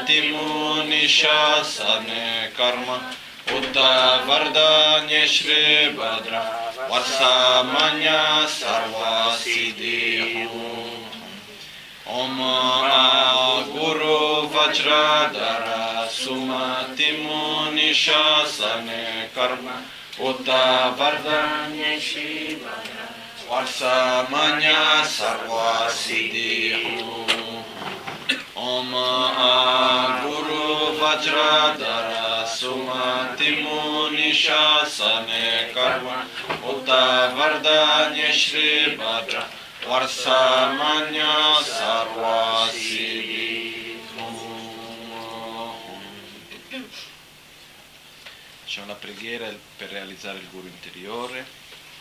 Nishasane karma Uddha Vardanya Shri Bhadra Varsamanya Sarva Siddhi Om Guru Vajradhara Sumati Nishasane karma Uddha Vardanya Shri Bhadra Varsamanya Sarva Siddhi Om Guru Vajradhara Sumati Nishasane karma Uddha Vardanya Shri Bhadra Varsamanya Sarva Siddhi. C'è una preghiera per realizzare il guru interiore.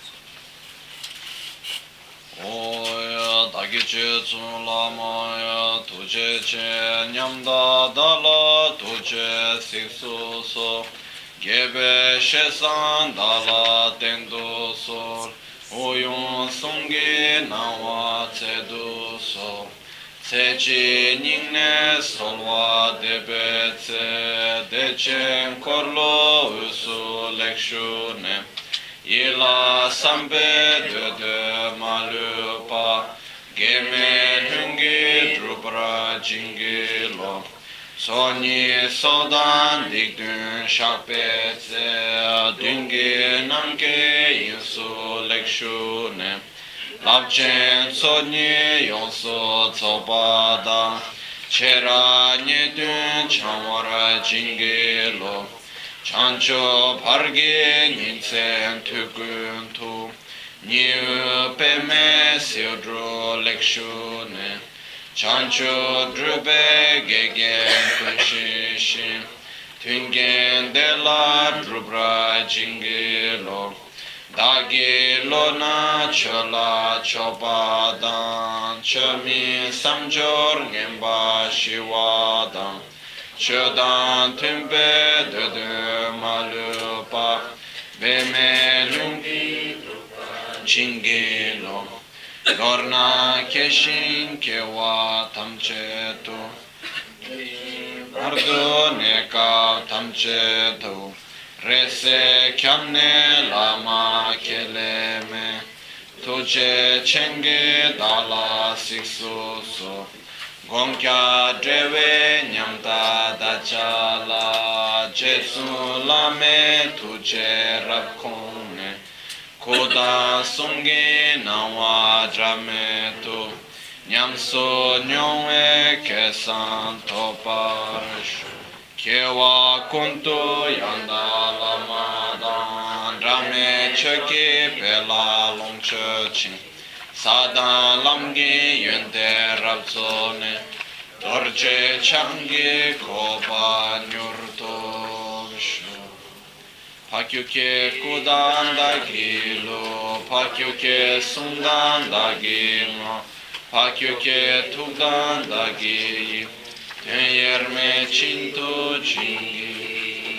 Oya dagi che tsun lama ya tuje che nyamda dala tuje siksu so gebe shesan dala tendo so oyun sungi nawa tsedu so tsechi ningne solwa debe tse dechen korlo usu lekshune Yila sambe de malupa Geme hungi drupra jingilo Soni sodan dikdun shakpetse Dungi namke insu lekshune Labchen soni yonsu tsopada Chera nyedun chamara jingilo Chancho parge ninsen tukun tu Niu peme siodro lekshune Chancho drube gegen kunshishin Tungen de la drubra jingilo Dagi lona chola chobadan Chomi samjor ngemba shiwadan Chodan tumbe de malupa Beme lungi chingilo Lorna keshin kewa tamchetu Ardo neka tamchetu Rese kyamne lama keleme Tuje chenge dala siksuso Gomkya drewe nyamta dachala Jetsu lame tuje rabkone Koda sungi nawa drametu Nyamso nyongwe kesan toparshu Kewa kuntu yanda lamadan Drame chöki pela longchöchin Sadan lamgi yönde rabzone Dorje changi koba nyurtosho Pakyuke kudan da gilo Pakyuke sundan da gimo Pakyuke tugdan da gi Ten yerme cinto cingi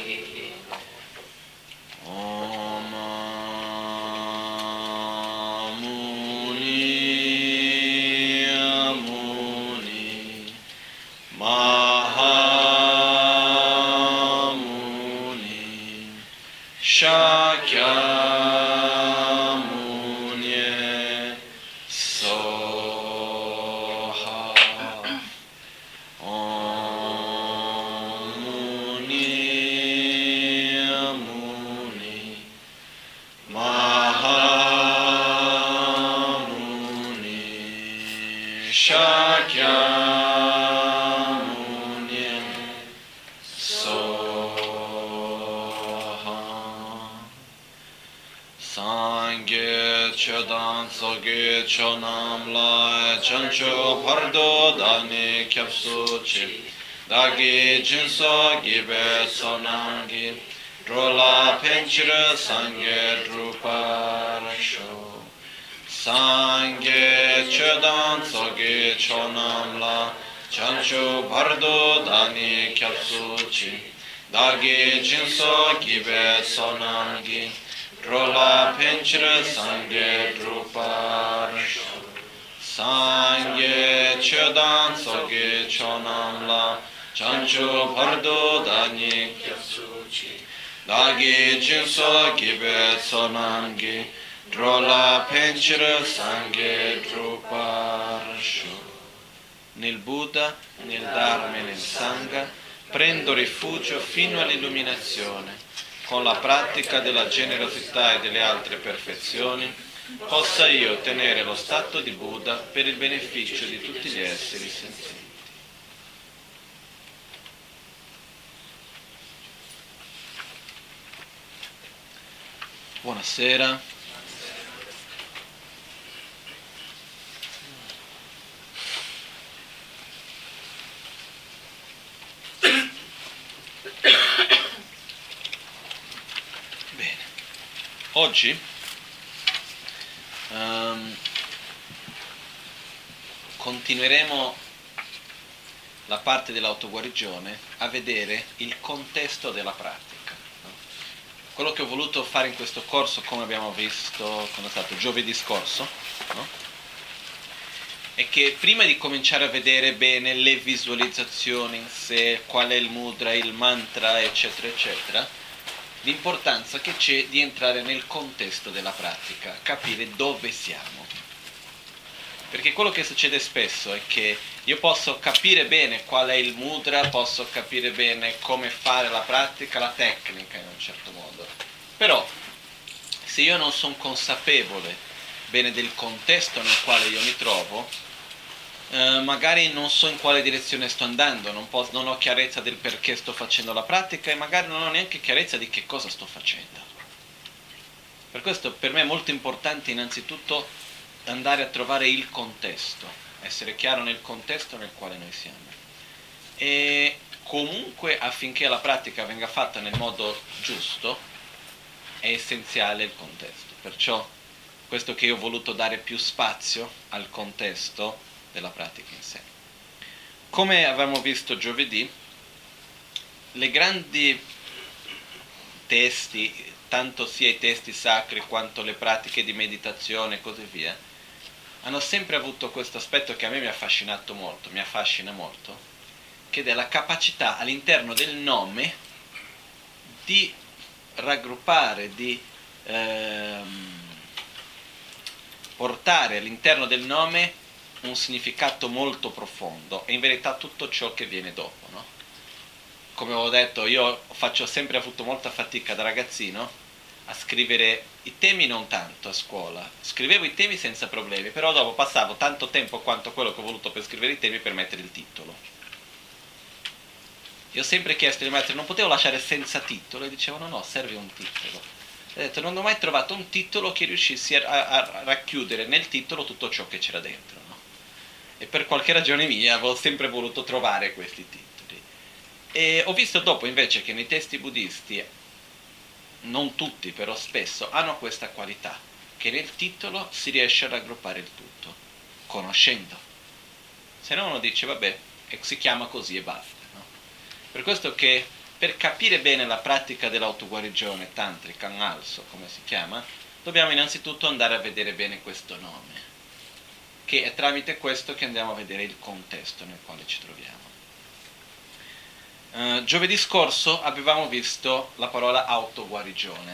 Chonam la chancho pardo dani kyapsuchi Dagi jinso gibe sonangi Drola penchira sange druparasho Sange chodan sogi chonam la chancho pardo dani kyapsuchi Dagi jinso gibe sonangi Drola penchira sange druparasho Sangye chodan soge chonam la chancho pardo dani dagi jinso gibe sonangi drola penchira sangue druparshu. Nel Buddha, nel Dharma e nel Sangha prendo rifugio fino all'illuminazione. Con la pratica della generosità e delle altre perfezioni possa io ottenere lo stato di Buddha per il beneficio di tutti gli esseri senzienti. Buonasera. Bene. Oggi continueremo la parte dell'autoguarigione a vedere il contesto della pratica. Quello che ho voluto fare in questo corso, come abbiamo visto quando è stato giovedì scorso, no? È che prima di cominciare a vedere bene le visualizzazioni in sé, qual è il mudra, il mantra, eccetera, eccetera, l'importanza che c'è di entrare nel contesto della pratica, capire dove siamo. Perché quello che succede spesso è che io posso capire bene qual è il mudra, posso capire bene come fare la pratica, la tecnica in un certo modo. Però, se io non sono consapevole bene del contesto nel quale io mi trovo, magari non so in quale direzione sto andando, non ho chiarezza del perché sto facendo la pratica e magari non ho neanche chiarezza di che cosa sto facendo. Per questo per me è molto importante innanzitutto andare a trovare il contesto, essere chiaro nel contesto nel quale noi siamo. E comunque affinché la pratica venga fatta nel modo giusto è essenziale il contesto. Perciò questo che io ho voluto dare più spazio al contesto della pratica in sé. Come avevamo visto giovedì, le grandi testi, tanto sia i testi sacri quanto le pratiche di meditazione e così via, hanno sempre avuto questo aspetto che a me mi ha affascinato molto, mi affascina molto, che è la capacità all'interno del nome di raggruppare, di portare all'interno del nome un significato molto profondo e in verità tutto ciò che viene dopo, no? Come avevo detto, io faccio sempre avuto molta fatica da ragazzino a scrivere i temi, non tanto a scuola, scrivevo i temi senza problemi, però dopo passavo tanto tempo quanto quello che ho voluto per scrivere i temi per mettere il titolo. Io ho sempre chiesto ai maestri, non potevo lasciare senza titolo, e dicevano no, serve un titolo. Ho detto, non ho mai trovato un titolo che riuscissi a racchiudere nel titolo tutto ciò che c'era dentro, no? E per qualche ragione mia avevo sempre voluto trovare questi titoli. E ho visto dopo invece che nei testi buddisti, non tutti però spesso, hanno questa qualità, che nel titolo si riesce a raggruppare il tutto, conoscendo. Se no uno dice, vabbè, si chiama così e basta. Per questo che per capire bene la pratica dell'autoguarigione tantrica, Nalso come si chiama, dobbiamo innanzitutto andare a vedere bene questo nome, che è tramite questo che andiamo a vedere il contesto nel quale ci troviamo. Giovedì scorso avevamo visto la parola autoguarigione,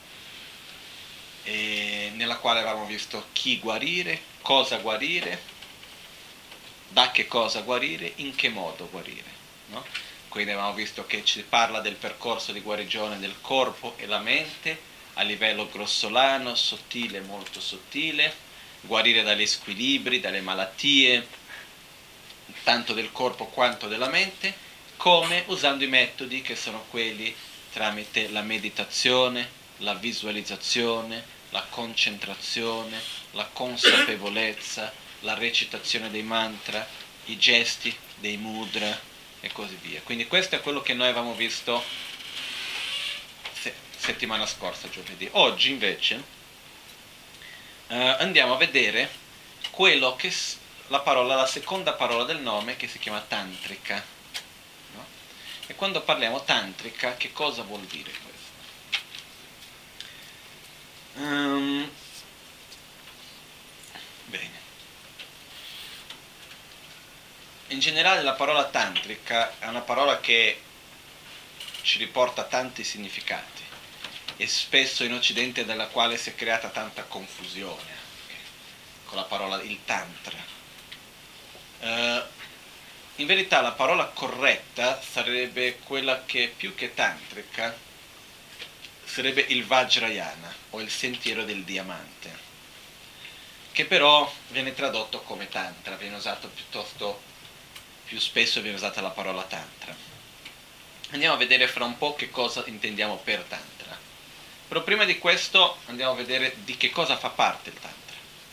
nella quale avevamo visto chi guarire, cosa guarire, da che cosa guarire, in che modo guarire, no? Quindi avevamo visto che ci parla del percorso di guarigione del corpo e la mente a livello grossolano, sottile, molto sottile, guarire dagli squilibri, dalle malattie, tanto del corpo quanto della mente, come usando i metodi che sono quelli tramite la meditazione, la visualizzazione, la concentrazione, la consapevolezza, la recitazione dei mantra, i gesti dei mudra, e così via. Quindi questo è quello che noi avevamo visto settimana scorsa, giovedì. Oggi invece andiamo a vedere quello che la seconda parola del nome, che si chiama tantrica, no? E quando parliamo tantrica, che cosa vuol dire questo? Bene. in generale la parola tantrica è una parola che ci riporta tanti significati e spesso in Occidente della quale si è creata tanta confusione con la parola il tantra. In verità la parola corretta sarebbe quella che più che tantrica sarebbe il Vajrayana o il sentiero del diamante, che però viene tradotto come tantra, viene usato più spesso viene usata la parola tantra. Andiamo a vedere fra un po' che cosa intendiamo per tantra. Però prima di questo andiamo a vedere di che cosa fa parte il tantra.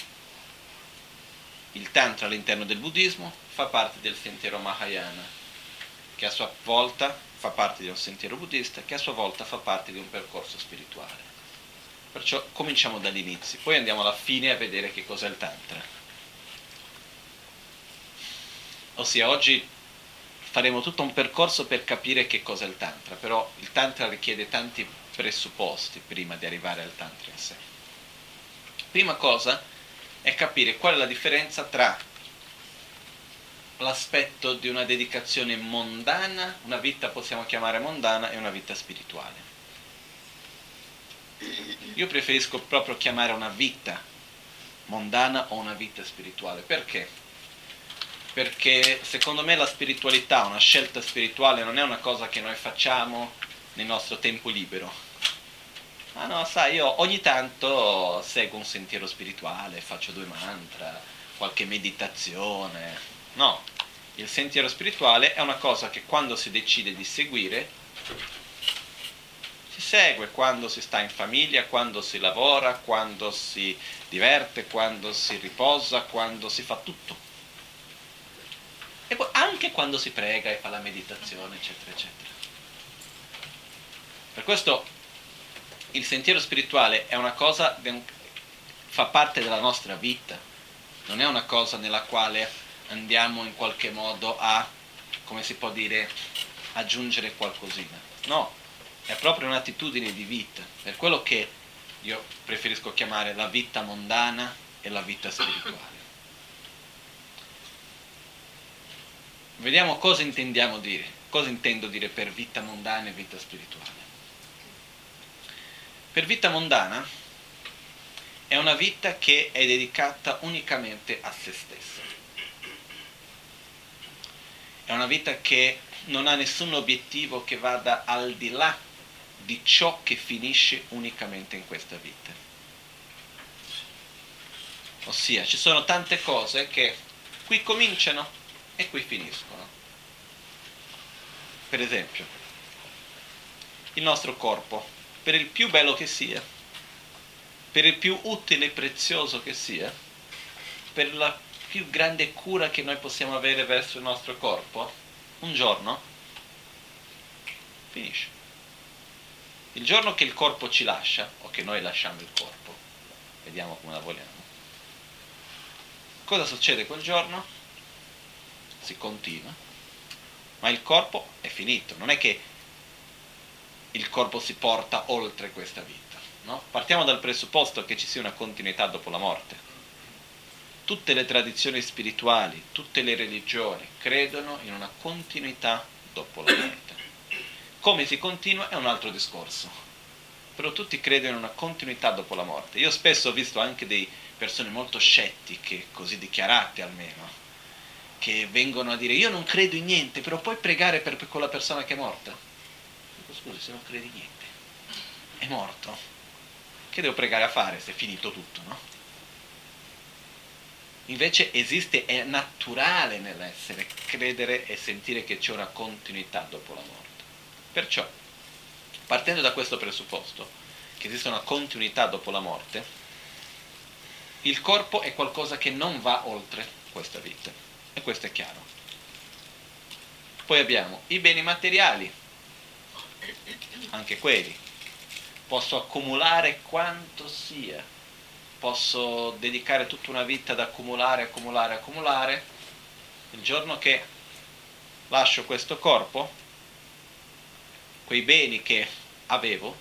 Il tantra all'interno del buddismo fa parte del sentiero Mahayana, che a sua volta fa parte di un sentiero buddista, che a sua volta fa parte di un percorso spirituale. Perciò cominciamo dall'inizio, poi andiamo alla fine a vedere che cos'è il tantra. Ossia, oggi faremo tutto un percorso per capire che cos'è il tantra, però il tantra richiede tanti presupposti prima di arrivare al tantra in sé. Prima cosa è capire qual è la differenza tra l'aspetto di una dedicazione mondana, una vita possiamo chiamare mondana, e una vita spirituale. Io preferisco proprio chiamare una vita mondana o una vita spirituale. Perché? Perché secondo me la spiritualità, una scelta spirituale non è una cosa che noi facciamo nel nostro tempo libero. Ah no, sai, io ogni tanto seguo un sentiero spirituale, faccio 2 mantra, qualche meditazione. No, il sentiero spirituale è una cosa che quando si decide di seguire, si segue quando si sta in famiglia, quando si lavora, quando si diverte, quando si riposa, quando si fa tutto. E poi anche quando si prega e fa la meditazione, eccetera, eccetera. Per questo il sentiero spirituale è una cosa, fa parte della nostra vita, non è una cosa nella quale andiamo in qualche modo a, come si può dire, aggiungere qualcosina. No, è proprio un'attitudine di vita, per quello che io preferisco chiamare la vita mondana e la vita spirituale. Vediamo cosa intendiamo dire, cosa intendo dire per vita mondana e vita spirituale. Per vita mondana è una vita che è dedicata unicamente a se stessa. È una vita che non ha nessun obiettivo che vada al di là di ciò che finisce unicamente in questa vita. Ossia, ci sono tante cose che qui cominciano e qui finiscono. Per esempio, il nostro corpo, per il più bello che sia, per il più utile e prezioso che sia, per la più grande cura che noi possiamo avere verso il nostro corpo, un giorno finisce. Il giorno che il corpo ci lascia, o che noi lasciamo il corpo, vediamo come la vogliamo, cosa succede quel giorno? Si continua, ma il corpo è finito, non è che il corpo si porta oltre questa vita, no? Partiamo dal presupposto che ci sia una continuità dopo la morte. Tutte le tradizioni spirituali, tutte le religioni credono in una continuità dopo la morte. Come si continua è un altro discorso, però tutti credono in una continuità dopo la morte. Io spesso ho visto anche delle persone molto scettiche, così dichiarate almeno, che vengono a dire io non credo in niente, però puoi pregare per quella persona che è morta? Scusi, se non credi niente, è morto, che devo pregare a fare se è finito tutto, no? Invece esiste, è naturale nell'essere, credere e sentire che c'è una continuità dopo la morte. Perciò, partendo da questo presupposto, che esiste una continuità dopo la morte, il corpo è qualcosa che non va oltre questa vita, e questo è chiaro. Poi abbiamo i beni materiali, anche quelli. Posso accumulare quanto sia, posso dedicare tutta una vita ad accumulare. Il giorno che lascio questo corpo, quei beni che avevo,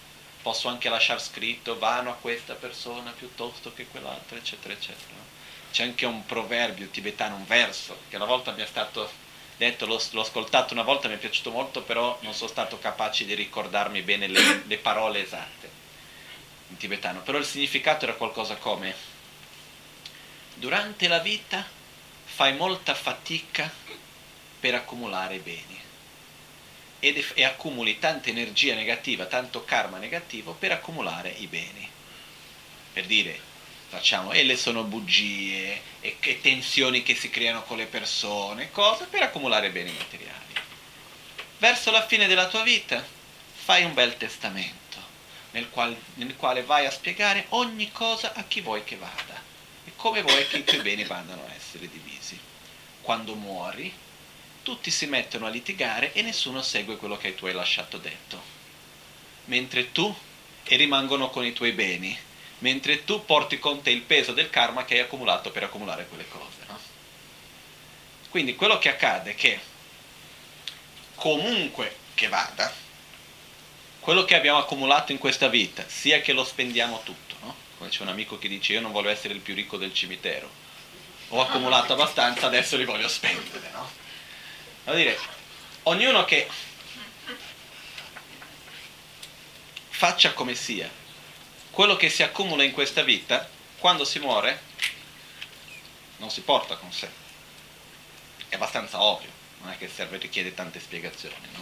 posso anche lasciare scritto vanno a questa persona piuttosto che quell'altra, eccetera, eccetera. C'è anche un proverbio tibetano, un verso, che una volta mi è stato detto, l'ho ascoltato una volta, mi è piaciuto molto, però non sono stato capace di ricordarmi bene le parole esatte in tibetano. Però il significato era qualcosa come: durante la vita fai molta fatica per accumulare beni e accumuli tanta energia negativa, tanto karma negativo per accumulare i beni. Per dire, facciamo, e le sono bugie, e che tensioni che si creano con le persone, cose per accumulare beni materiali. Verso la fine della tua vita fai un bel testamento nel quale vai a spiegare ogni cosa a chi vuoi che vada e come vuoi che i tuoi beni vadano a essere divisi. Quando muori, tutti si mettono a litigare e nessuno segue quello che tu hai lasciato detto, mentre tu e rimangono con i tuoi beni, mentre tu porti con te il peso del karma che hai accumulato per accumulare quelle cose, no? Quindi quello che accade è che comunque che vada, quello che abbiamo accumulato in questa vita, sia che lo spendiamo tutto, no? Come c'è un amico che dice: io non voglio essere il più ricco del cimitero, ho accumulato abbastanza, adesso li voglio spendere, no? Vuol dire, ognuno che faccia come sia, quello che si accumula in questa vita, quando si muore, non si porta con sé. È abbastanza ovvio, non è che richiede tante spiegazioni, no?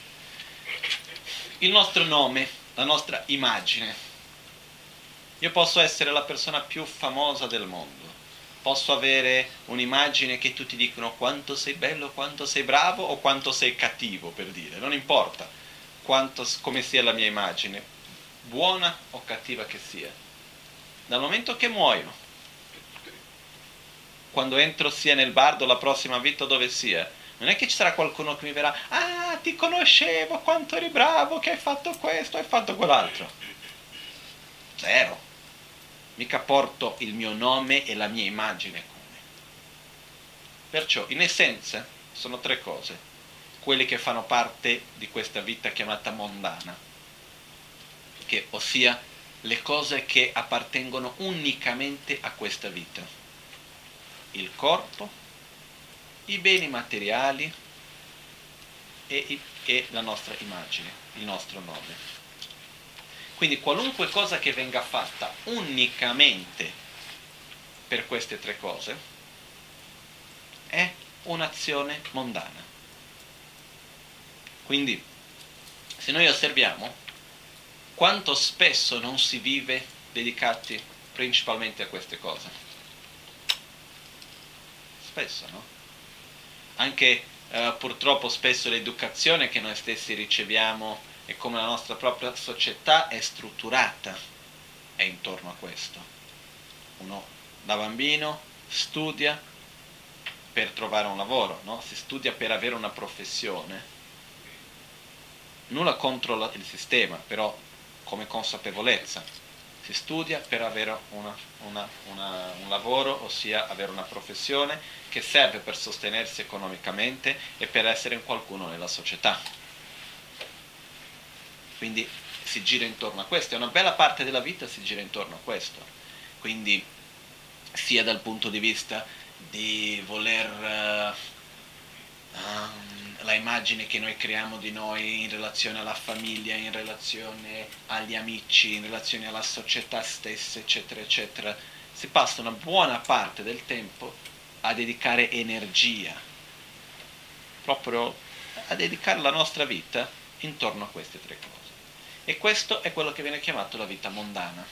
Il nostro nome, la nostra immagine. Io posso essere la persona più famosa del mondo, posso avere un'immagine che tutti dicono quanto sei bello, quanto sei bravo o quanto sei cattivo, per dire, non importa come sia la mia immagine, buona o cattiva che sia. Dal momento che muoio, quando entro sia nel bardo la prossima vita dove sia, non è che ci sarà qualcuno che mi verrà: ah, ti conoscevo, quanto eri bravo, che hai fatto questo, hai fatto quell'altro. Zero. Mica porto il mio nome e la mia immagine con me. Perciò, in essenza, sono tre cose, quelle che fanno parte di questa vita chiamata mondana, che ossia le cose che appartengono unicamente a questa vita: il corpo, i beni materiali e la nostra immagine, il nostro nome. Quindi qualunque cosa che venga fatta unicamente per queste tre cose è un'azione mondana. Quindi, se noi osserviamo quanto spesso non si vive dedicati principalmente a queste cose. Spesso, no? Anche purtroppo spesso l'educazione che noi stessi riceviamo e come la nostra propria società è strutturata è intorno a questo. Uno da bambino studia per trovare un lavoro, no? Si studia per avere una professione. Nulla contro il sistema, però come consapevolezza. Si studia per avere un lavoro, ossia avere una professione che serve per sostenersi economicamente e per essere qualcuno nella società. Quindi si gira intorno a questo, e una bella parte della vita si gira intorno a questo. Quindi sia dal punto di vista di voler la immagine che noi creiamo di noi in relazione alla famiglia, in relazione agli amici, in relazione alla società stessa, eccetera, eccetera. Si passa una buona parte del tempo a dedicare energia, proprio a dedicare la nostra vita intorno a queste tre cose. E questo è quello che viene chiamato la vita mondana.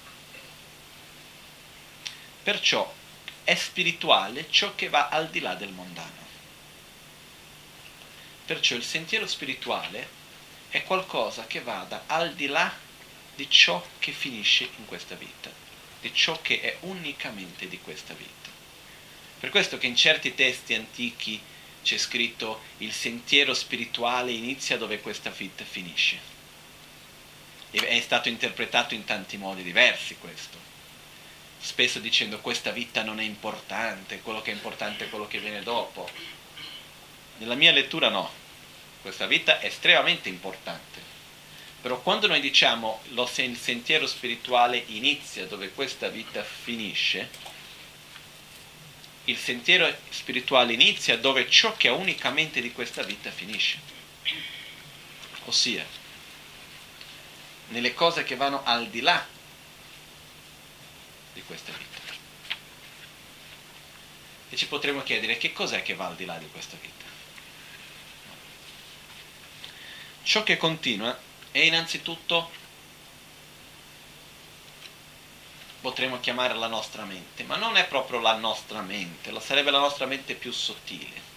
Perciò è spirituale ciò che va al di là del mondano. Perciò il sentiero spirituale è qualcosa che vada al di là di ciò che finisce in questa vita, di ciò che è unicamente di questa vita. Per questo che in certi testi antichi c'è scritto: il sentiero spirituale inizia dove questa vita finisce. E è stato interpretato in tanti modi diversi questo. Spesso dicendo: questa vita non è importante, quello che è importante è quello che viene dopo. Nella mia lettura no, questa vita è estremamente importante, però quando noi diciamo il sentiero spirituale inizia dove questa vita finisce, il sentiero spirituale inizia dove ciò che è unicamente di questa vita finisce, ossia nelle cose che vanno al di là di questa vita. E ci potremmo chiedere che cos'è che va al di là di questa vita. Ciò che continua è innanzitutto, potremmo chiamare la nostra mente, ma non è proprio la nostra mente, sarebbe la nostra mente più sottile.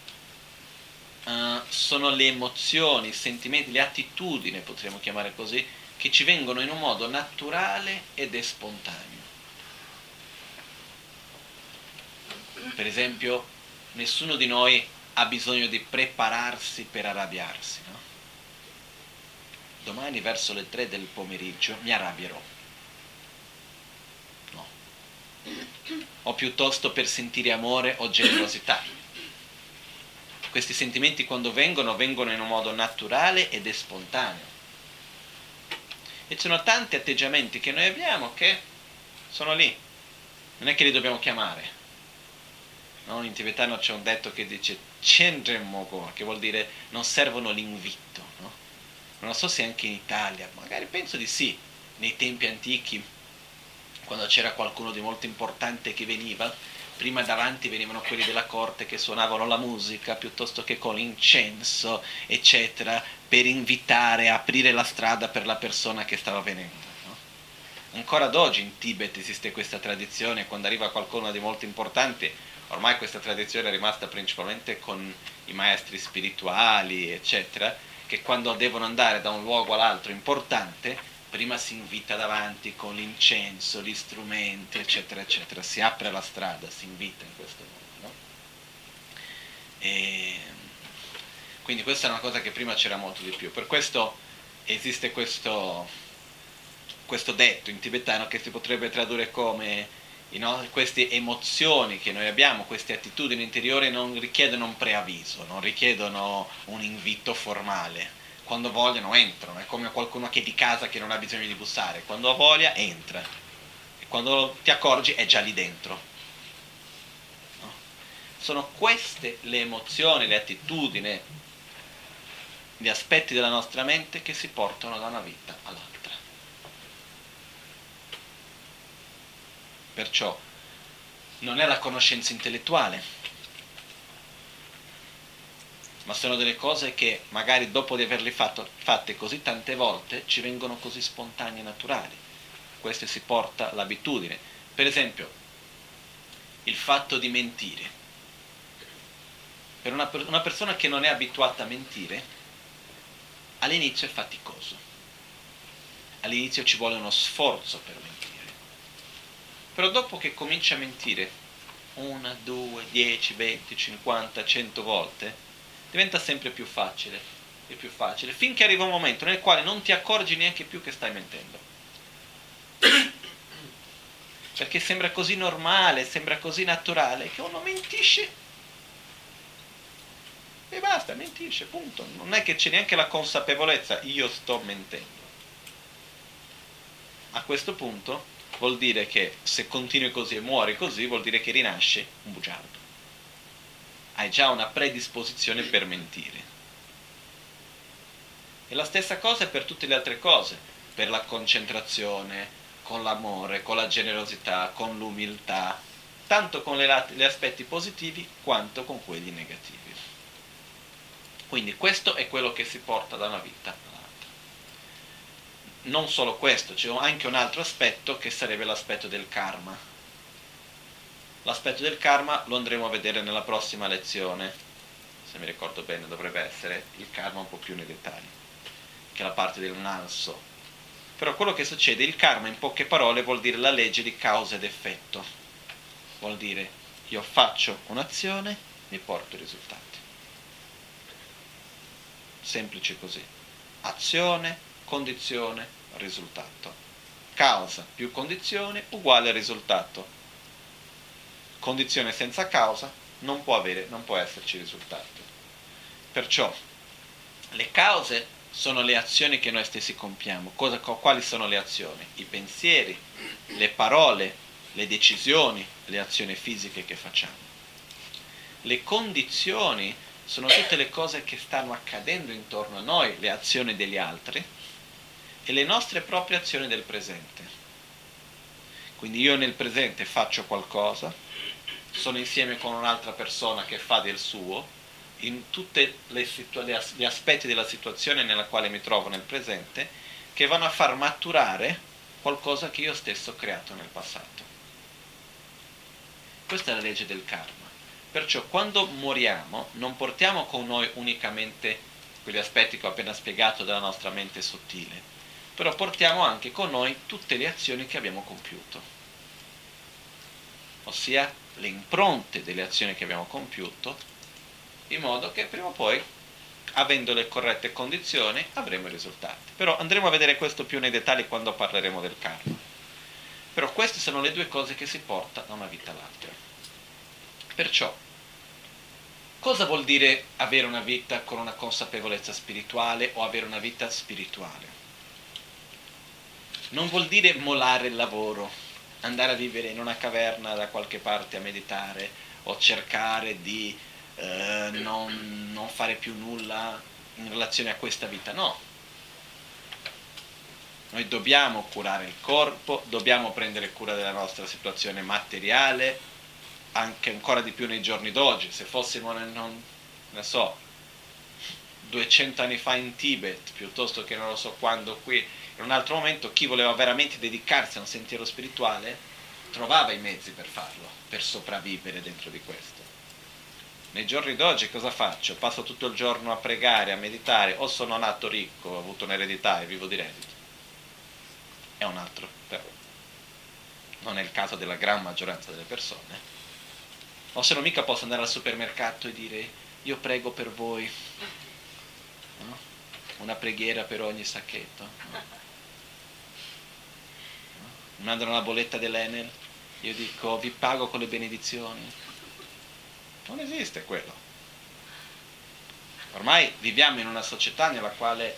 Sono le emozioni, i sentimenti, le attitudini, potremmo chiamare così, che ci vengono in un modo naturale ed è spontaneo. Per esempio, nessuno di noi ha bisogno di prepararsi per arrabbiarsi, no? Domani verso le 3 del pomeriggio mi arrabbierò. No. O piuttosto per sentire amore o generosità. Questi sentimenti quando vengono in un modo naturale ed è spontaneo. E ci sono tanti atteggiamenti che noi abbiamo che sono lì. Non è che li dobbiamo chiamare. No? In tibetano c'è un detto che dice Chenremmogo, che vuol dire non servono l'invito. No? Non so se anche in Italia, magari penso di sì, nei tempi antichi, quando c'era qualcuno di molto importante che veniva, prima davanti venivano quelli della corte che suonavano la musica piuttosto che con l'incenso, eccetera, per invitare, aprire la strada per la persona che stava venendo. No? Ancora ad oggi in Tibet esiste questa tradizione, quando arriva qualcuno di molto importante. Ormai questa tradizione è rimasta principalmente con i maestri spirituali, eccetera, che quando devono andare da un luogo all'altro importante, prima si invita davanti con l'incenso, gli strumenti, eccetera, eccetera. Si apre la strada, si invita in questo modo. No? E quindi questa è una cosa che prima c'era molto di più. Per questo esiste questo detto in tibetano che si potrebbe tradurre come queste emozioni che noi abbiamo, queste attitudini interiori non richiedono un preavviso, non richiedono un invito formale. Quando vogliono entrano, è come qualcuno che è di casa che non ha bisogno di bussare, quando ha voglia entra e quando ti accorgi è già lì dentro. No? Sono queste le emozioni, le attitudini, gli aspetti della nostra mente che si portano da una vita all'altra. Perciò non è la conoscenza intellettuale, ma sono delle cose che magari dopo di averle fatte così tante volte ci vengono così spontanee e naturali. Questo si porta l'abitudine. Per esempio, il fatto di mentire. Per una persona che non è abituata a mentire, all'inizio è faticoso. All'inizio ci vuole uno sforzo per mentire. Però dopo che comincia a mentire 1, 2, 10, 20, 50, 100 volte, diventa sempre più facile e più facile, finché arriva un momento nel quale non ti accorgi neanche più che stai mentendo. Perché sembra così normale, sembra così naturale, che uno mentisce e basta, mentisce, punto. Non è che c'è neanche la consapevolezza, io sto mentendo. A questo punto vuol dire che se continui così e muori così, vuol dire che rinasce un bugiardo. Hai già una predisposizione per mentire. E la stessa cosa è per tutte le altre cose, per la concentrazione, con l'amore, con la generosità, con l'umiltà, tanto con gli aspetti positivi quanto con quelli negativi. Quindi questo è quello che si porta da una vita all'altra. Non solo questo, c'è anche un altro aspetto che sarebbe l'aspetto del karma. L'aspetto del karma lo andremo a vedere nella prossima lezione, se mi ricordo bene dovrebbe essere il karma un po' più nei dettagli, che è la parte del nanso. Però quello che succede, il karma in poche parole vuol dire la legge di causa ed effetto. Vuol dire io faccio un'azione, mi porto i risultati. Semplice così. Azione, condizione, risultato. Causa più condizione uguale risultato. Condizione senza causa non può esserci risultato. Perciò le cause sono le azioni che noi stessi compiamo. Quali sono le azioni? I pensieri, le parole, le decisioni, le azioni fisiche che facciamo. Le condizioni sono tutte le cose che stanno accadendo intorno a noi, le azioni degli altri e le nostre proprie azioni del presente. Quindi io nel presente faccio qualcosa, sono insieme con un'altra persona che fa del suo, in tutti gli aspetti della situazione nella quale mi trovo nel presente, che vanno a far maturare qualcosa che io stesso ho creato nel passato. Questa è la legge del karma. Perciò quando moriamo non portiamo con noi unicamente quegli aspetti che ho appena spiegato della nostra mente sottile, però portiamo anche con noi tutte le azioni che abbiamo compiuto, ossia le impronte delle azioni che abbiamo compiuto, in modo che prima o poi, avendo le corrette condizioni, avremo i risultati. Però andremo a vedere questo più nei dettagli quando parleremo del karma. Però queste sono le due cose che si porta da una vita all'altra. Perciò, cosa vuol dire avere una vita con una consapevolezza spirituale o avere una vita spirituale? Non vuol dire mollare il lavoro, andare a vivere in una caverna da qualche parte a meditare o cercare di non fare più nulla in relazione a questa vita, no. Noi dobbiamo curare il corpo, dobbiamo prendere cura della nostra situazione materiale, anche ancora di più nei giorni d'oggi. Se fossimo, non so, 200 anni fa in Tibet, piuttosto che non lo so quando qui, in un altro momento, chi voleva veramente dedicarsi a un sentiero spirituale trovava i mezzi per farlo, per sopravvivere dentro di questo. Nei giorni d'oggi cosa faccio? Passo tutto il giorno a pregare, a meditare, o sono nato ricco, ho avuto un'eredità e vivo di reddito. È un altro, però non è il caso della gran maggioranza delle persone. O se no mica posso andare al supermercato e dire io prego per voi, no? Una preghiera per ogni sacchetto, no? Mi mandano la bolletta dell'Enel, io dico vi pago con le benedizioni. Non esiste quello. Ormai viviamo in una società nella quale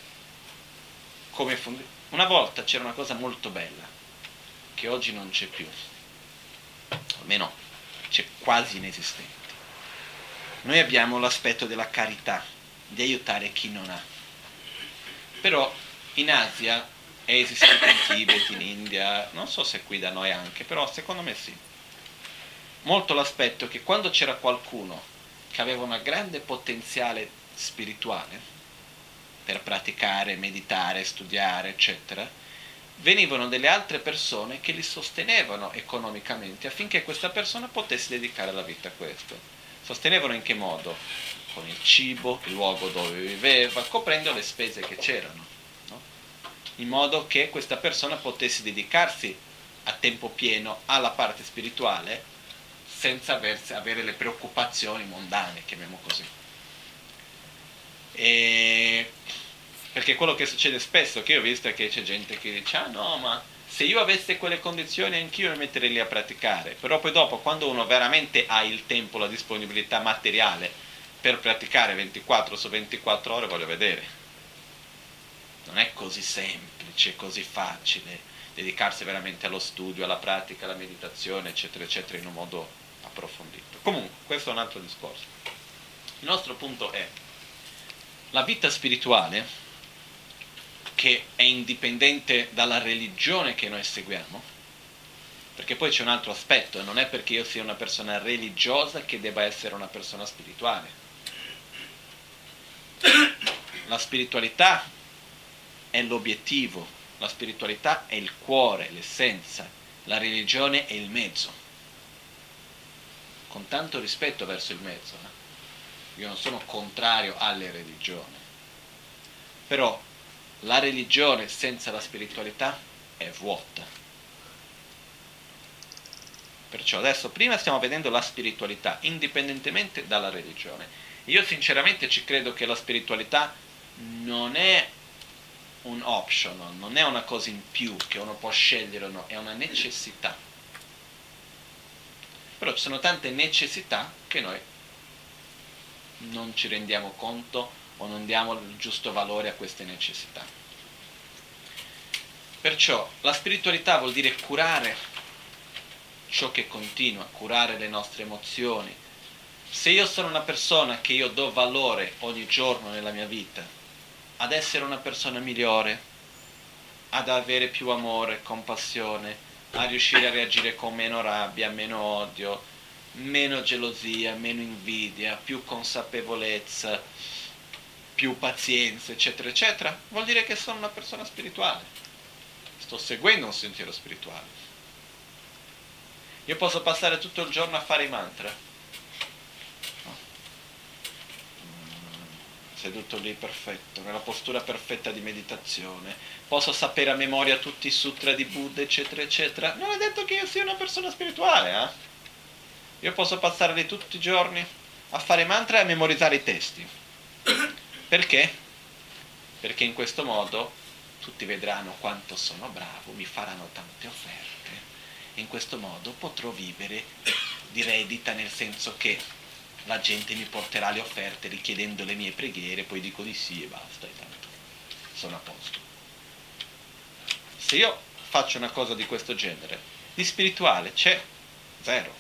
una volta c'era una cosa molto bella che oggi non c'è più, almeno c'è quasi inesistente. Noi abbiamo l'aspetto della carità, di aiutare chi non ha. Però in Asia è esistito in Tibet, in India, non so se qui da noi anche, però secondo me sì. Molto l'aspetto che quando c'era qualcuno che aveva un grande potenziale spirituale per praticare, meditare, studiare, eccetera, venivano delle altre persone che li sostenevano economicamente affinché questa persona potesse dedicare la vita a questo. Sostenevano in che modo? Con il cibo, il luogo dove viveva, coprendo le spese che c'erano, no? In modo che questa persona potesse dedicarsi a tempo pieno alla parte spirituale senza avere le preoccupazioni mondane, chiamiamo così. Perché quello che succede spesso, che io ho visto, è che c'è gente che dice ah no, ma se io avessi quelle condizioni anch'io mi metterei lì a praticare. Però poi dopo, quando uno veramente ha il tempo, la disponibilità materiale per praticare 24 su 24 ore, voglio vedere. Non è così semplice, così facile dedicarsi veramente allo studio, alla pratica, alla meditazione, eccetera, eccetera, in un modo approfondito. Comunque, questo è un altro discorso. Il nostro punto è la vita spirituale, che è indipendente dalla religione che noi seguiamo, perché poi c'è un altro aspetto, non è perché io sia una persona religiosa che debba essere una persona spirituale. La spiritualità è l'obiettivo, la spiritualità è il cuore, l'essenza, la religione è il mezzo. Con tanto rispetto verso il mezzo, io non sono contrario alle religioni, però la religione senza la spiritualità è vuota. Perciò adesso prima stiamo vedendo la spiritualità indipendentemente dalla religione. Io sinceramente ci credo che la spiritualità non è un optional, non è una cosa in più che uno può scegliere o no, è una necessità. Però ci sono tante necessità che noi non ci rendiamo conto o non diamo il giusto valore a queste necessità. Perciò la spiritualità vuol dire curare ciò che continua, curare le nostre emozioni. Se io sono una persona che io do valore ogni giorno nella mia vita ad essere una persona migliore, ad avere più amore, compassione, a riuscire a reagire con meno rabbia, meno odio, meno gelosia, meno invidia, più consapevolezza, più pazienza, eccetera, eccetera, vuol dire che sono una persona spirituale. Sto seguendo un sentiero spirituale. Io posso passare tutto il giorno a fare i mantra. Seduto lì perfetto, nella postura perfetta di meditazione, posso sapere a memoria tutti i sutra di Buddha, eccetera, eccetera. Non è detto che io sia una persona spirituale, eh? Io posso passare lì tutti i giorni a fare mantra e a memorizzare i testi. Perché? Perché in questo modo tutti vedranno quanto sono bravo, mi faranno tante offerte e in questo modo potrò vivere di reddita, nel senso che la gente mi porterà le offerte richiedendo le mie preghiere, poi dico di sì e basta, e tanto sono a posto. Se io faccio una cosa di questo genere, di spirituale c'è zero.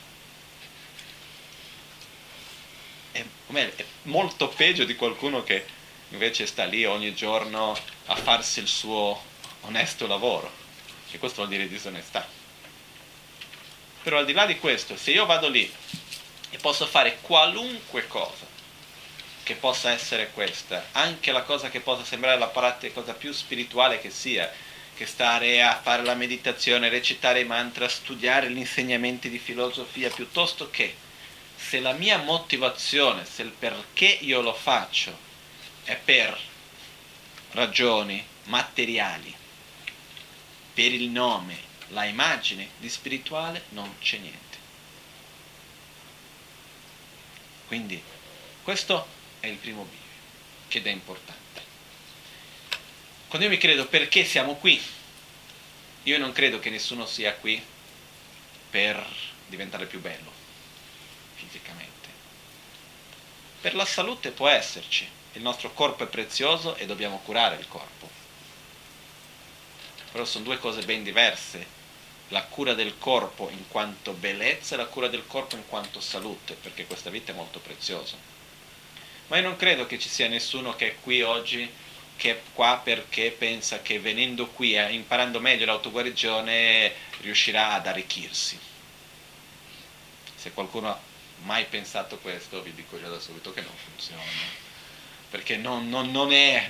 È molto peggio di qualcuno che invece sta lì ogni giorno a farsi il suo onesto lavoro, e questo vuol dire disonestà. Però al di là di questo, se io vado lì e posso fare qualunque cosa che possa essere questa, anche la cosa che possa sembrare la cosa più spirituale che sia, che stare a fare la meditazione, recitare i mantra, studiare gli insegnamenti di filosofia, piuttosto che, se la mia motivazione, se il perché io lo faccio è per ragioni materiali, per il nome, la immagine di spirituale, non c'è niente. Quindi questo è il primo bivio, che è importante. Quando io mi chiedo perché siamo qui, io non credo che nessuno sia qui per diventare più bello fisicamente. Per la salute può esserci, il nostro corpo è prezioso e dobbiamo curare il corpo. Però sono due cose ben diverse, la cura del corpo in quanto bellezza e la cura del corpo in quanto salute, perché questa vita è molto preziosa. Ma io non credo che ci sia nessuno che è qui oggi, che è qua perché pensa che venendo qui e imparando meglio l'autoguarigione riuscirà ad arricchirsi. Se qualcuno ha mai pensato questo, vi dico già da subito che non funziona, perché non è.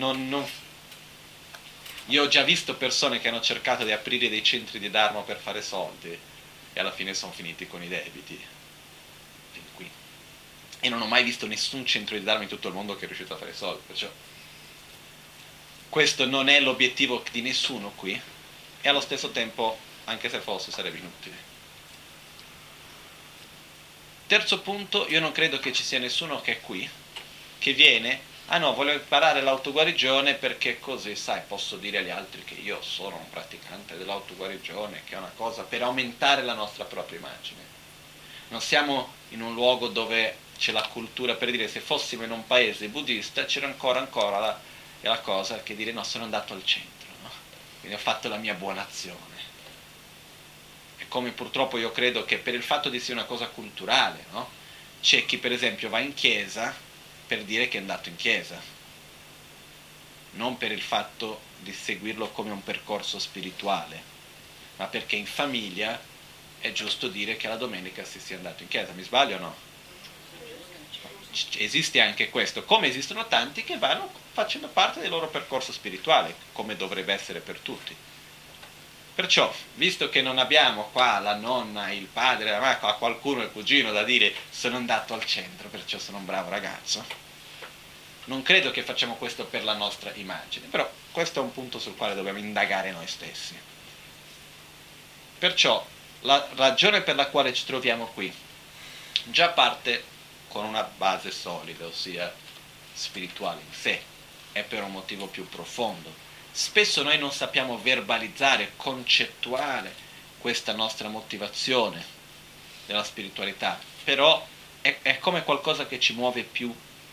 Io ho già visto persone che hanno cercato di aprire dei centri di Dharma per fare soldi e alla fine sono finiti con i debiti. Fin qui. E non ho mai visto nessun centro di Dharma in tutto il mondo che è riuscito a fare soldi, perciò questo non è l'obiettivo di nessuno qui e allo stesso tempo, anche se fosse, sarebbe inutile. Terzo punto, io non credo che ci sia nessuno che è qui, che viene, no, voglio imparare l'autoguarigione perché così, sai, posso dire agli altri che io sono un praticante dell'autoguarigione, che è una cosa per aumentare la nostra propria immagine. Non siamo in un luogo dove c'è la cultura, per dire, se fossimo in un paese buddista c'era ancora la cosa che dire no, sono andato al centro, no? Quindi ho fatto la mia buona azione. E come purtroppo io credo che per il fatto di sia una cosa culturale, no? C'è chi per esempio va in chiesa per dire che è andato in chiesa, non per il fatto di seguirlo come un percorso spirituale, ma perché in famiglia è giusto dire che la domenica si sia andato in chiesa. Mi sbaglio o no? Esiste anche questo, come esistono tanti che vanno facendo parte del loro percorso spirituale, come dovrebbe essere per tutti. Perciò, visto che non abbiamo qua la nonna, il padre, la mamma, qualcuno, il cugino da dire sono andato al centro, perciò sono un bravo ragazzo, non credo che facciamo questo per la nostra immagine, però questo è un punto sul quale dobbiamo indagare noi stessi. Perciò, la ragione per la quale ci troviamo qui già parte con una base solida, ossia spirituale in sé, è per un motivo più profondo. Spesso noi non sappiamo verbalizzare, concettuare questa nostra motivazione della spiritualità, però è come qualcosa che ci muove più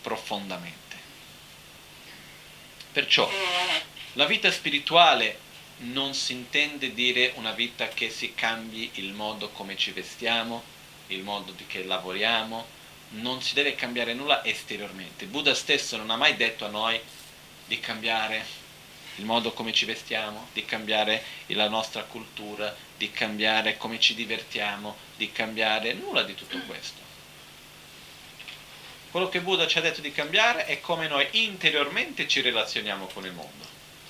profondamente. Perciò la vita spirituale non si intende dire una vita che si cambi il modo come ci vestiamo, il modo di che lavoriamo, non si deve cambiare nulla esteriormente. Buddha stesso non ha mai detto a noi di cambiare il modo come ci vestiamo, di cambiare la nostra cultura, di cambiare come ci divertiamo, di cambiare nulla di tutto questo. Quello che Buddha ci ha detto di cambiare è come noi interiormente ci relazioniamo con il mondo.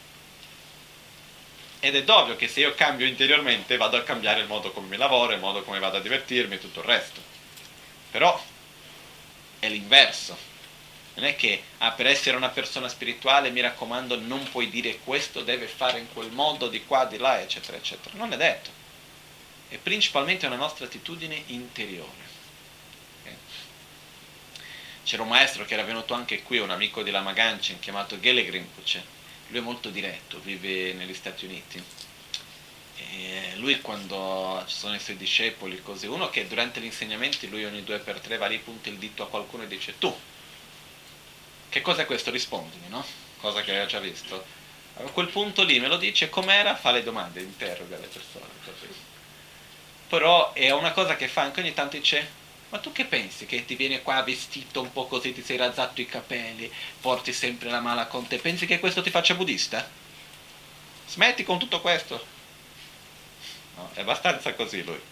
Ed è ovvio che se io cambio interiormente vado a cambiare il modo come mi lavoro, il modo come vado a divertirmi e tutto il resto. Però è l'inverso. Non è che per essere una persona spirituale, mi raccomando, non puoi dire questo, deve fare in quel modo, di qua, di là, eccetera, eccetera. Non è detto. È principalmente una nostra attitudine interiore. Okay? C'era un maestro che era venuto anche qui, un amico di Lama Ganchen, chiamato Gelek Rinpoche. Lui è molto diretto, vive negli Stati Uniti. E lui, quando ci sono i suoi discepoli, così, uno che durante gli insegnamenti lui ogni 2x3 va lì, punta il dito a qualcuno e dice: tu, che cos'è questo? Rispondimi, no? Cosa che aveva già visto. A quel punto lì me lo dice, com'era? Fa le domande, interroga le persone. Così. Però è una cosa che fa anche ogni tanto, dice: ma tu che pensi? Che ti viene qua vestito un po' così, ti sei rasato i capelli, porti sempre la mala con te, pensi che questo ti faccia buddista? Smetti con tutto questo. No, è abbastanza così lui.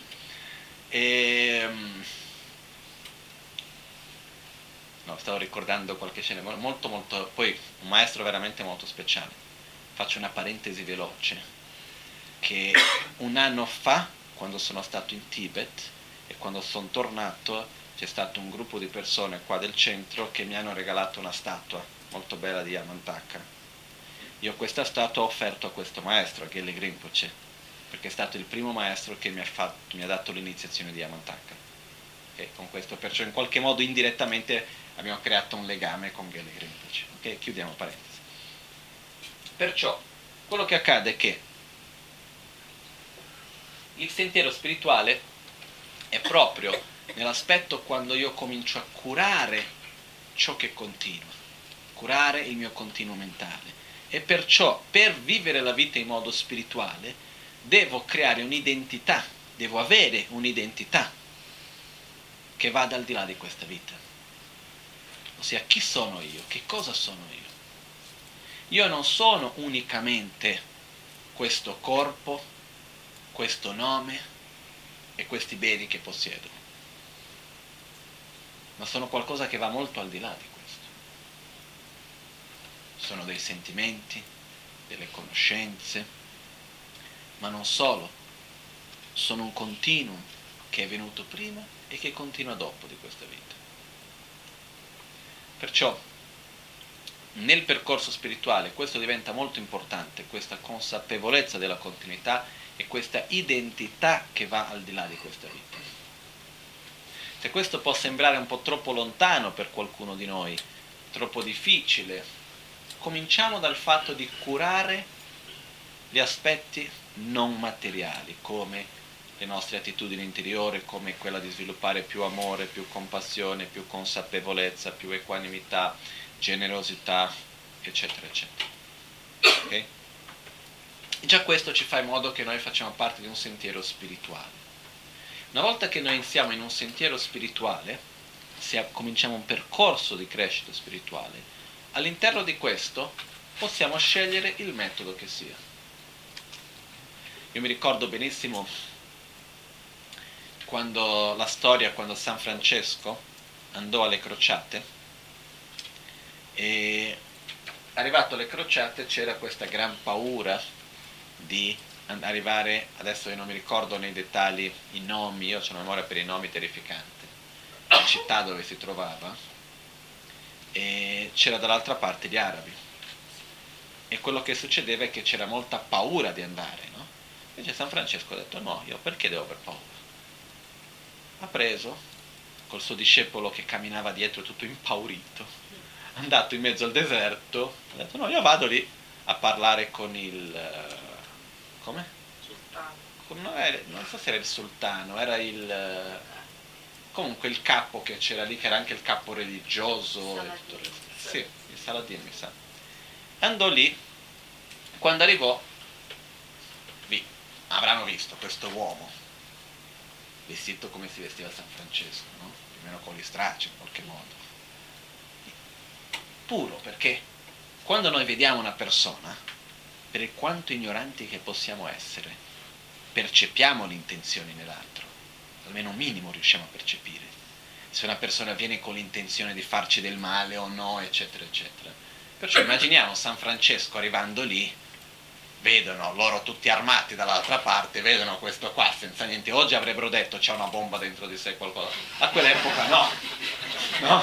No, stavo ricordando qualche scena molto molto, poi un maestro veramente molto speciale. Faccio una parentesi veloce, che un anno fa, quando sono stato in Tibet e quando sono tornato, c'è stato un gruppo di persone qua del centro che mi hanno regalato una statua molto bella di Amantaka. Io questa statua ho offerto a questo maestro, a Gelek Rinpoche, perché è stato il primo maestro che mi ha dato l'iniziazione di Amantaka. E con questo, perciò in qualche modo indirettamente abbiamo creato un legame con Gelek Rinpoche. Ok, chiudiamo parentesi. Perciò quello che accade è che il sentiero spirituale è proprio nell'aspetto quando io comincio a curare ciò che continua, curare il mio continuo mentale. E perciò, per vivere la vita in modo spirituale, devo creare un'identità, devo avere un'identità che vada al di là di questa vita. Ossia, chi sono io? Che cosa sono io? Io non sono unicamente questo corpo, questo nome e questi beni che possiedo, ma sono qualcosa che va molto al di là di questo. Sono dei sentimenti, delle conoscenze, ma non solo, sono un continuum che è venuto prima e che continua dopo di questa vita. Perciò nel percorso spirituale questo diventa molto importante, questa consapevolezza della continuità e questa identità che va al di là di questa vita. Se questo può sembrare un po' troppo lontano per qualcuno di noi, troppo difficile, cominciamo dal fatto di curare gli aspetti non materiali, come le nostre attitudini interiori, come quella di sviluppare più amore, più compassione, più consapevolezza, più equanimità, generosità, eccetera, eccetera. Okay? E già questo ci fa in modo che noi facciamo parte di un sentiero spirituale. Una volta che noi siamo in un sentiero spirituale, se cominciamo un percorso di crescita spirituale, all'interno di questo possiamo scegliere il metodo che sia. Io mi ricordo benissimo quando San Francesco andò alle crociate, e arrivato alle crociate c'era questa gran paura di arrivare, adesso io non mi ricordo nei dettagli i nomi, io ho una memoria per i nomi terrificante, la città dove si trovava, e c'era dall'altra parte gli arabi, e quello che succedeva è che c'era molta paura di andare, no? Invece San Francesco ha detto: no, io perché devo aver paura? Ha preso col suo discepolo che camminava dietro tutto impaurito, è andato in mezzo al deserto, ha detto: no, io vado lì a parlare con il come? Sultano. Non so se era il sultano, era comunque il capo che c'era lì, che era anche il capo religioso. Il Saladin, mi sa. Andò lì, quando arrivò avranno visto questo uomo vestito come si vestiva San Francesco, no? Più o meno con gli stracci in qualche modo. Puro, perché quando noi vediamo una persona, per quanto ignoranti che possiamo essere, percepiamo le intenzioni nell'altro, almeno un minimo riusciamo a percepire. Se una persona viene con l'intenzione di farci del male o no, eccetera, eccetera. Perciò immaginiamo San Francesco arrivando lì, vedono loro tutti armati dall'altra parte, vedono questo qua senza niente. Oggi avrebbero detto c'è una bomba dentro di sé, qualcosa. A quell'epoca no. No?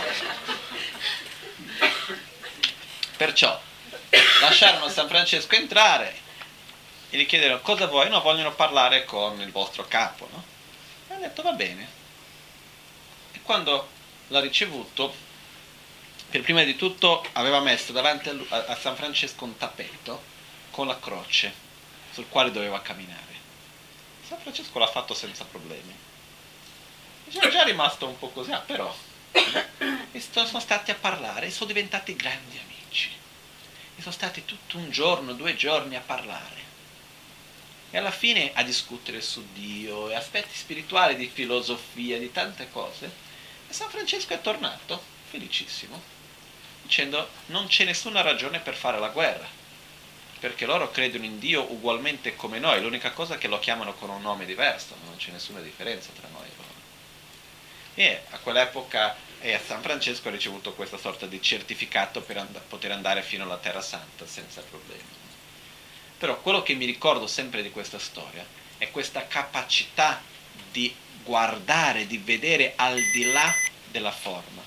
Perciò lasciarono San Francesco entrare e gli chiedero cosa vuoi? No, vogliono parlare con il vostro capo, no? E ha detto va bene. E quando l'ha ricevuto, per prima di tutto aveva messo davanti a San Francesco un tappeto con la croce sul quale doveva camminare. San Francesco l'ha fatto senza problemi. È già rimasto un po' così, però e sono stati a parlare e sono diventati grandi amici. E sono stati tutto un giorno, 2 giorni a parlare. E alla fine a discutere su Dio e aspetti spirituali, di filosofia, di tante cose. E San Francesco è tornato felicissimo, dicendo non c'è nessuna ragione per fare la guerra, perché loro credono in Dio ugualmente come noi, l'unica cosa è che lo chiamano con un nome diverso, non c'è nessuna differenza tra noi e loro. E a quell'epoca a San Francesco ha ricevuto questa sorta di certificato per poter andare fino alla Terra Santa senza problemi. Però quello che mi ricordo sempre di questa storia è questa capacità di guardare, di vedere al di là della forma,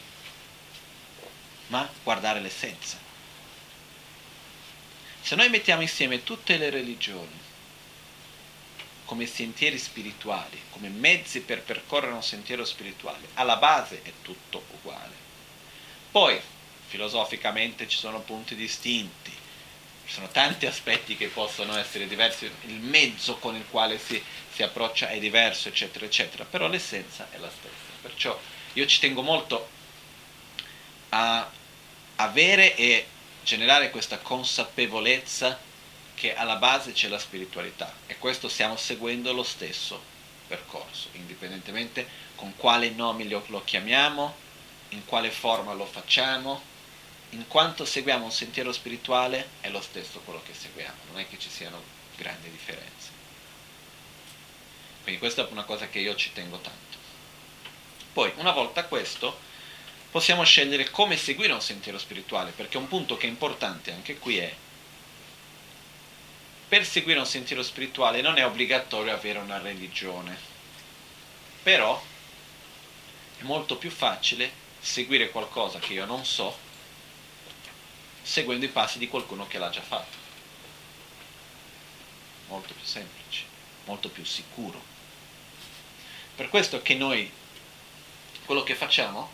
ma guardare l'essenza. Se noi mettiamo insieme tutte le religioni come sentieri spirituali, come mezzi per percorrere un sentiero spirituale, alla base è tutto uguale. Poi, filosoficamente, ci sono punti distinti, ci sono tanti aspetti che possono essere diversi, il mezzo con il quale si approccia è diverso, eccetera, eccetera, però l'essenza è la stessa. Perciò io ci tengo molto a avere e generare questa consapevolezza che alla base c'è la spiritualità, e questo stiamo seguendo lo stesso percorso, indipendentemente con quale nome lo chiamiamo, in quale forma lo facciamo, in quanto seguiamo un sentiero spirituale è lo stesso quello che seguiamo, non è che ci siano grandi differenze. Quindi questa è una cosa che io ci tengo tanto. Poi, una volta questo, possiamo scegliere come seguire un sentiero spirituale, perché un punto che è importante anche qui è: per seguire un sentiero spirituale non è obbligatorio avere una religione, però è molto più facile seguire qualcosa che io non so seguendo i passi di qualcuno che l'ha già fatto. Molto più semplice, molto più sicuro. Per questo che noi quello che facciamo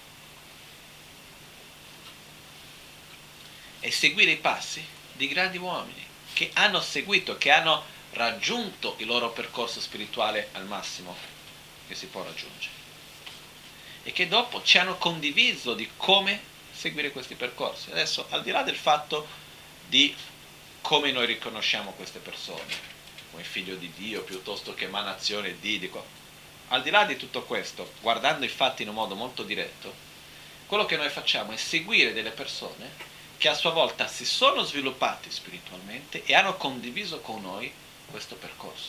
è seguire i passi di grandi uomini che hanno seguito, che hanno raggiunto il loro percorso spirituale al massimo che si può raggiungere, e che dopo ci hanno condiviso di come seguire questi percorsi. Adesso, al di là del fatto di come noi riconosciamo queste persone, come figlio di Dio piuttosto che emanazione di qua, al di là di tutto questo, guardando i fatti in un modo molto diretto, quello che noi facciamo è seguire delle persone che a sua volta si sono sviluppati spiritualmente e hanno condiviso con noi questo percorso.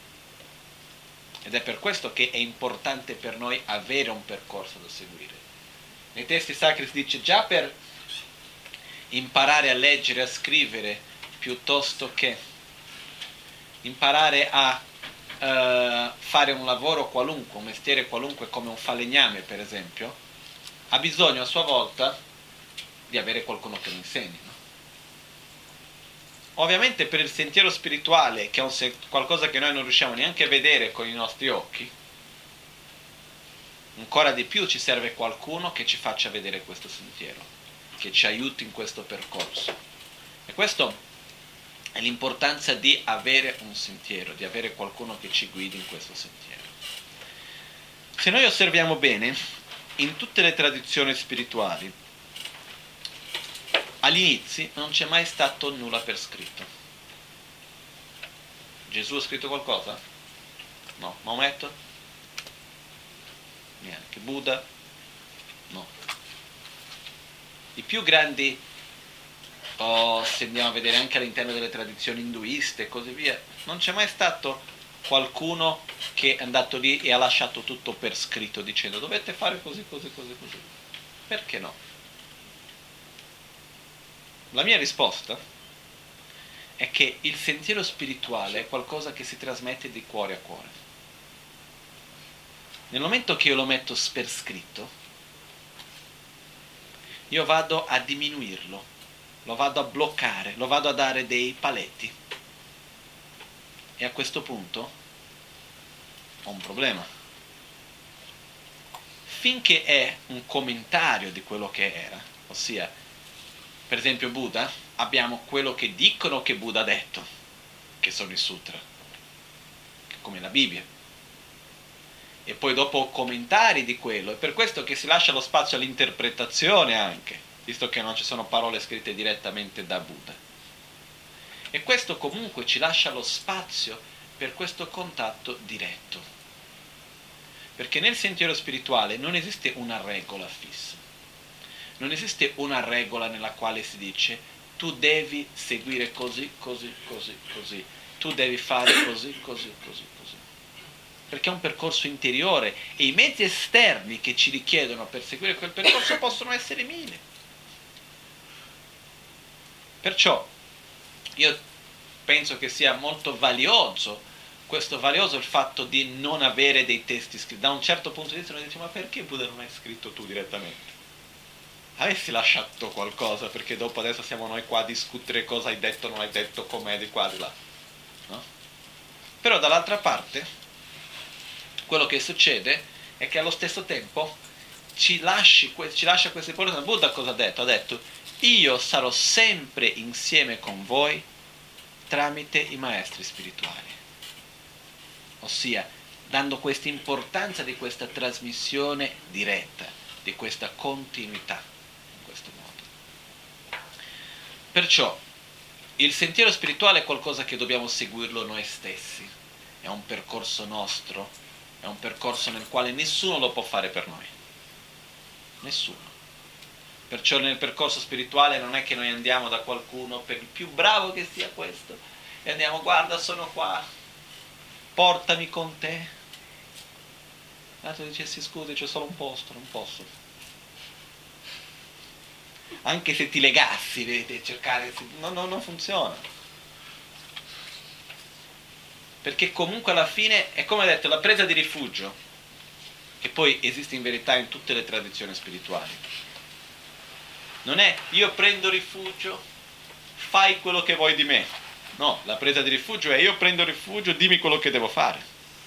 Ed è per questo che è importante per noi avere un percorso da seguire. Nei testi sacri si dice già per imparare a leggere, a scrivere, piuttosto che imparare a fare un lavoro qualunque, un mestiere qualunque come un falegname per esempio, ha bisogno a sua volta di avere qualcuno che lo insegni, no? Ovviamente per il sentiero spirituale, che è qualcosa che noi non riusciamo neanche a vedere con i nostri occhi, ancora di più ci serve qualcuno che ci faccia vedere questo sentiero, che ci aiuti in questo percorso. E questo è l'importanza di avere un sentiero, di avere qualcuno che ci guidi in questo sentiero. Se noi osserviamo bene, in tutte le tradizioni spirituali, all'inizio non c'è mai stato nulla per scritto. Gesù ha scritto qualcosa? No. Maometto? Neanche. Buddha? No. I più grandi, se andiamo a vedere anche all'interno delle tradizioni induiste e così via, non c'è mai stato qualcuno che è andato lì e ha lasciato tutto per scritto dicendo dovete fare così, così, così, così. Perché no? La mia risposta è che il sentiero spirituale è qualcosa che si trasmette di cuore a cuore. Nel momento che io lo metto per scritto, io vado a diminuirlo, lo vado a bloccare, lo vado a dare dei paletti. E a questo punto ho un problema. Finché è un commentario di quello che era, ossia, per esempio Buddha, abbiamo quello che dicono che Buddha ha detto, che sono i sutra, come la Bibbia. E poi dopo commentari di quello, è per questo che si lascia lo spazio all'interpretazione anche, visto che non ci sono parole scritte direttamente da Buddha. E questo comunque ci lascia lo spazio per questo contatto diretto. Perché nel sentiero spirituale non esiste una regola fissa. Non esiste una regola nella quale si dice tu devi seguire così, così, così, così. Tu devi fare così, così, così, così. Perché è un percorso interiore e i mezzi esterni che ci richiedono per seguire quel percorso possono essere mille. Perciò io penso che sia molto valioso il fatto di non avere dei testi scritti. Da un certo punto di vista noi diciamo ma perché Buddha non hai scritto tu direttamente? Avessi lasciato qualcosa, perché dopo adesso siamo noi qua a discutere cosa hai detto, non hai detto, com'è, di qua, di là. No? Però dall'altra parte, quello che succede è che allo stesso tempo ci lascia queste parole. Buddha cosa ha detto? Ha detto, io sarò sempre insieme con voi tramite i maestri spirituali. Ossia, dando questa importanza di questa trasmissione diretta, di questa continuità, in questo modo. Perciò, il sentiero spirituale è qualcosa che dobbiamo seguirlo noi stessi, è un percorso nostro, è un percorso nel quale nessuno lo può fare per noi. Nessuno. Perciò nel percorso spirituale non è che noi andiamo da qualcuno, per il più bravo che sia questo, e andiamo, guarda, sono qua, portami con te. L'altro dicessi, scusi, c'è solo un posto, non posso. Anche se ti legassi, vedi, cercare, non funziona. Perché comunque alla fine è come ho detto, la presa di rifugio, che poi esiste in verità in tutte le tradizioni spirituali. Non è io prendo rifugio, fai quello che vuoi di me. No, la presa di rifugio è io prendo rifugio, dimmi quello che devo fare.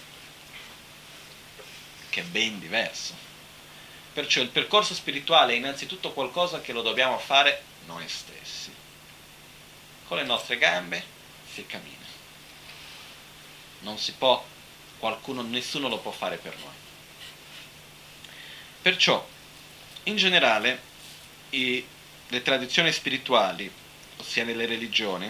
Che è ben diverso. Perciò il percorso spirituale è innanzitutto qualcosa che lo dobbiamo fare noi stessi. Con le nostre gambe si cammina. Non si può, nessuno lo può fare per noi. Perciò, in generale, le tradizioni spirituali, ossia nelle religioni,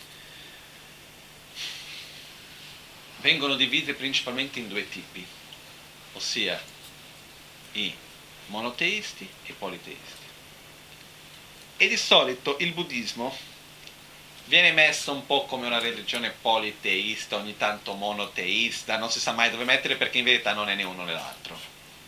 vengono divise principalmente in due tipi, ossia i monoteisti e i politeisti. E di solito il buddismo viene messo un po' come una religione politeista, ogni tanto monoteista, non si sa mai dove mettere perché in verità non è né uno né l'altro.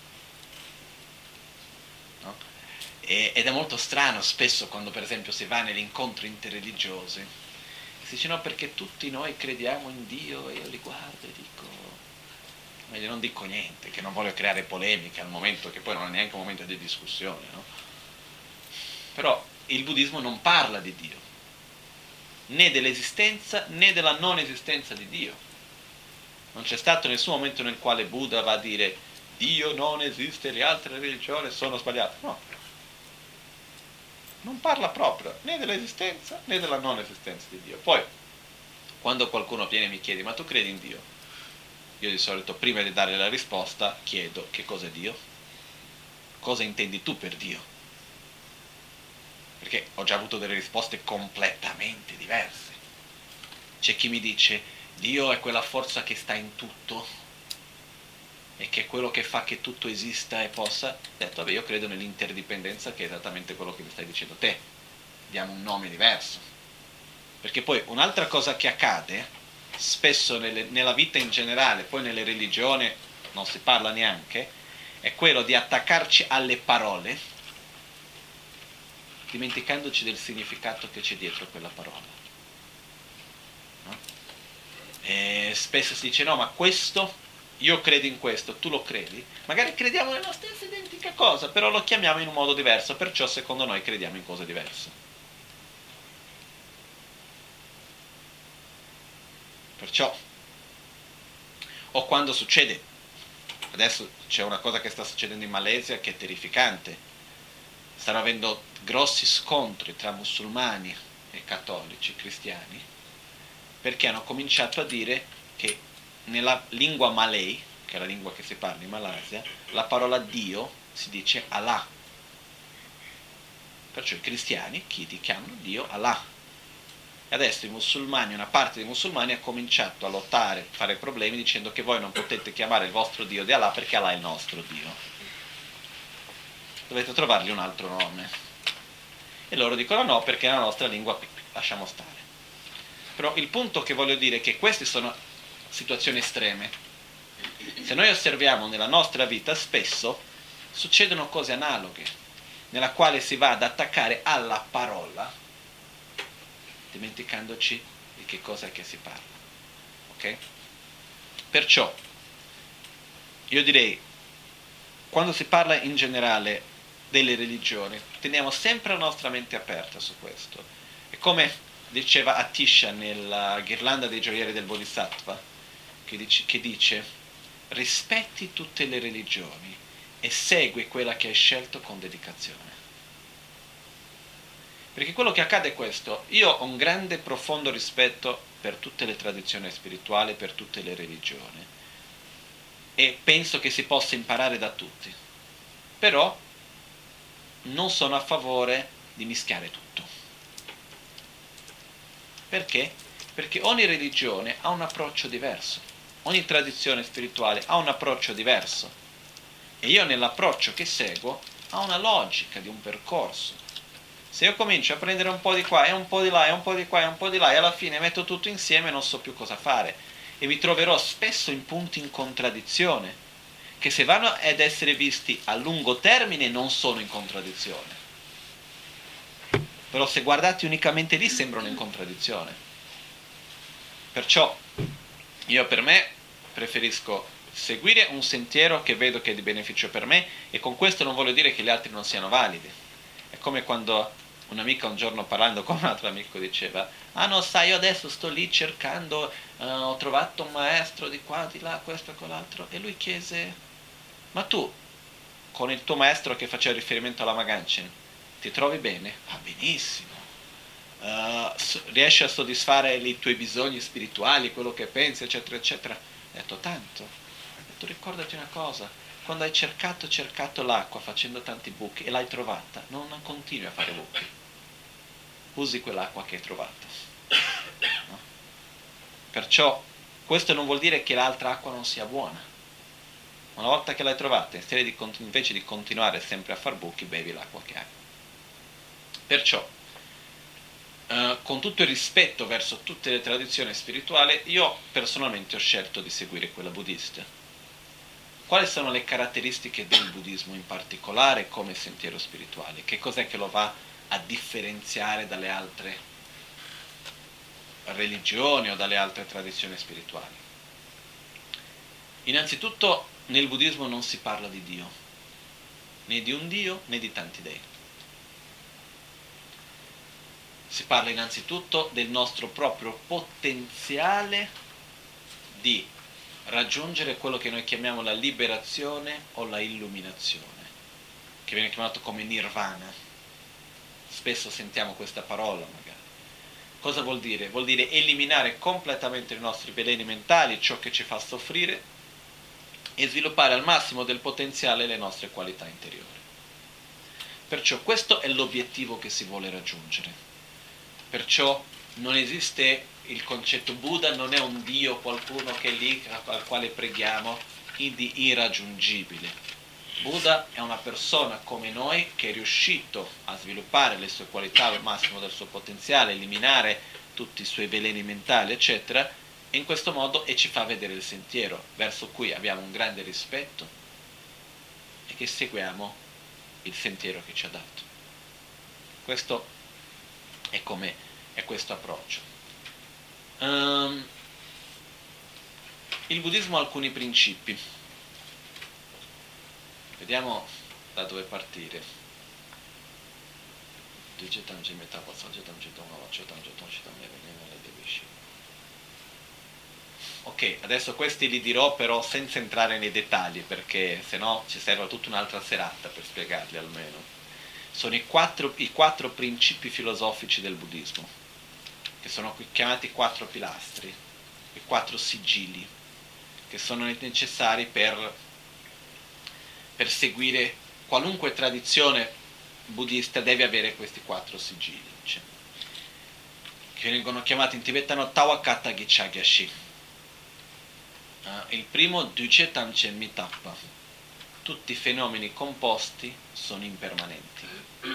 No? Ed è molto strano spesso quando per esempio si va negli incontri interreligiosi, si dice no perché tutti noi crediamo in Dio e io li guardo e dico, ma io non dico niente, che non voglio creare polemiche al momento, che poi non è neanche un momento di discussione, no? Però il buddismo non parla di Dio, né dell'esistenza né della non esistenza di Dio. Non c'è stato nessun momento nel quale Buddha va a dire Dio non esiste, le altre religioni sono sbagliate. No, non parla proprio né dell'esistenza né della non esistenza di Dio. Poi, quando qualcuno viene e mi chiede ma tu credi in Dio? Io di solito prima di dare la risposta chiedo che cos'è Dio? Cosa intendi tu per Dio? Perché ho già avuto delle risposte completamente diverse. C'è chi mi dice Dio è quella forza che sta in tutto e che è quello che fa che tutto esista e possa. Ho detto, vabbè, io credo nell'interdipendenza, che è esattamente quello che mi stai dicendo te. Diamo un nome diverso. Perché poi un'altra cosa che accade, spesso nella vita in generale, poi nelle religioni non si parla neanche, è quello di attaccarci alle parole, dimenticandoci del significato che c'è dietro quella parola. No? E spesso si dice, no, ma questo, io credo in questo, tu lo credi? Magari crediamo nella stessa identica cosa, però lo chiamiamo in un modo diverso, perciò secondo noi crediamo in cose diverse. Perciò, o quando succede, adesso c'è una cosa che sta succedendo in Malesia che è terrificante, stanno avendo grossi scontri tra musulmani e cattolici, cristiani, perché hanno cominciato a dire che nella lingua malay, che è la lingua che si parla in Malaysia, la parola Dio si dice Allah. Perciò i cristiani chiamano Dio Allah. E adesso i musulmani, una parte dei musulmani ha cominciato a lottare, a fare problemi dicendo che voi non potete chiamare il vostro Dio di Allah perché Allah è il nostro Dio. Dovete trovargli un altro nome. E loro dicono no perché è la nostra lingua, lasciamo stare. Però il punto che voglio dire è che queste sono situazioni estreme. Se noi osserviamo nella nostra vita, spesso succedono cose analoghe, nella quale si va ad attaccare alla parola, dimenticandoci di che cosa è che si parla. Ok? Perciò, io direi, quando si parla in generale delle religioni, teniamo sempre la nostra mente aperta su questo. E come diceva Atisha nella Ghirlanda dei gioielli del Bodhisattva, che dice, rispetti tutte le religioni e segui quella che hai scelto con dedicazione. Perché quello che accade è questo: io ho un grande profondo rispetto per tutte le tradizioni spirituali, per tutte le religioni, e penso che si possa imparare da tutti, però non sono a favore di mischiare tutto. Perché? Perché ogni religione ha un approccio diverso, ogni tradizione spirituale ha un approccio diverso, e io nell'approccio che seguo ho una logica di un percorso. Se io comincio a prendere un po' di qua e un po' di là e un po' di qua e un po' di là e alla fine metto tutto insieme, non so più cosa fare e mi troverò spesso in punti in contraddizione, che se vanno ad essere visti a lungo termine non sono in contraddizione, però se guardati unicamente lì sembrano in contraddizione. Perciò io per me preferisco seguire un sentiero che vedo che è di beneficio per me, e con questo non voglio dire che gli altri non siano validi. È come quando un'amica un giorno parlando con un altro amico diceva: ah no, sai, io adesso sto lì cercando, ho trovato un maestro di qua, di là, questo e quell'altro. E lui chiese: ma tu, con il tuo maestro che faceva riferimento alla Maganchen, ti trovi bene? Ah, benissimo. Riesci a soddisfare i tuoi bisogni spirituali, quello che pensi, eccetera, eccetera. Ho detto: tanto. Ho detto: ricordati una cosa, quando hai cercato l'acqua facendo tanti buchi e l'hai trovata, non continui a fare buchi, usi quell'acqua che hai trovato. No? Perciò questo non vuol dire che l'altra acqua non sia buona. Una volta che l'hai trovata, invece di continuare sempre a far buchi, bevi l'acqua che hai. Perciò, con tutto il rispetto verso tutte le tradizioni spirituali, io personalmente ho scelto di seguire quella buddista. Quali sono le caratteristiche del buddismo in particolare come sentiero spirituale? Che cos'è che lo va a differenziare dalle altre religioni o dalle altre tradizioni spirituali? Innanzitutto, nel buddismo non si parla di Dio, né di un Dio né di tanti dei. Si parla innanzitutto del nostro proprio potenziale di raggiungere quello che noi chiamiamo la liberazione o la illuminazione, che viene chiamato come nirvana. Spesso sentiamo questa parola magari. Cosa vuol dire? Vuol dire eliminare completamente i nostri veleni mentali, ciò che ci fa soffrire, e sviluppare al massimo del potenziale le nostre qualità interiori. Perciò questo è l'obiettivo che si vuole raggiungere. Perciò non esiste il concetto Buddha, non è un Dio, qualcuno che è lì al quale preghiamo, quindi irraggiungibile. Buddha è una persona come noi che è riuscito a sviluppare le sue qualità al massimo del suo potenziale, eliminare tutti i suoi veleni mentali, eccetera, e in questo modo ci fa vedere il sentiero verso cui abbiamo un grande rispetto e che seguiamo il sentiero che ci ha dato. Questo è come è questo approccio. Il buddismo ha alcuni principi. Vediamo da dove partire. Ok, adesso questi li dirò però senza entrare nei dettagli, perché sennò ci serve tutta un'altra serata per spiegarli almeno. Sono i quattro principi filosofici del buddismo, che sono chiamati 4 pilastri, i 4 sigilli, che sono necessari per seguire qualunque tradizione buddista. Deve avere questi 4 sigilli, che vengono chiamati in tibetano Tawakata Gichagyashi. Il primo, Duce Tamche Mitappa. Tutti i fenomeni composti sono impermanenti.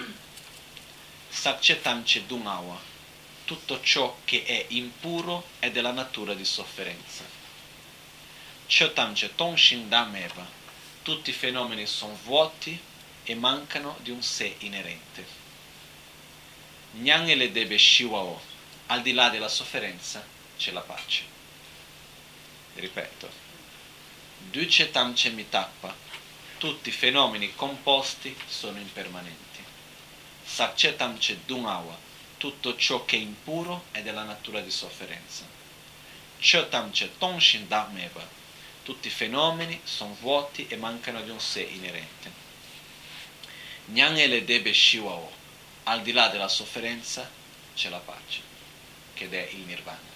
Sakche Tamche Dumawa. Tutto ciò che è impuro è della natura di sofferenza. Chotamche Tonshin Dameva. Tutti i fenomeni sono vuoti e mancano di un sé inerente. Nyangele Debe Shiwao. Al di là della sofferenza c'è la pace. Ripeto, Duce Tamche Mitappa, tutti i fenomeni composti sono impermanenti. Sakche Tamche Dumawa, tutto ciò che è impuro è della natura di sofferenza. Cho Tamche Tonshin Dameva, tutti i fenomeni sono vuoti e mancano di un sé inerente. Nyangele Debe Shiwao, al di là della sofferenza c'è la pace, che è il nirvana.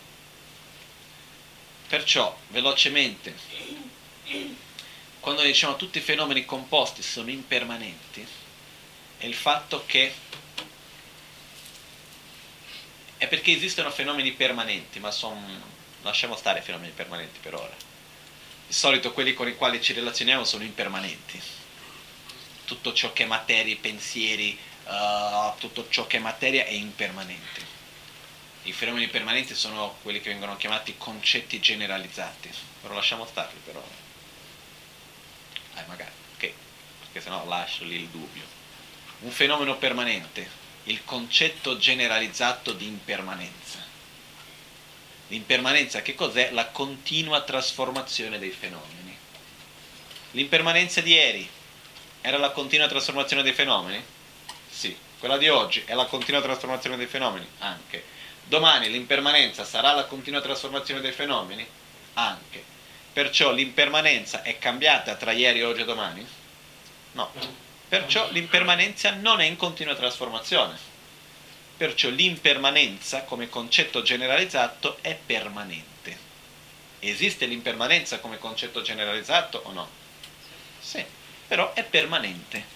Perciò, velocemente, quando diciamo tutti i fenomeni composti sono impermanenti, è il fatto che è perché esistono fenomeni permanenti, ma lasciamo stare i fenomeni permanenti per ora. Di solito quelli con i quali ci relazioniamo sono impermanenti. Tutto ciò che è materia, pensieri, tutto ciò che è materia è impermanente. I fenomeni permanenti sono quelli che vengono chiamati concetti generalizzati, però lasciamo starli per ora. Magari, ok, perché sennò lascio lì il dubbio. Un fenomeno permanente, il concetto generalizzato di impermanenza. L'impermanenza che cos'è? La continua trasformazione dei fenomeni. L'impermanenza di ieri era la continua trasformazione dei fenomeni? Sì. Quella di oggi è la continua trasformazione dei fenomeni? Anche. Domani l'impermanenza sarà la continua trasformazione dei fenomeni? Anche. Perciò l'impermanenza è cambiata tra ieri, oggi e domani? No. Perciò l'impermanenza non è in continua trasformazione. Perciò l'impermanenza come concetto generalizzato è permanente. Esiste l'impermanenza come concetto generalizzato o no? Sì, però è permanente.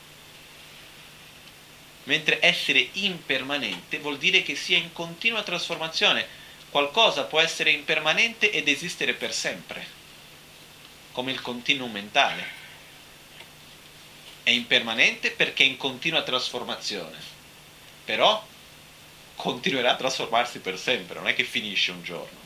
Mentre essere impermanente vuol dire che sia in continua trasformazione. Qualcosa può essere impermanente ed esistere per sempre, come il continuum mentale. È impermanente perché è in continua trasformazione, però continuerà a trasformarsi per sempre, non è che finisce un giorno.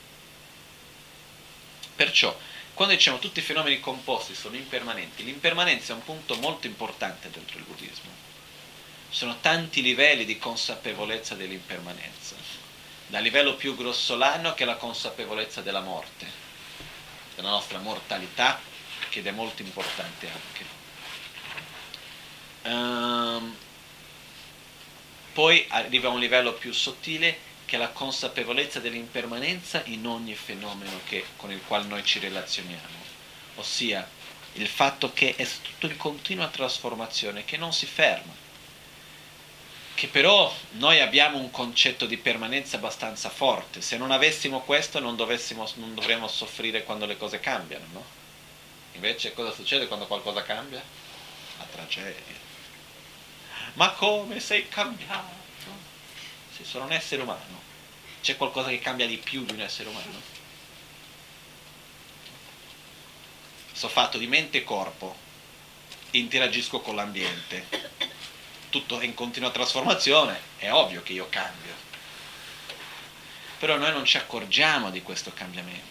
Perciò, quando diciamo tutti i fenomeni composti sono impermanenti, l'impermanenza è un punto molto importante dentro il buddismo. Sono tanti livelli di consapevolezza dell'impermanenza, dal livello più grossolano che è la consapevolezza della morte, della nostra mortalità, che è molto importante anche. Poi arriva a un livello più sottile che è la consapevolezza dell'impermanenza in ogni fenomeno con il quale noi ci relazioniamo, ossia il fatto che è tutto in continua trasformazione, che non si ferma. Che però noi abbiamo un concetto di permanenza abbastanza forte. Se non avessimo questo non dovremmo soffrire quando le cose cambiano, no? Invece cosa succede quando qualcosa cambia? La tragedia. Ma come sei cambiato? Sì, sono un essere umano. C'è qualcosa che cambia di più di un essere umano? Sono fatto di mente e corpo, interagisco con l'ambiente, tutto è in continua trasformazione, è ovvio che io cambio. Però noi non ci accorgiamo di questo cambiamento.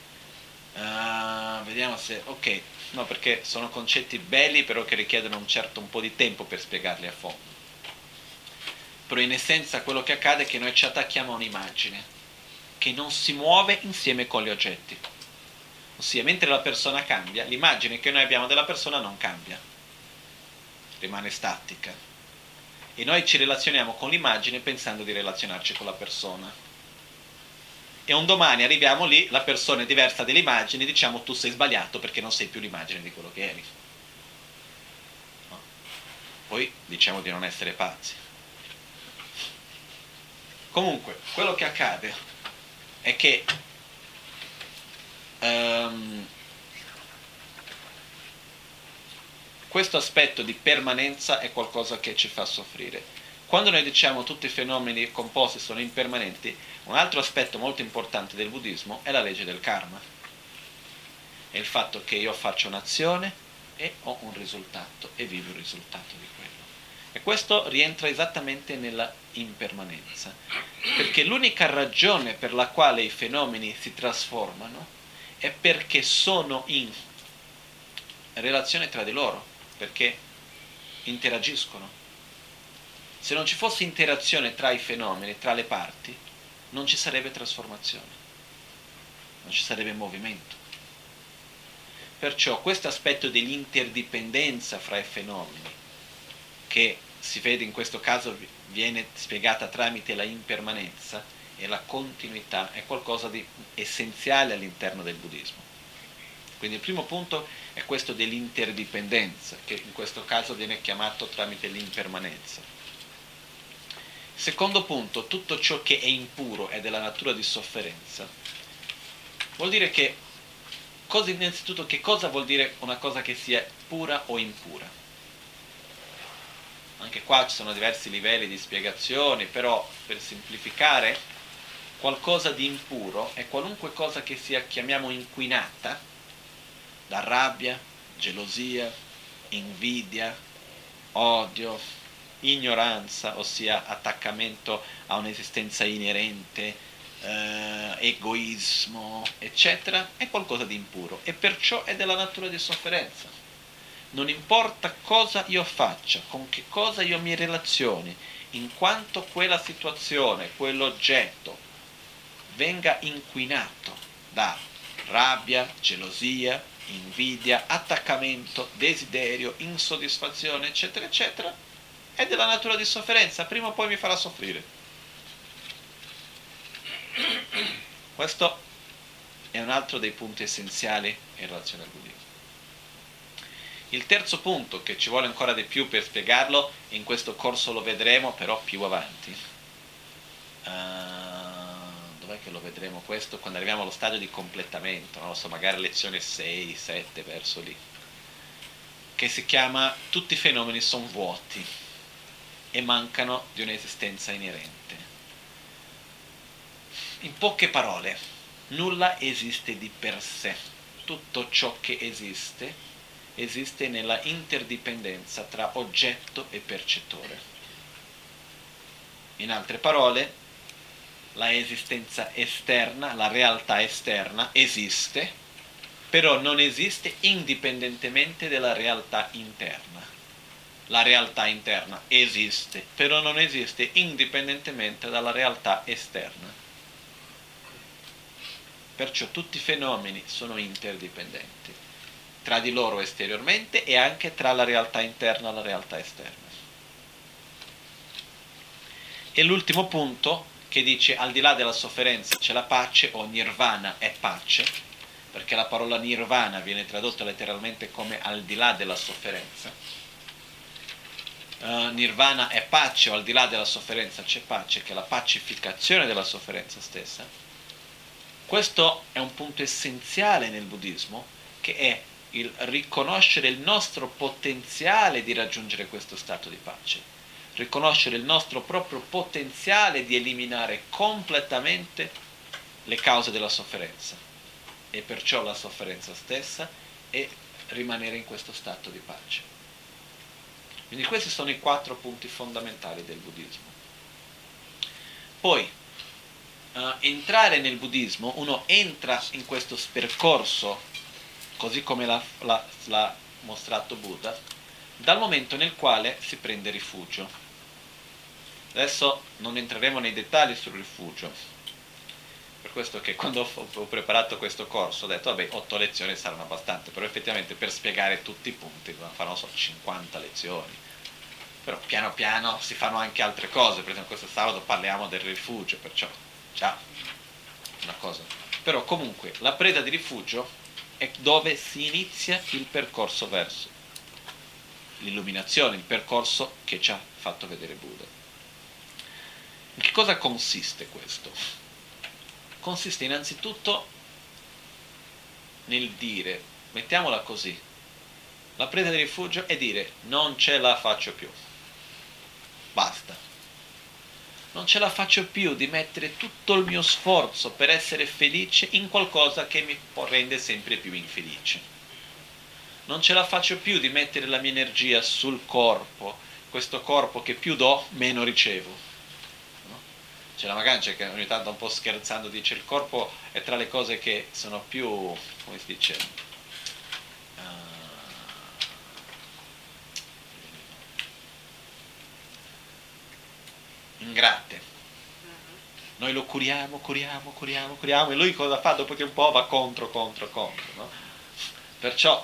Vediamo se... ok, no, perché sono concetti belli però che richiedono un po' di tempo per spiegarli a fondo. Però in essenza quello che accade è che noi ci attacchiamo a un'immagine che non si muove insieme con gli oggetti. Ossia, mentre la persona cambia, l'immagine che noi abbiamo della persona non cambia, rimane statica. E noi ci relazioniamo con l'immagine pensando di relazionarci con la persona. E un domani arriviamo lì, la persona è diversa dell'immagine, e diciamo tu sei sbagliato perché non sei più l'immagine di quello che eri. No? Poi diciamo di non essere pazzi. Comunque, quello che accade è che questo aspetto di permanenza è qualcosa che ci fa soffrire. Quando noi diciamo tutti i fenomeni composti sono impermanenti, un altro aspetto molto importante del buddismo è la legge del karma. È il fatto che io faccio un'azione e ho un risultato e vivo il risultato di quello. E questo rientra esattamente nella impermanenza, perché l'unica ragione per la quale i fenomeni si trasformano è perché sono in relazione tra di loro, perché interagiscono. Se non ci fosse interazione tra i fenomeni, tra le parti, non ci sarebbe trasformazione, non ci sarebbe movimento. Perciò questo aspetto dell'interdipendenza fra i fenomeni, che si vede in questo caso viene spiegata tramite la impermanenza e la continuità, è qualcosa di essenziale all'interno del buddismo. Quindi il primo punto è questo dell'interdipendenza, che in questo caso viene chiamato tramite l'impermanenza. Secondo punto, tutto ciò che è impuro è della natura di sofferenza. Vuol dire che, innanzitutto, che cosa vuol dire una cosa che sia pura o impura? Anche qua ci sono diversi livelli di spiegazioni, però per semplificare, qualcosa di impuro è qualunque cosa che sia, chiamiamo, inquinata da rabbia, gelosia, invidia, odio, ignoranza, ossia attaccamento a un'esistenza inerente, egoismo, eccetera, è qualcosa di impuro e perciò è della natura di sofferenza. Non importa cosa io faccia, con che cosa io mi relazioni, in quanto quella situazione, quell'oggetto venga inquinato da rabbia, gelosia, invidia, attaccamento, desiderio, insoddisfazione, eccetera, eccetera, è della natura di sofferenza, prima o poi mi farà soffrire. Questo è un altro dei punti essenziali in relazione al buddismo. Il terzo punto, che ci vuole ancora di più per spiegarlo, in questo corso lo vedremo però più avanti. Dov'è che lo vedremo questo? Quando arriviamo allo stadio di completamento, non lo so, magari lezione 6, 7, verso lì, che si chiama tutti i fenomeni sono vuoti e mancano di un'esistenza inerente. In poche parole, nulla esiste di per sé. Tutto ciò che esiste nella interdipendenza tra oggetto e percettore. In altre parole, la esistenza esterna, la realtà esterna esiste, però non esiste indipendentemente dalla realtà interna. La realtà interna esiste, però non esiste indipendentemente dalla realtà esterna. Perciò tutti i fenomeni sono interdipendenti, tra di loro esteriormente e anche tra la realtà interna e la realtà esterna. E l'ultimo punto, che dice al di là della sofferenza c'è la pace, o nirvana è pace, perché la parola nirvana viene tradotta letteralmente come al di là della sofferenza. Nirvana è pace, o al di là della sofferenza c'è pace, che è la pacificazione della sofferenza stessa. Questo è un punto essenziale nel buddismo, che è il riconoscere il nostro potenziale di raggiungere questo stato di pace. riconoscere il nostro proprio potenziale di eliminare completamente le cause della sofferenza e perciò la sofferenza stessa e rimanere in questo stato di pace. Quindi questi sono i 4 punti fondamentali del buddismo. Poi, entrare nel buddismo, uno entra in questo percorso, così come l'ha mostrato Buddha, dal momento nel quale si prende rifugio. Adesso non entreremo nei dettagli sul rifugio, per questo che quando ho preparato questo corso ho detto vabbè 8 lezioni saranno abbastanza, però effettivamente per spiegare tutti i punti farò 50 lezioni. Però piano piano si fanno anche altre cose, per esempio questo sabato parliamo del rifugio, perciò già una cosa. Però comunque la presa di rifugio è dove si inizia il percorso verso l'illuminazione, il percorso che ci ha fatto vedere Buddha. In che cosa consiste questo? Consiste innanzitutto nel dire, mettiamola così, la presa di rifugio è dire non ce la faccio più. Basta. Non ce la faccio più di mettere tutto il mio sforzo per essere felice in qualcosa che mi rende sempre più infelice. Non ce la faccio più di mettere la mia energia sul corpo, questo corpo che più do, meno ricevo. No? C'è la Magancia che ogni tanto un po' scherzando dice il corpo è tra le cose che sono più, come si dice, ingratte. Noi lo curiamo e lui cosa fa? Dopo che un po' va contro, no? Perciò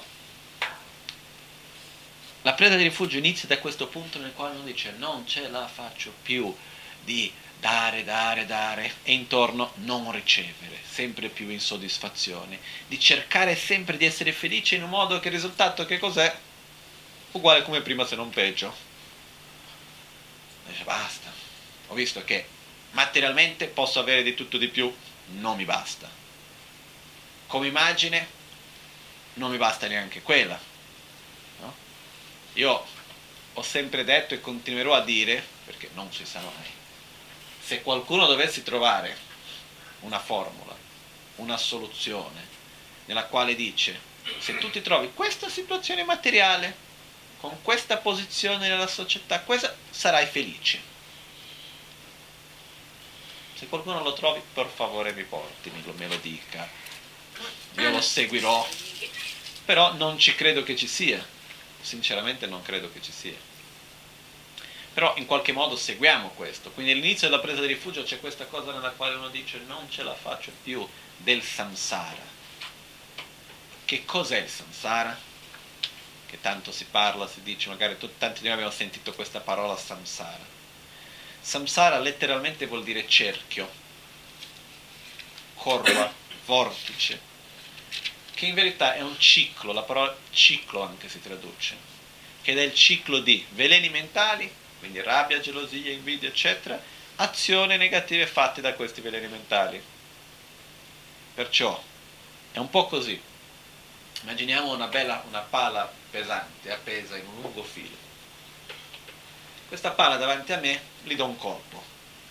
la presa di rifugio inizia da questo punto nel quale uno dice non ce la faccio più di dare e intorno non ricevere, sempre più insoddisfazione, di cercare sempre di essere felice in un modo che il risultato che cos'è? Uguale come prima se non peggio. Dice basta. Ho visto che materialmente posso avere di tutto di più, non mi basta. Come immagine non mi basta neanche quella. No? Io ho sempre detto e continuerò a dire, perché non si sa mai, se qualcuno dovesse trovare una formula, una soluzione, nella quale dice, se tu ti trovi questa situazione materiale, con questa posizione nella società, sarai felice. Se qualcuno lo trovi, per favore mi porti, me lo dica. Io lo seguirò. Però non ci credo che ci sia. Sinceramente non credo che ci sia. Però in qualche modo seguiamo questo. Quindi all'inizio della presa di rifugio c'è questa cosa nella quale uno dice non ce la faccio più del samsara. Che cos'è il samsara? Che tanto si parla, si dice, magari tanti di noi abbiamo sentito questa parola samsara. Samsara letteralmente vuol dire cerchio, corva, vortice, che in verità è un ciclo, la parola ciclo anche si traduce, che è il ciclo di veleni mentali, quindi rabbia, gelosia, invidia, eccetera, azioni negative fatte da questi veleni mentali. Perciò è un po' così. Immaginiamo una pala pesante, appesa in un lungo filo. Questa pala davanti a me gli do un colpo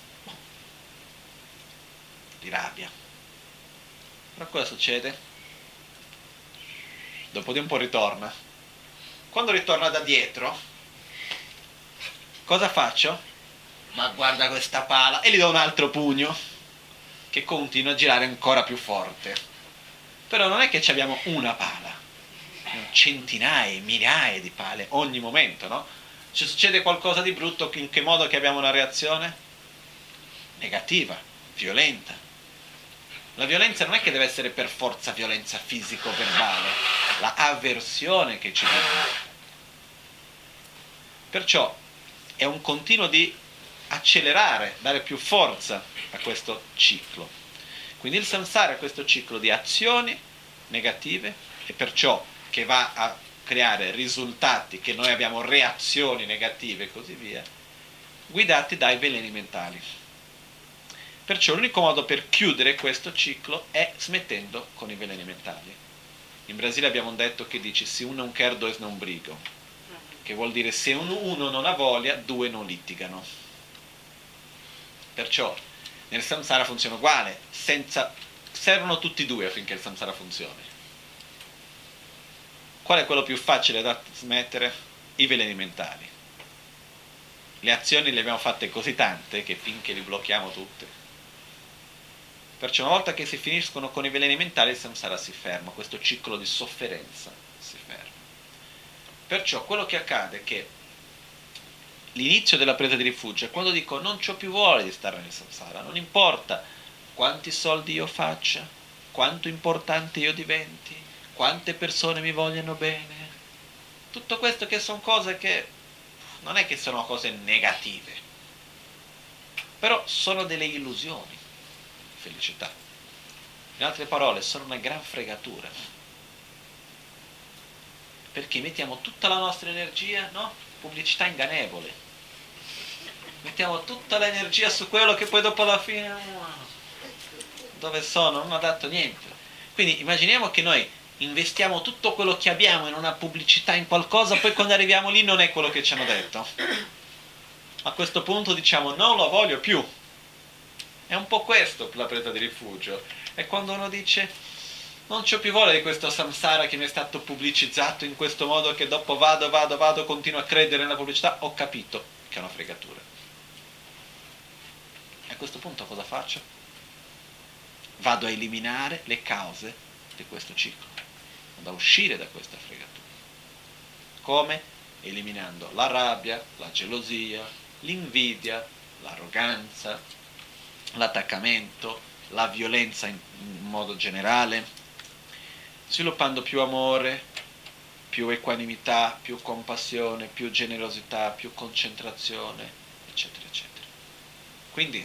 di rabbia. Però cosa succede? Dopo di un po' ritorna. Quando ritorna da dietro, cosa faccio? Ma guarda questa pala, e gli do un altro pugno che continua a girare ancora più forte. Però non è che ci abbiamo una pala, centinaia, migliaia di pale ogni momento, no? Ci succede qualcosa di brutto, in che modo che abbiamo una reazione? Negativa, violenta. La violenza non è che deve essere per forza violenza fisico-verbale, la avversione che ci viene. Perciò è un continuo di accelerare, dare più forza a questo ciclo. Quindi il samsara è questo ciclo di azioni negative e perciò che va a creare risultati che noi abbiamo reazioni negative e così via, guidati dai veleni mentali. Perciò l'unico modo per chiudere questo ciclo è smettendo con i veleni mentali. In Brasile abbiamo un detto che dice se uno non quer dois non brigo. che vuol dire se uno non ha voglia, due non litigano. Perciò nel samsara funziona uguale, servono tutti e due affinché il samsara funzioni. Qual è quello più facile da smettere? I veleni mentali. Le azioni le abbiamo fatte così tante che finché li blocchiamo tutte. Perciò una volta che si finiscono con i veleni mentali il samsara si ferma, questo ciclo di sofferenza si ferma. Perciò quello che accade è che l'inizio della presa di rifugio è quando dico non c'ho più voglia di stare nel samsara, non importa quanti soldi io faccia, quanto importante io diventi, quante persone mi vogliono bene, tutto questo che sono cose che non è che sono cose negative, però sono delle illusioni, felicità. In altre parole, sono una gran fregatura, perché mettiamo tutta la nostra energia, no? Pubblicità ingannevole. Mettiamo tutta l'energia su quello che poi dopo alla fine dove sono? Non ha dato niente. Quindi immaginiamo che noi investiamo tutto quello che abbiamo in una pubblicità, in qualcosa, poi quando arriviamo lì non è quello che ci hanno detto. A questo punto diciamo non lo voglio più. È un po' questo la presa di rifugio. È quando uno dice non c'ho più voglia di questo samsara che mi è stato pubblicizzato in questo modo, che dopo vado, continuo a credere nella pubblicità, ho capito che è una fregatura. E a questo punto cosa faccio? Vado a eliminare le cause di questo ciclo, vado a uscire da questa fregatura. Come? Eliminando la rabbia, la gelosia, l'invidia, l'arroganza, l'attaccamento, la violenza in modo generale, sviluppando più amore, più equanimità, più compassione, più generosità, più concentrazione, eccetera, eccetera. Quindi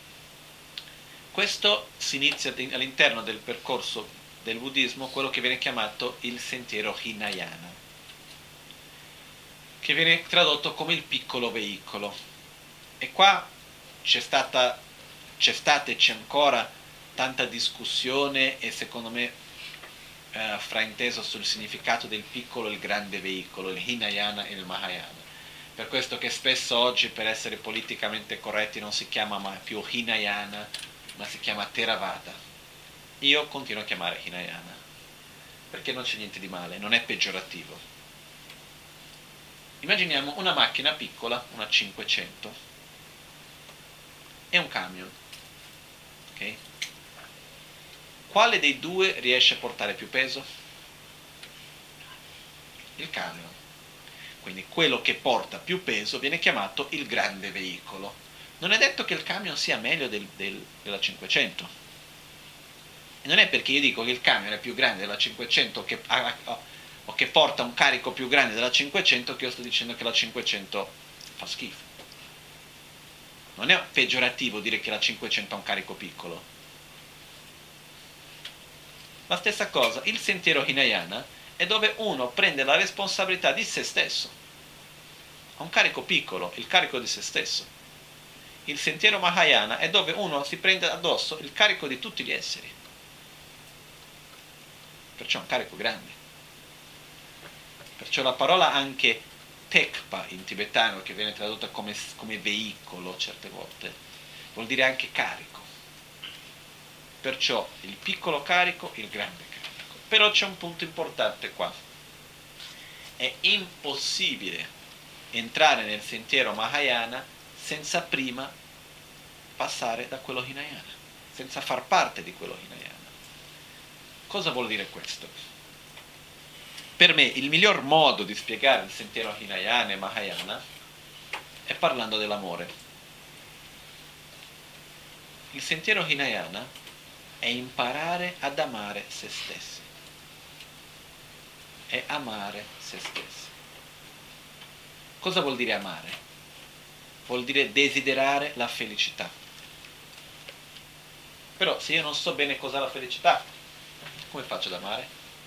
questo si inizia all'interno del percorso del buddismo, quello che viene chiamato il sentiero Hinayana, che viene tradotto come il piccolo veicolo. E qua c'è stata e c'è ancora tanta discussione e secondo me frainteso sul significato del piccolo e il grande veicolo, il Hinayana e il Mahayana. Per questo che spesso oggi, per essere politicamente corretti, non si chiama più Hinayana, ma si chiama Theravada. Io continuo a chiamare Hinayana, perché non c'è niente di male, non è peggiorativo. Immaginiamo una macchina piccola, una 500, e un camion. Ok? Quale dei due riesce a portare più peso? Il camion. Quindi quello che porta più peso viene chiamato il grande veicolo. Non è detto che il camion sia meglio della 500. E non è perché io dico che il camion è più grande della 500 o che porta un carico più grande della 500 che io sto dicendo che la 500 fa schifo. Non è peggiorativo dire che la 500 ha un carico piccolo. La stessa cosa, il sentiero Hinayana è dove uno prende la responsabilità di se stesso. Ha un carico piccolo, il carico di se stesso. Il sentiero Mahayana è dove uno si prende addosso il carico di tutti gli esseri. Perciò è un carico grande. Perciò la parola anche tekpa in tibetano, che viene tradotta come veicolo certe volte, vuol dire anche carico. Perciò il piccolo carico, il grande carico. Però c'è un punto importante qua. È impossibile entrare nel sentiero Mahayana senza prima passare da quello Hinayana, senza far parte di quello Hinayana. Cosa vuol dire questo? Per me il miglior modo di spiegare il sentiero Hinayana e Mahayana è parlando dell'amore. Il sentiero Hinayana è imparare ad amare se stessi. È amare se stessi. Cosa vuol dire amare? Vuol dire desiderare la felicità. Però se io non so bene cos'è la felicità, come faccio ad amare?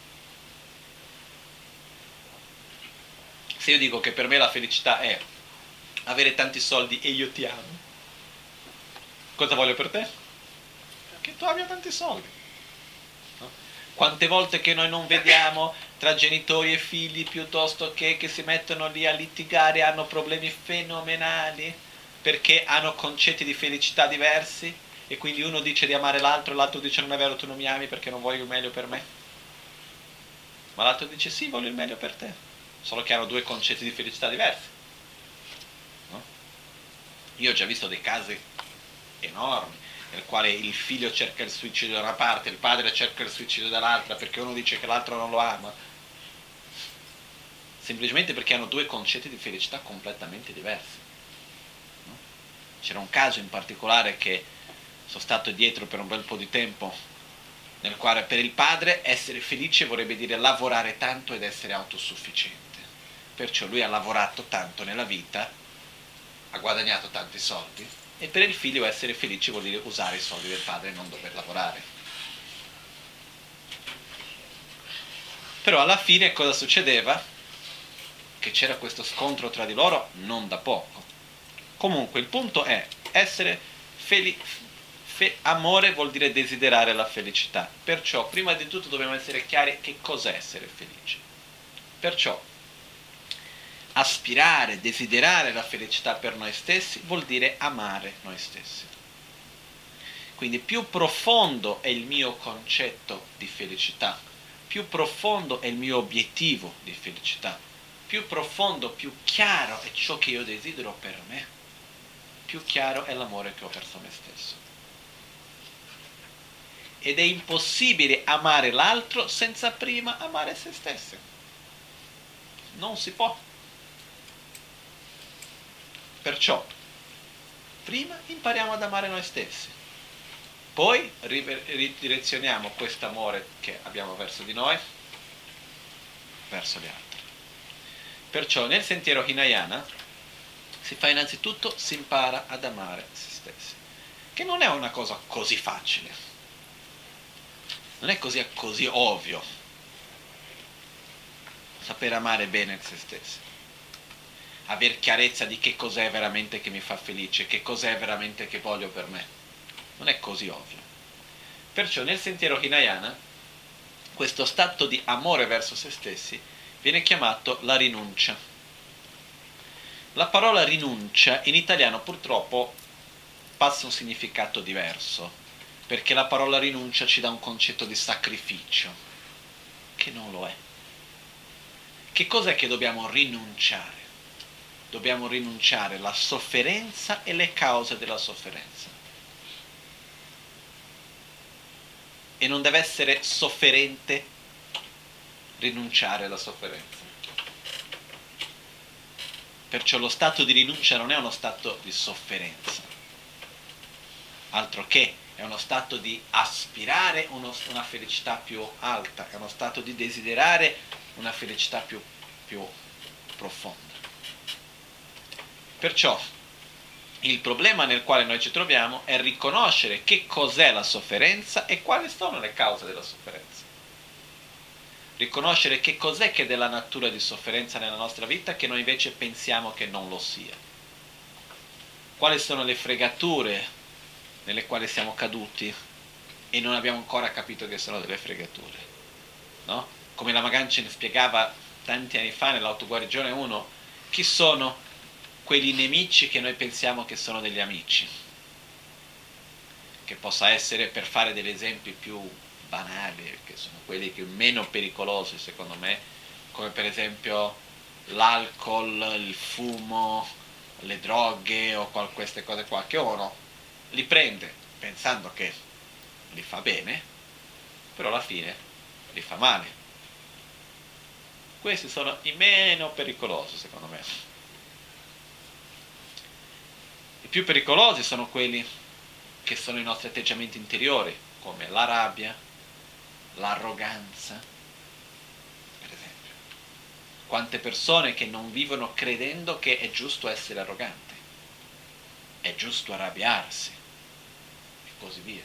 Se io dico che per me la felicità è avere tanti soldi e io ti amo, cosa voglio per te? Che tu abbia tanti soldi. No? Quante volte che noi non vediamo tra genitori e figli, piuttosto che si mettono lì a litigare, hanno problemi fenomenali perché hanno concetti di felicità diversi, e quindi uno dice di amare l'altro e l'altro dice non è vero, tu non mi ami perché non vuoi il meglio per me, ma l'altro dice sì, voglio il meglio per te, solo che hanno due concetti di felicità diversi, no? Io ho già visto dei casi enormi nel quale il figlio cerca il suicidio da una parte, il padre cerca il suicidio dall'altra perché uno dice che l'altro non lo ama, semplicemente perché hanno due concetti di felicità completamente diversi, no? C'era un caso in particolare che sono stato dietro per un bel po' di tempo, nel quale per il padre essere felice vorrebbe dire lavorare tanto ed essere autosufficiente, perciò lui ha lavorato tanto nella vita, ha guadagnato tanti soldi, e per il figlio essere felice vuol dire usare i soldi del padre e non dover lavorare. Però alla fine cosa succedeva? Che c'era questo scontro tra di loro non da poco. Comunque il punto è essere amore vuol dire desiderare la felicità, perciò prima di tutto dobbiamo essere chiari che cos'è essere felici. Perciò aspirare, desiderare la felicità per noi stessi vuol dire amare noi stessi. Quindi più profondo è il mio concetto di felicità, più profondo è il mio obiettivo di felicità, più profondo, più chiaro è ciò che io desidero per me, più chiaro è l'amore che ho verso me stesso. Ed è impossibile amare l'altro senza prima amare se stessi. Non si può. Perciò, prima impariamo ad amare noi stessi, poi ridirezioniamo questo amore che abbiamo verso di noi, verso gli altri. Perciò nel sentiero Hinayana si fa innanzitutto, si impara ad amare se stessi, che non è una cosa così facile, non è così ovvio saper amare bene se stessi, aver chiarezza di che cos'è veramente che mi fa felice, che cos'è veramente che voglio per me. Non è così ovvio. Perciò nel sentiero Hinayana questo stato di amore verso se stessi viene chiamato la rinuncia. La parola rinuncia in italiano purtroppo passa un significato diverso, perché la parola rinuncia ci dà un concetto di sacrificio, che non lo è. Che cos'è che dobbiamo rinunciare? Dobbiamo rinunciare alla sofferenza e le cause della sofferenza. E non deve essere sofferente rinunciare alla sofferenza. Perciò lo stato di rinuncia non è uno stato di sofferenza, altro che è uno stato di aspirare una felicità più alta, è uno stato di desiderare una felicità più profonda. Perciò il problema nel quale noi ci troviamo è riconoscere che cos'è la sofferenza e quali sono le cause della sofferenza. Riconoscere che cos'è che è della natura di sofferenza nella nostra vita che noi invece pensiamo che non lo sia. Quali sono le fregature nelle quali siamo caduti e non abbiamo ancora capito che sono delle fregature, no? Come la Magancia spiegava tanti anni fa nell'autoguarigione 1, chi sono quegli nemici che noi pensiamo che sono degli amici? Che possa essere, per fare degli esempi più banali, che sono quelli che meno pericolosi secondo me, come per esempio l'alcol, il fumo, le droghe o queste cose qua, che uno li prende pensando che li fa bene, però alla fine li fa male. Questi sono i meno pericolosi secondo me. I più pericolosi sono quelli che sono i nostri atteggiamenti interiori, come la rabbia, l'arroganza, per esempio. Quante persone che non vivono credendo che è giusto essere arroganti, è giusto arrabbiarsi, e così via.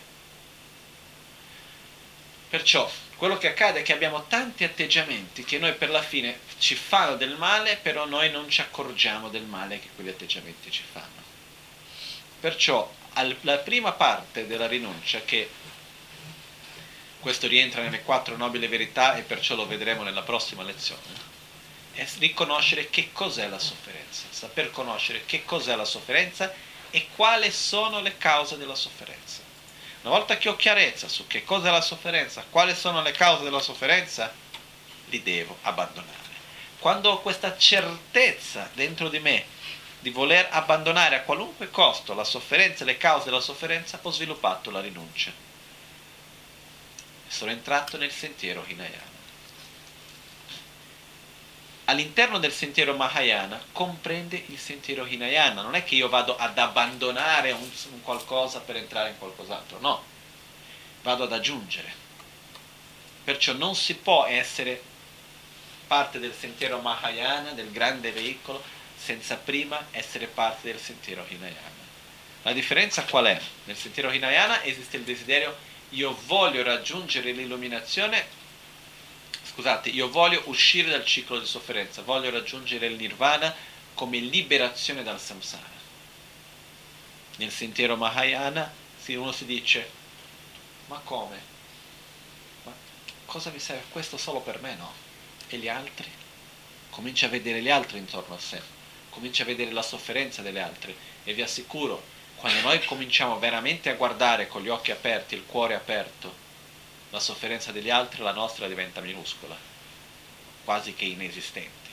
Perciò, quello che accade è che abbiamo tanti atteggiamenti che noi per la fine ci fanno del male, però noi non ci accorgiamo del male che quegli atteggiamenti ci fanno. Perciò, la prima parte della rinuncia, che questo rientra nelle 4 nobili verità e perciò lo vedremo nella prossima lezione, è riconoscere che cos'è la sofferenza, saper conoscere che cos'è la sofferenza e quali sono le cause della sofferenza. Una volta che ho chiarezza su che cos'è la sofferenza, quali sono le cause della sofferenza, li devo abbandonare. Quando ho questa certezza dentro di me di voler abbandonare a qualunque costo la sofferenza e le cause della sofferenza, ho sviluppato la rinuncia. E sono entrato nel sentiero Hinayana. All'interno del sentiero Mahayana comprende il sentiero Hinayana. Non è che io vado ad abbandonare un qualcosa per entrare in qualcos'altro, no. Vado ad aggiungere. Perciò non si può essere parte del sentiero Mahayana, del grande veicolo, senza prima essere parte del sentiero Hinayana. La differenza qual è? Nel sentiero Hinayana esiste il desiderio: io voglio raggiungere l'illuminazione, scusate, io voglio uscire dal ciclo di sofferenza, voglio raggiungere il nirvana come liberazione dal samsara. Nel sentiero Mahayana uno si dice: ma come? Ma cosa mi serve? Questo solo per me? No. E gli altri? Comincia a vedere gli altri intorno a sé, comincia a vedere la sofferenza delle altre, e vi assicuro, quando noi cominciamo veramente a guardare con gli occhi aperti, il cuore aperto, la sofferenza degli altri, la nostra diventa minuscola, quasi che inesistente.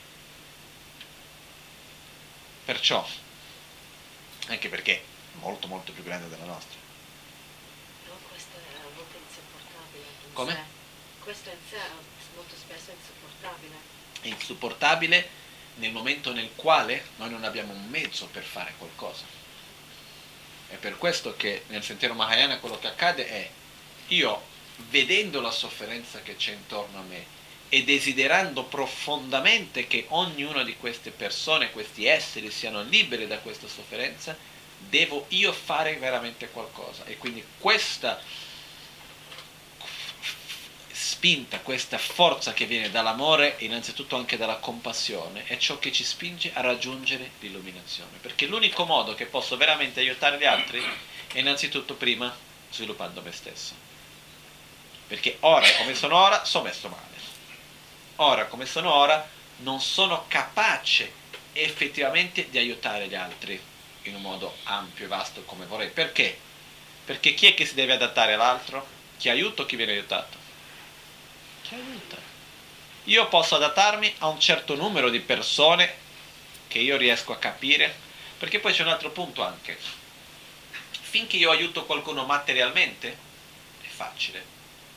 Perciò, anche perché è molto molto più grande della nostra. No, questo è a volte insopportabile. Come? Questo in sé molto spesso è insopportabile. È insopportabile nel momento nel quale noi non abbiamo un mezzo per fare qualcosa. È per questo che nel sentiero Mahayana quello che accade è: io, vedendo la sofferenza che c'è intorno a me e desiderando profondamente che ognuna di queste persone, questi esseri, siano liberi da questa sofferenza, devo io fare veramente qualcosa. E quindi questa spinta, questa forza che viene dall'amore e innanzitutto anche dalla compassione è ciò che ci spinge a raggiungere l'illuminazione, perché l'unico modo che posso veramente aiutare gli altri è innanzitutto prima sviluppando me stesso, perché ora come sono ora sono messo male, ora come sono ora non sono capace effettivamente di aiutare gli altri in un modo ampio e vasto come vorrei. Perché? Perché chi è che si deve adattare all'altro? Chi aiuta o chi viene aiutato? Chi aiuta. Io posso adattarmi a un certo numero di persone che io riesco a capire, perché poi c'è un altro punto anche: finché io aiuto qualcuno materialmente è facile,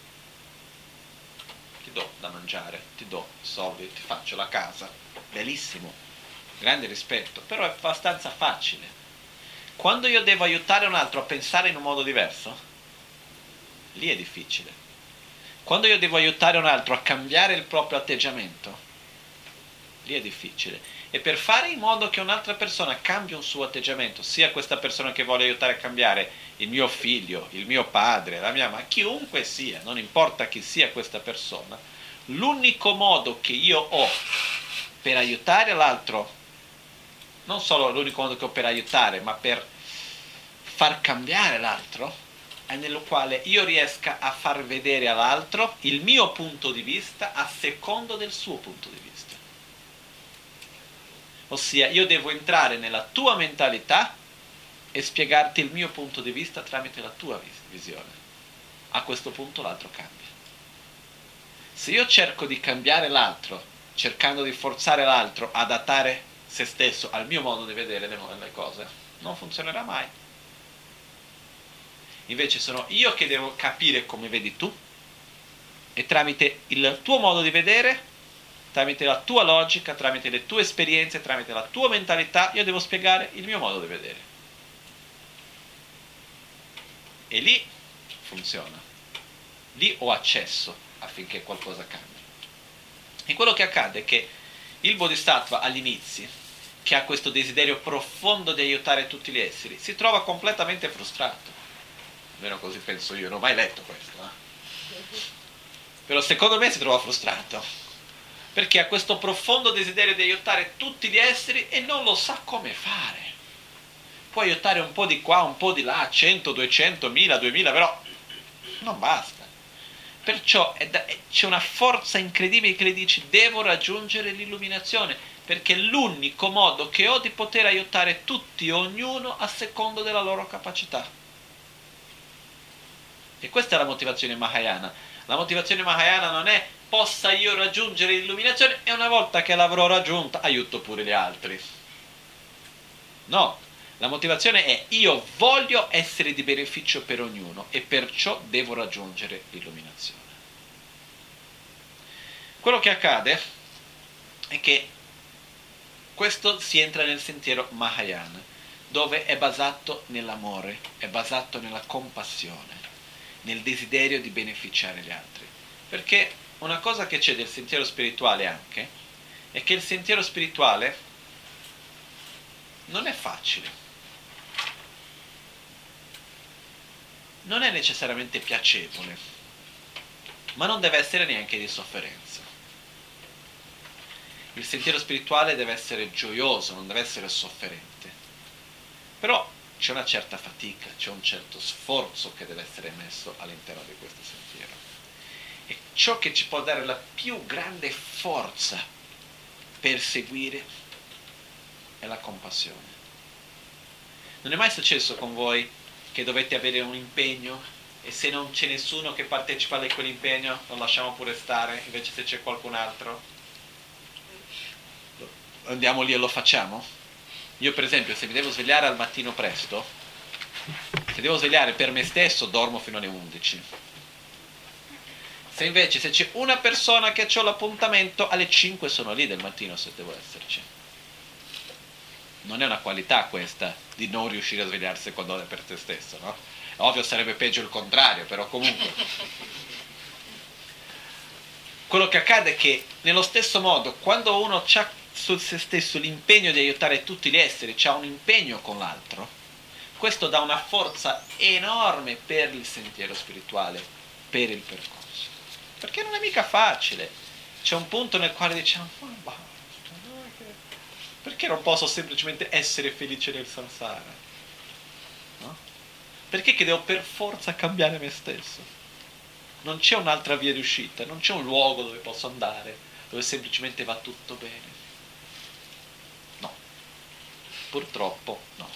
ti do da mangiare, ti do soldi, ti faccio la casa, bellissimo, grande rispetto, però è abbastanza facile. Quando io devo aiutare un altro a pensare in un modo diverso, lì è difficile. Quando io devo aiutare un altro a cambiare il proprio atteggiamento, lì è difficile. E per fare in modo che un'altra persona cambi un suo atteggiamento, sia questa persona che vuole aiutare a cambiare il mio figlio, il mio padre, la mia mamma, chiunque sia, non importa chi sia questa persona, l'unico modo che io ho per aiutare l'altro, non solo l'unico modo che ho per aiutare, ma per far cambiare l'altro, è nello quale io riesca a far vedere all'altro il mio punto di vista a secondo del suo punto di vista. Ossia, io devo entrare nella tua mentalità e spiegarti il mio punto di vista tramite la tua visione. A questo punto l'altro cambia. Se io cerco di cambiare l'altro, cercando di forzare l'altro ad adattare se stesso al mio modo di vedere le cose, non funzionerà mai. Invece sono io che devo capire come vedi tu, e tramite il tuo modo di vedere, tramite la tua logica, tramite le tue esperienze, tramite la tua mentalità, io devo spiegare il mio modo di vedere. E lì funziona. Lì ho accesso affinché qualcosa cambi. E quello che accade è che il Bodhisattva agli inizi, che ha questo desiderio profondo di aiutare tutti gli esseri, si trova completamente frustrato. Almeno così penso io, non ho mai letto questo. Però secondo me si trova frustrato, perché ha questo profondo desiderio di aiutare tutti gli esseri e non lo sa come fare. Può aiutare un po' di qua, un po' di là, 100, 200, 1000, 2000, però non basta. Perciò c'è una forza incredibile che le dice: devo raggiungere l'illuminazione, perché è l'unico modo che ho di poter aiutare tutti e ognuno a secondo della loro capacità. E questa è la motivazione Mahayana. La motivazione Mahayana non è possa io raggiungere l'illuminazione e una volta che l'avrò raggiunta aiuto pure gli altri. No, la motivazione è: io voglio essere di beneficio per ognuno e perciò devo raggiungere l'illuminazione. Quello che accade è che questo si entra nel sentiero Mahayana, dove è basato nell'amore, è basato nella compassione, nel desiderio di beneficiare gli altri. Perché una cosa che c'è del sentiero spirituale anche è che il sentiero spirituale non è facile, non è necessariamente piacevole, ma non deve essere neanche di sofferenza. Il sentiero spirituale deve essere gioioso, non deve essere sofferente. Però c'è una certa fatica, c'è un certo sforzo che deve essere messo all'interno di questo sentiero. E ciò che ci può dare la più grande forza per seguire è la compassione. Non è mai successo con voi che dovete avere un impegno e se non c'è nessuno che partecipa a quell'impegno lo lasciamo pure stare, invece se c'è qualcun altro andiamo lì e lo facciamo? Io per esempio, se mi devo svegliare al mattino presto, se devo svegliare per me stesso, dormo fino alle 11. Se invece se c'è una persona che ho l'appuntamento, alle 5 sono lì del mattino se devo esserci. Non è una qualità questa di non riuscire a svegliarsi quando è per te stesso, no? Ovvio sarebbe peggio il contrario, però comunque. Quello che accade è che nello stesso modo, quando uno ha su se stesso l'impegno di aiutare tutti gli esseri, c'ha un impegno con l'altro, questo dà una forza enorme per il sentiero spirituale, per il percorso, perché non è mica facile. C'è un punto nel quale diciamo: ma basta, perché non posso semplicemente essere felice nel samsara, no? Perché che devo per forza cambiare me stesso? Non c'è un'altra via di uscita, non c'è un luogo dove posso andare, dove semplicemente va tutto bene. No, purtroppo no.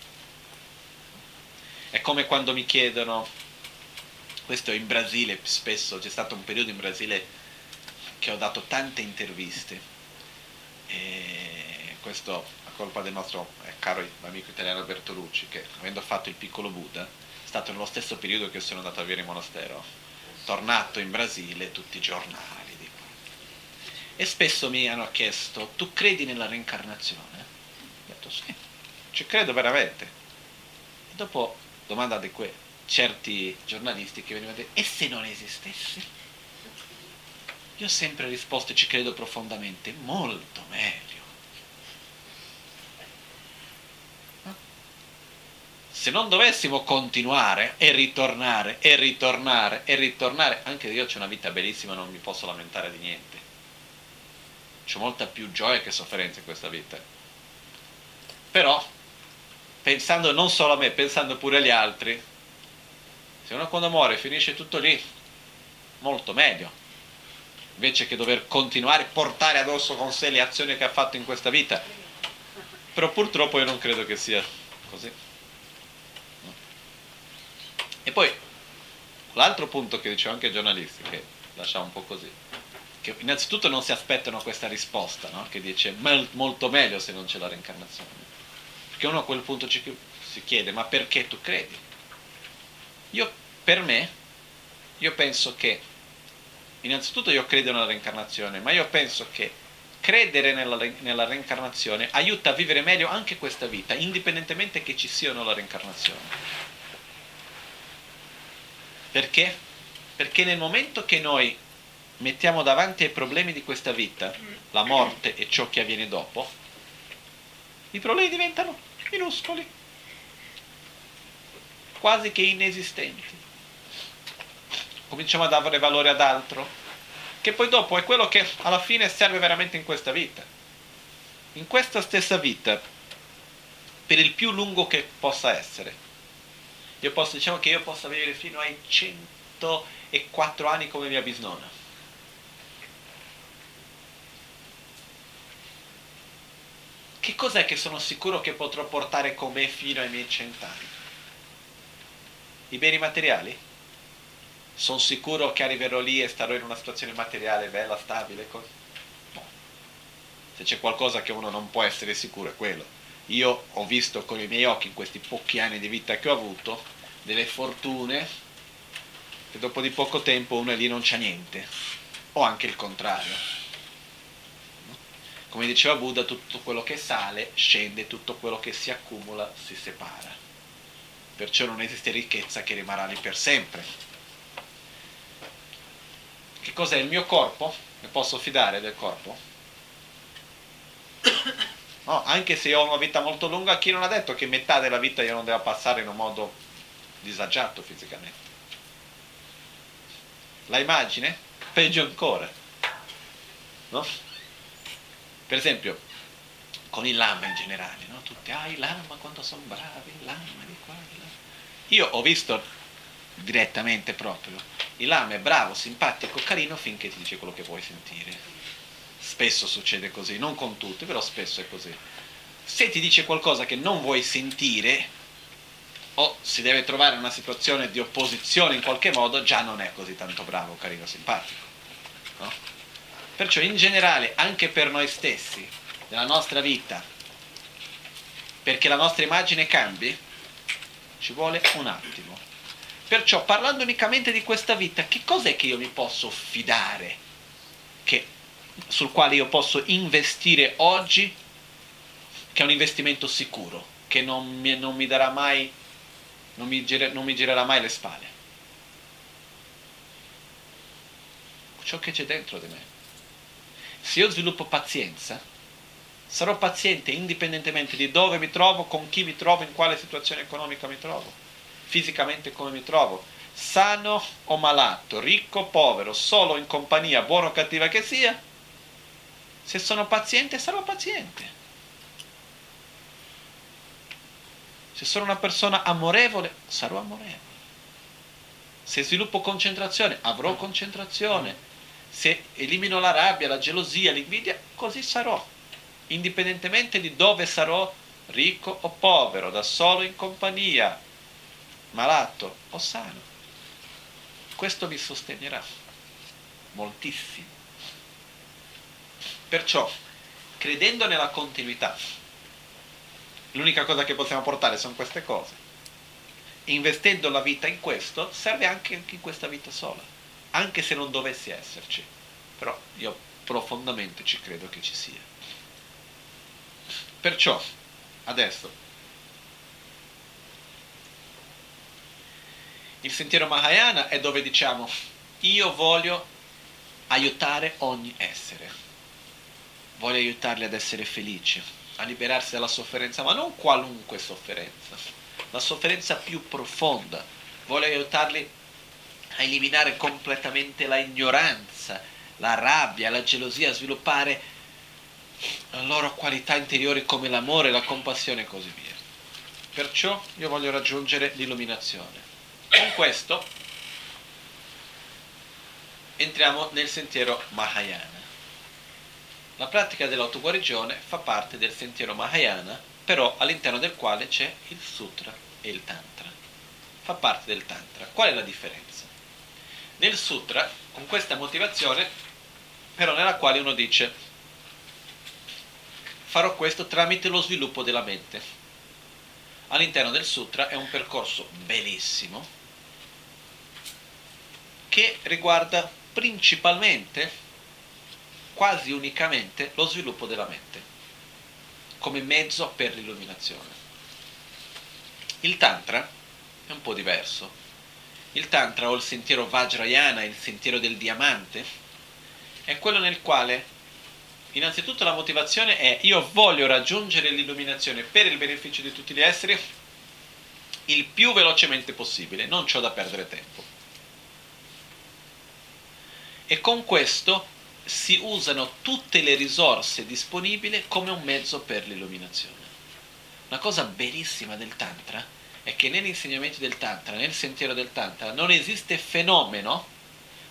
È come quando mi chiedono, questo in Brasile spesso, c'è stato un periodo in Brasile che ho dato tante interviste, e questo a colpa del nostro caro amico italiano Bertolucci, che avendo fatto il piccolo Buddha, è stato nello stesso periodo che sono andato a vivere in monastero, tornato in Brasile, tutti i giornali, e spesso mi hanno chiesto: tu credi nella reincarnazione? Ho detto sì, ci credo veramente. E dopo domanda di certi giornalisti che venivano a dire: e se non esistesse? Io ho sempre risposto: ci credo profondamente, molto meglio. Se non dovessimo continuare e ritornare e ritornare e ritornare, anche io c'ho una vita bellissima, non mi posso lamentare di niente, c'ho molta più gioia che sofferenza in questa vita, però pensando non solo a me, pensando pure agli altri, se uno quando muore finisce tutto lì, molto meglio, invece che dover continuare a portare addosso con sé le azioni che ha fatto in questa vita. Però purtroppo io non credo che sia così. E poi l'altro punto che dicevo anche ai giornalisti, che lasciamo un po' così, che innanzitutto non si aspettano questa risposta, no? Che dice molto meglio se non c'è la reincarnazione, perché uno a quel punto si chiede: ma perché tu credi? Per me io penso che innanzitutto io credo nella reincarnazione, ma io penso che credere nella reincarnazione aiuta a vivere meglio anche questa vita, indipendentemente che ci sia o no la reincarnazione. Perché? Perché nel momento che noi mettiamo davanti ai problemi di questa vita la morte e ciò che avviene dopo, i problemi diventano minuscoli, quasi che inesistenti. Cominciamo a dare valore ad altro, che poi dopo è quello che alla fine serve veramente in questa vita. In questa stessa vita, per il più lungo che possa essere, diciamo che io possa vivere fino ai e 4 anni come mia bisnonna. Che cos'è che sono sicuro che potrò portare con me fino ai miei 100 anni? I beni materiali? Sono sicuro che arriverò lì e starò in una situazione materiale bella, stabile? No. Se c'è qualcosa che uno non può essere sicuro è quello. Io ho visto con i miei occhi in questi pochi anni di vita che ho avuto delle fortune che dopo di poco tempo uno è lì non c'ha niente, o anche il contrario. Come diceva Buddha, tutto quello che sale scende, tutto quello che si accumula si separa. Perciò non esiste ricchezza che rimarrà lì per sempre. Che cos'è il mio corpo? Mi posso fidare del corpo? No, anche se ho una vita molto lunga, chi non ha detto che metà della vita io non debba passare in un modo disagiato fisicamente? La immagine? Peggio ancora. No? Per esempio, con i lama in generale, no? Tutti, i lama quanto sono bravi, i lama di qua, di là. Io ho visto direttamente proprio, il lama è bravo, simpatico, carino finché ti dice quello che vuoi sentire. Spesso succede così, non con tutti, però spesso è così. Se ti dice qualcosa che non vuoi sentire, o si deve trovare in una situazione di opposizione in qualche modo, già non è così tanto bravo, carino, simpatico. No? Perciò in generale, anche per noi stessi, nella nostra vita, perché la nostra immagine cambi, ci vuole un attimo. Perciò, parlando unicamente di questa vita, che cos'è che io mi posso fidare, sul quale io posso investire oggi, che è un investimento sicuro, che non mi darà mai, non mi girerà mai le spalle? Ciò che c'è dentro di me. Se io sviluppo pazienza, sarò paziente indipendentemente di dove mi trovo, con chi mi trovo, in quale situazione economica mi trovo, fisicamente come mi trovo, sano o malato, ricco o povero, solo in compagnia, buona o cattiva che sia. Se sono paziente, sarò paziente. Se sono una persona amorevole, sarò amorevole. Se sviluppo concentrazione, avrò concentrazione. Se elimino la rabbia, la gelosia, l'invidia, così sarò, indipendentemente di dove sarò, ricco o povero, da solo in compagnia, malato o sano. Questo mi sostenerà moltissimo. Perciò, credendo nella continuità, l'unica cosa che possiamo portare sono queste cose. Investendo la vita in questo, serve anche in questa vita sola, anche se non dovessi esserci. Però io profondamente ci credo che ci sia. Perciò, adesso, il sentiero Mahayana è dove diciamo, io voglio aiutare ogni essere, voglio aiutarli ad essere felici, a liberarsi dalla sofferenza, ma non qualunque sofferenza, la sofferenza più profonda. Voglio aiutarli a eliminare completamente la ignoranza, la rabbia, la gelosia, a sviluppare le loro qualità interiori come l'amore, la compassione e così via. Perciò io voglio raggiungere l'illuminazione. Con questo entriamo nel sentiero Mahayana. La pratica dell'autoguarigione fa parte del sentiero Mahayana, però all'interno del quale c'è il sutra e il tantra. Fa parte del tantra. Qual è la differenza? Nel sutra, con questa motivazione, però nella quale uno dice, farò questo tramite lo sviluppo della mente. All'interno del sutra è un percorso bellissimo che riguarda principalmente, quasi unicamente, lo sviluppo della mente come mezzo per l'illuminazione. Il tantra è un po' diverso. Il tantra o il sentiero Vajrayana, il sentiero del diamante, è quello nel quale innanzitutto la motivazione è io voglio raggiungere l'illuminazione per il beneficio di tutti gli esseri il più velocemente possibile, non c'ho da perdere tempo. E con questo si usano tutte le risorse disponibili come un mezzo per l'illuminazione. Una cosa bellissima del Tantra è che negli insegnamenti del Tantra, nel sentiero del Tantra, non esiste fenomeno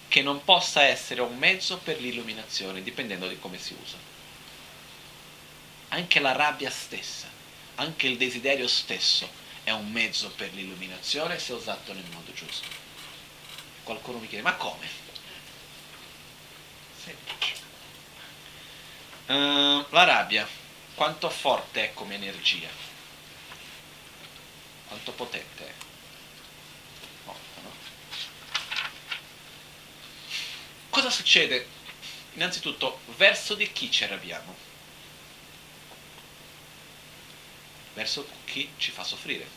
che non possa essere un mezzo per l'illuminazione, dipendendo di come si usa. Anche la rabbia stessa, anche il desiderio stesso è un mezzo per l'illuminazione se usato nel modo giusto. Qualcuno mi chiede, ma come? Semplice. La rabbia, quanto forte è come energia? Quanto potente è? Molto, no? Cosa succede? Innanzitutto, verso di chi ci arrabbiamo? Verso chi ci fa soffrire.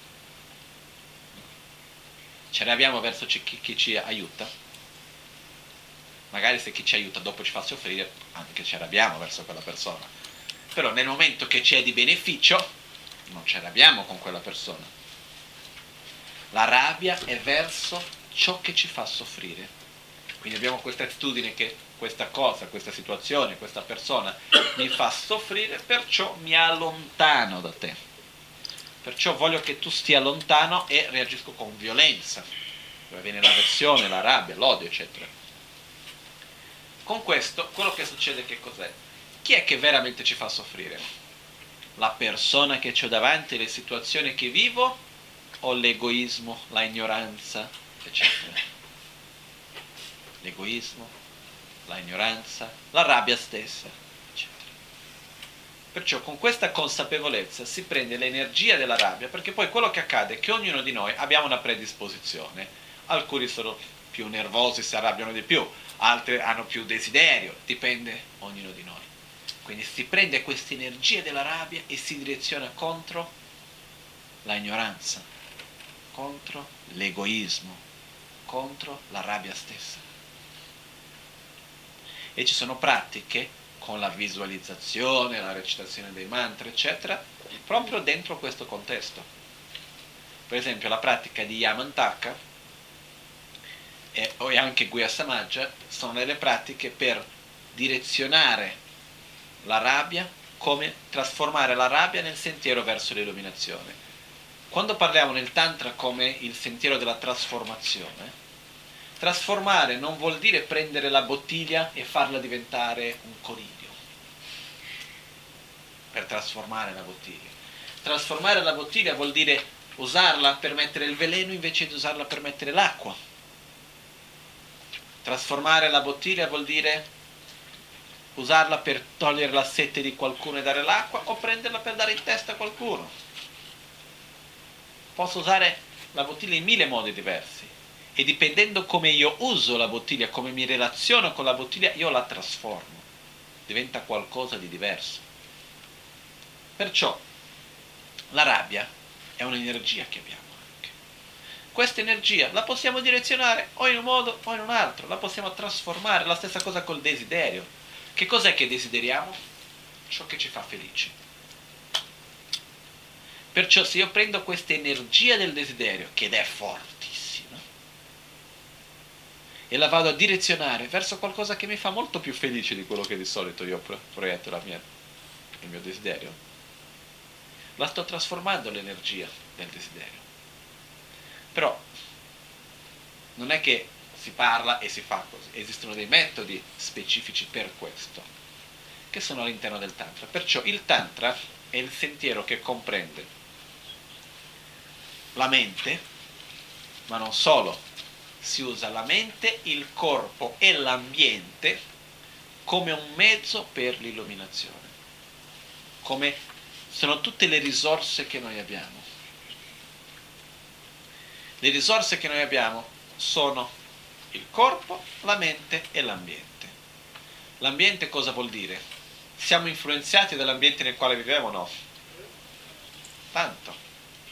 Ce ne abbiamo verso chi ci aiuta. Magari se chi ci aiuta dopo ci fa soffrire, anche ci arrabbiamo verso quella persona. Però nel momento che ci è di beneficio, non ci arrabbiamo con quella persona. La rabbia è verso ciò che ci fa soffrire. Quindi abbiamo questa attitudine che questa cosa, questa situazione, questa persona mi fa soffrire, perciò mi allontano da te. Perciò voglio che tu stia lontano e reagisco con violenza. Dove viene l'avversione, la rabbia, l'odio, eccetera. Con questo, quello che succede che cos'è? Chi è che veramente ci fa soffrire? La persona che ho davanti, le situazioni che vivo, o l'egoismo, la ignoranza, eccetera? L'egoismo, la ignoranza, la rabbia stessa, eccetera. Perciò con questa consapevolezza si prende l'energia della rabbia, perché poi quello che accade è che ognuno di noi abbiamo una predisposizione. Alcuni sono più nervosi, si arrabbiano di più, altri hanno più desiderio, dipende ognuno di noi. Quindi si prende questa energia della rabbia e si direziona contro la ignoranza, contro l'egoismo, contro la rabbia stessa. E ci sono pratiche con la visualizzazione, la recitazione dei mantra, eccetera, proprio dentro questo contesto. Per esempio la pratica di Yamantaka e anche Guhya Samaja sono delle pratiche per direzionare la rabbia, come trasformare la rabbia nel sentiero verso l'illuminazione. Quando parliamo nel Tantra come il sentiero della trasformazione, trasformare non vuol dire prendere la bottiglia e farla diventare un coniglio. Per trasformare la bottiglia. Trasformare la bottiglia vuol dire usarla per mettere il veleno invece di usarla per mettere l'acqua. Trasformare la bottiglia vuol dire usarla per togliere la sete di qualcuno e dare l'acqua, o prenderla per dare in testa a qualcuno. Posso usare la bottiglia in 1000 modi diversi. E dipendendo come io uso la bottiglia, come mi relaziono con la bottiglia, io la trasformo, diventa qualcosa di diverso. Perciò la rabbia è un'energia che abbiamo anche. Questa energia la possiamo direzionare o in un modo o in un altro, la possiamo trasformare, la stessa cosa col desiderio. Che cos'è che desideriamo? Ciò che ci fa felici. Perciò se io prendo questa energia del desiderio, che è fortissima, e la vado a direzionare verso qualcosa che mi fa molto più felice di quello che di solito io proietto il mio desiderio, la sto trasformando l'energia del desiderio. Però non è che si parla e si fa così, esistono dei metodi specifici per questo, che sono all'interno del Tantra. Perciò il Tantra è il sentiero che comprende la mente, ma non solo, si usa la mente, il corpo e l'ambiente come un mezzo per l'illuminazione, come sono tutte le risorse che noi abbiamo. Le risorse che noi abbiamo sono il corpo, la mente e l'ambiente. L'ambiente cosa vuol dire? Siamo influenzati dall'ambiente nel quale viviamo o no? Tanto.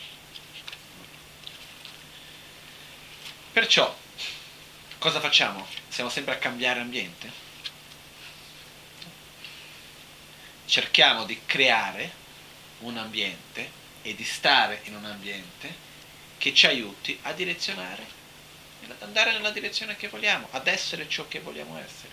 Perciò, cosa facciamo? Siamo sempre a cambiare ambiente? Cerchiamo di creare un ambiente e di stare in un ambiente che ci aiuti a direzionare, ad andare nella direzione che vogliamo, ad essere ciò che vogliamo essere.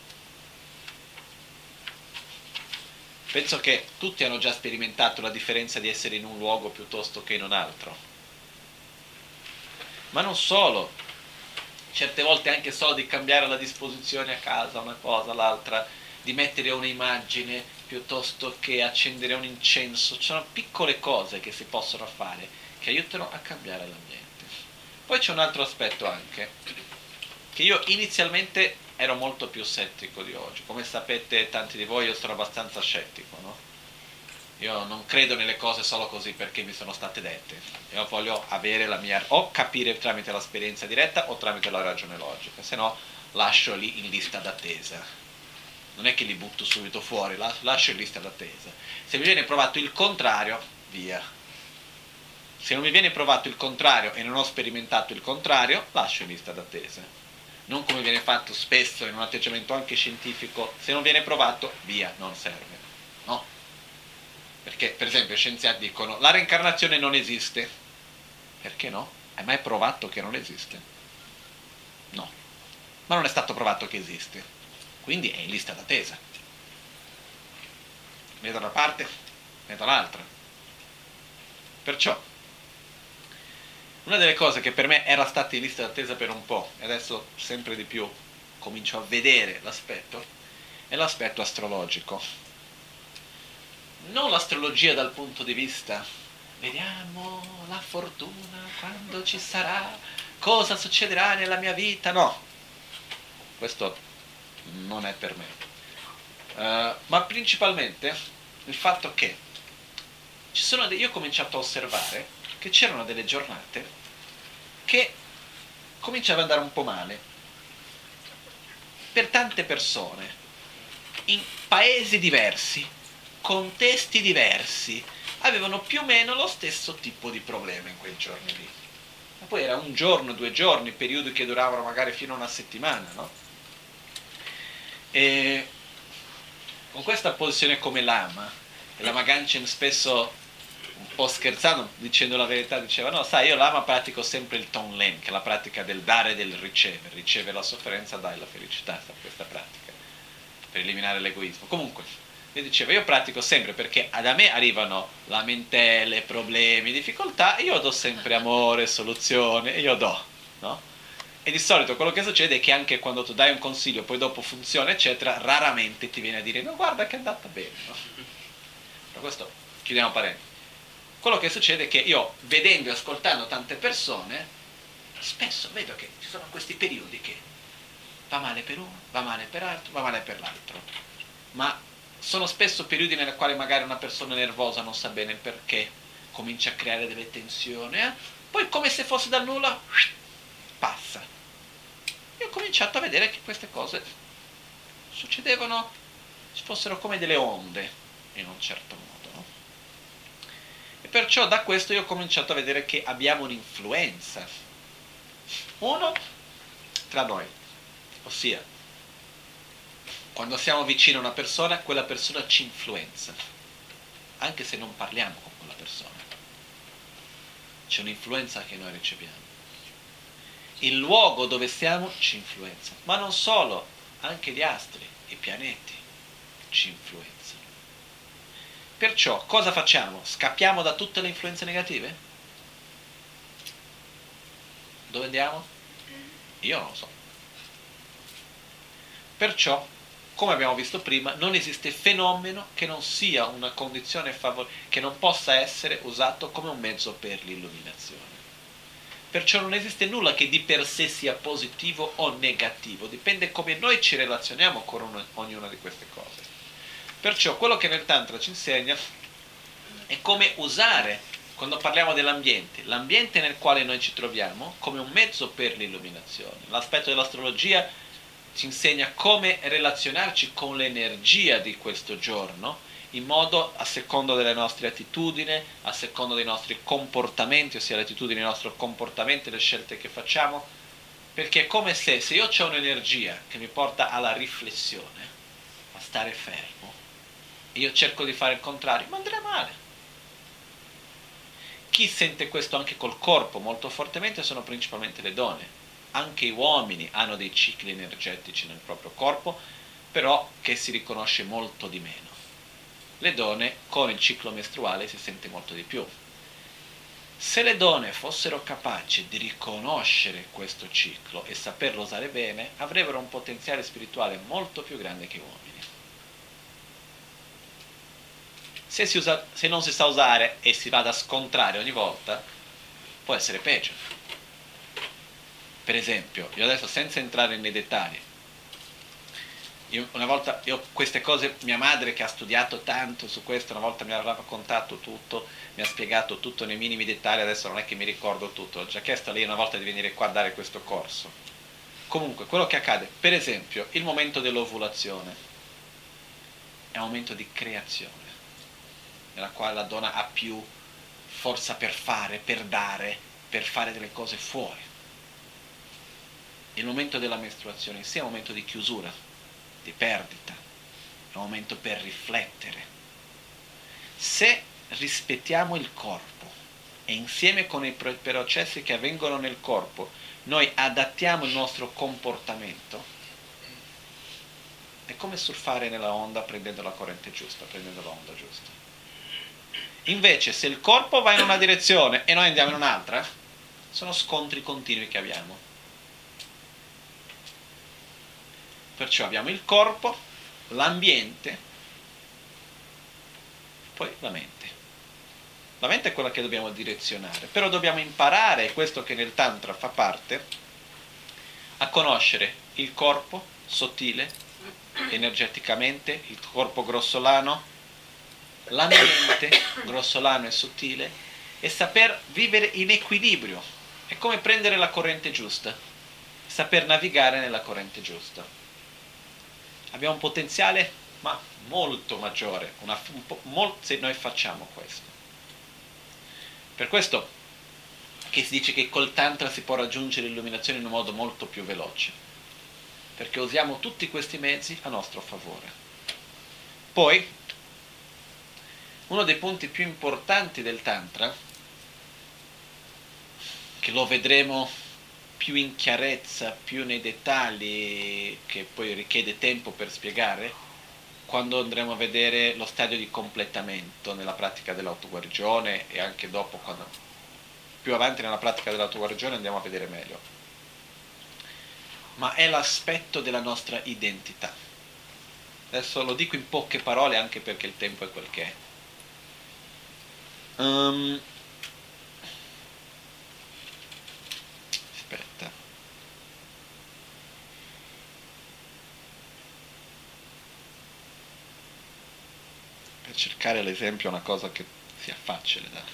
Penso che tutti hanno già sperimentato la differenza di essere in un luogo piuttosto che in un altro. Ma non solo. certe volte anche solo di cambiare la disposizione a casa, una cosa, l'altra, di mettere un'immagine piuttosto che accendere un incenso. Ci sono piccole cose che si possono fare che aiutano a cambiare l'ambiente. Poi c'è un altro aspetto anche, che io inizialmente ero molto più scettico di oggi. Come sapete tanti di voi, io sono abbastanza scettico, no? Io non credo nelle cose solo così perché mi sono state dette. Io voglio avere la mia, o capire tramite l'esperienza diretta o tramite la ragione logica, se no lascio lì in lista d'attesa. Non è che li butto subito fuori, lascio in lista d'attesa. Se mi viene provato il contrario, via. Se non mi viene provato il contrario e non ho sperimentato il contrario, lascio in lista d'attesa. Non come viene fatto spesso in un atteggiamento anche scientifico, se non viene provato, via, non serve. No. Perché, per esempio, gli scienziati dicono la reincarnazione non esiste. Perché no? Hai mai provato che non esiste? No. Ma non è stato provato che esiste. Quindi è in lista d'attesa. Ne da una parte, ne dall'altra. Perciò, una delle cose che per me era stata in lista d'attesa per un po', e adesso sempre di più comincio a vedere l'aspetto, è l'aspetto astrologico. Non l'astrologia dal punto di vista vediamo la fortuna quando ci sarà, cosa succederà nella mia vita, no, questo non è per me. Ma principalmente il fatto che io ho cominciato a osservare che c'erano delle giornate che cominciava ad andare un po' male per tante persone in paesi diversi, contesti diversi, avevano più o meno lo stesso tipo di problema in quei giorni lì. Ma poi era un giorno, 2 giorni, periodi che duravano magari fino a una settimana, no? E con questa posizione come lama, e Lama Ganchen spesso, un po' scherzando, dicendo la verità, diceva no, sai, io lama pratico sempre il Tonglen, che è la pratica del dare e del ricevere. Riceve la sofferenza, dai la felicità, questa pratica, per eliminare l'egoismo. Comunque, io dicevo, io pratico sempre perché da me arrivano lamentele, problemi, difficoltà, e io do sempre amore, soluzione, e io do, no? E di solito quello che succede è che anche quando tu dai un consiglio, poi dopo funziona, eccetera, raramente ti viene a dire no, guarda che è andata bene, no? Però questo, chiudiamo parentesi. Quello che succede è che io, vedendo e ascoltando tante persone, spesso vedo che ci sono questi periodi che va male per uno, va male per l'altro, va male per l'altro. Ma sono spesso periodi nei quali magari una persona nervosa non sa bene il perché, comincia a creare delle tensioni, poi come se fosse dal nulla, passa. Io ho cominciato a vedere che queste cose succedevano, ci fossero come delle onde, in un certo modo, no? E perciò da questo io ho cominciato a vedere che abbiamo un'influenza. Uno, tra noi, ossia, quando siamo vicino a una persona, quella persona ci influenza, anche se non parliamo con quella persona. C'è un'influenza che noi riceviamo. Il luogo dove siamo ci influenza, ma non solo, anche gli astri, i pianeti ci influenzano. Perciò cosa facciamo? Scappiamo da tutte le influenze negative? Dove andiamo? Io non lo so. Perciò, come abbiamo visto prima, non esiste fenomeno che non sia una condizione che non possa essere usato come un mezzo per l'illuminazione. Perciò non esiste nulla che di per sé sia positivo o negativo, dipende come noi ci relazioniamo con ognuna di queste cose. Perciò quello che nel Tantra ci insegna è come usare, quando parliamo dell'ambiente, l'ambiente nel quale noi ci troviamo come un mezzo per l'illuminazione. L'aspetto dell'astrologia ci insegna come relazionarci con l'energia di questo giorno, in modo a secondo delle nostre attitudini, a secondo dei nostri comportamenti, ossia le attitudini dei nostri comportamenti, le scelte che facciamo, perché è come se io ho un'energia che mi porta alla riflessione, a stare fermo, e io cerco di fare il contrario, ma andrà male. Chi sente questo anche col corpo molto fortemente sono principalmente le donne. Anche gli uomini hanno dei cicli energetici nel proprio corpo, però che si riconosce molto di meno. Le donne con il ciclo mestruale si sente molto di più. Se le donne fossero capaci di riconoscere questo ciclo e saperlo usare bene, avrebbero un potenziale spirituale molto più grande che gli uomini. Se non si sa usare e si va ad scontrare ogni volta, può essere peggio. Per esempio, io adesso senza entrare nei dettagli, una volta, queste cose, mia madre che ha studiato tanto su questo, una volta mi aveva raccontato tutto, mi ha spiegato tutto nei minimi dettagli, adesso non è che mi ricordo tutto, ho già chiesto a lei una volta di venire qua a dare questo corso. Comunque, quello che accade, per esempio, il momento dell'ovulazione è un momento di creazione, nella quale la donna ha più forza per fare, per dare, per fare delle cose fuori. Il momento della mestruazione sia un momento di chiusura, di perdita, è un momento per riflettere. Se rispettiamo il corpo e insieme con i processi che avvengono nel corpo noi adattiamo il nostro comportamento, è come surfare nella onda prendendo la corrente giusta, prendendo l'onda giusta. Invece se il corpo va in una direzione e noi andiamo in un'altra, sono scontri continui che abbiamo. Perciò abbiamo il corpo, l'ambiente, poi la mente. La mente è quella che dobbiamo direzionare, però dobbiamo imparare, è questo che nel Tantra fa parte, a conoscere il corpo sottile, energeticamente, il corpo grossolano, l'ambiente grossolano e sottile, e saper vivere in equilibrio. È come prendere la corrente giusta, saper navigare nella corrente giusta. Abbiamo un potenziale ma molto maggiore se noi facciamo questo. Per questo che si dice che col Tantra si può raggiungere l'illuminazione in un modo molto più veloce, perché usiamo tutti questi mezzi a nostro favore. Poi, uno dei punti più importanti del Tantra, che lo vedremo più in chiarezza, più nei dettagli, che poi richiede tempo per spiegare, quando andremo a vedere lo stadio di completamento nella pratica dell'autoguarigione e anche dopo, quando più avanti nella pratica dell'autoguarigione andiamo a vedere meglio. Ma è l'aspetto della nostra identità. Adesso lo dico in poche parole anche perché il tempo è quel che è. Aspetta. Per cercare l'esempio è una cosa che sia facile da...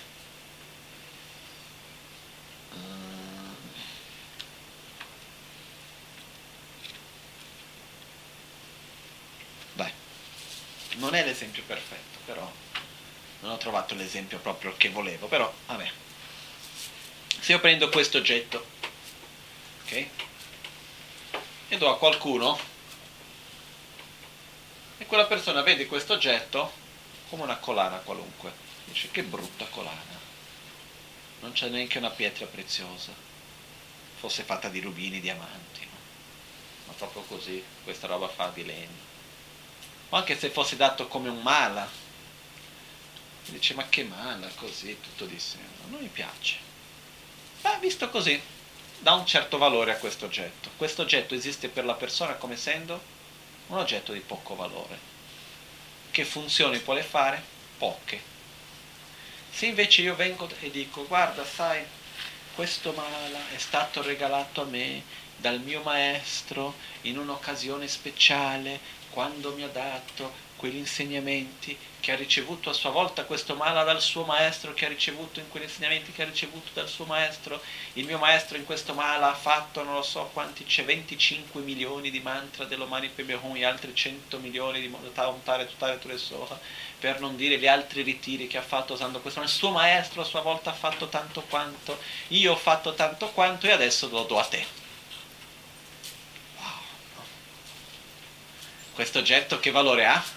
Dai. Non è l'esempio perfetto, però non ho trovato l'esempio proprio che volevo, però vabbè. Se io prendo questo oggetto, ok? E do a qualcuno, e quella persona vede questo oggetto come una collana qualunque, dice: che brutta collana, non c'è neanche una pietra preziosa, fosse fatta di rubini, diamanti, no? Ma proprio così, questa roba fa di legno. O anche se fosse dato come un mala, dice: ma che mala, così, tutto di sé, non mi piace. Ma visto così, dà un certo valore a questo oggetto. Questo oggetto esiste per la persona come essendo un oggetto di poco valore. Che funzioni può fare? Poche. Se invece io vengo e dico: guarda, sai, questo mala è stato regalato a me dal mio maestro in un'occasione speciale, quando mi ha dato quegli insegnamenti che ha ricevuto a sua volta questo mala dal suo maestro, che ha ricevuto in quegli insegnamenti che ha ricevuto dal suo maestro, il mio maestro in questo mala ha fatto non lo so quanti, c'è 25 milioni di mantra dell'Omani Pebehon e altri 100 milioni di Tare Turesoha, per non dire gli altri ritiri che ha fatto usando questo. Il suo maestro a sua volta ha fatto tanto quanto, io ho fatto tanto quanto e adesso lo do a te. Wow, no? Questo oggetto che valore ha?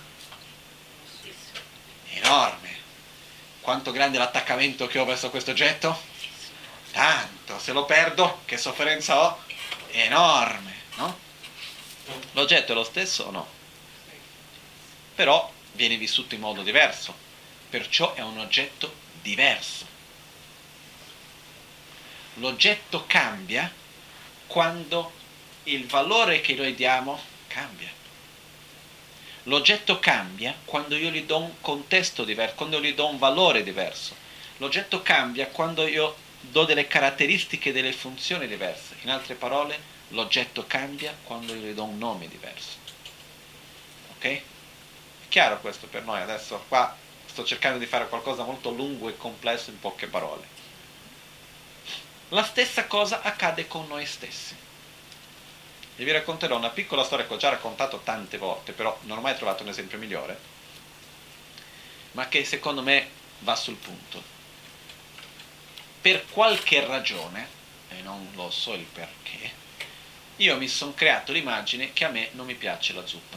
Enorme. Quanto grande è l'attaccamento che ho verso questo oggetto? Tanto. Se lo perdo, che sofferenza ho? Enorme, no? L'oggetto è lo stesso o no? Però viene vissuto in modo diverso, perciò è un oggetto diverso. L'oggetto cambia quando il valore che noi diamo cambia. L'oggetto cambia quando io gli do un contesto diverso, quando io gli do un valore diverso. L'oggetto cambia quando io do delle caratteristiche, delle funzioni diverse. In altre parole, l'oggetto cambia quando io gli do un nome diverso. Ok? È chiaro questo per noi? Adesso qua sto cercando di fare qualcosa molto lungo e complesso in poche parole. La stessa cosa accade con noi stessi. E vi racconterò una piccola storia che ho già raccontato tante volte, però non ho mai trovato un esempio migliore, ma che secondo me va sul punto. Per qualche ragione, e non lo so il perché, io mi sono creato l'immagine che a me non mi piace la zuppa.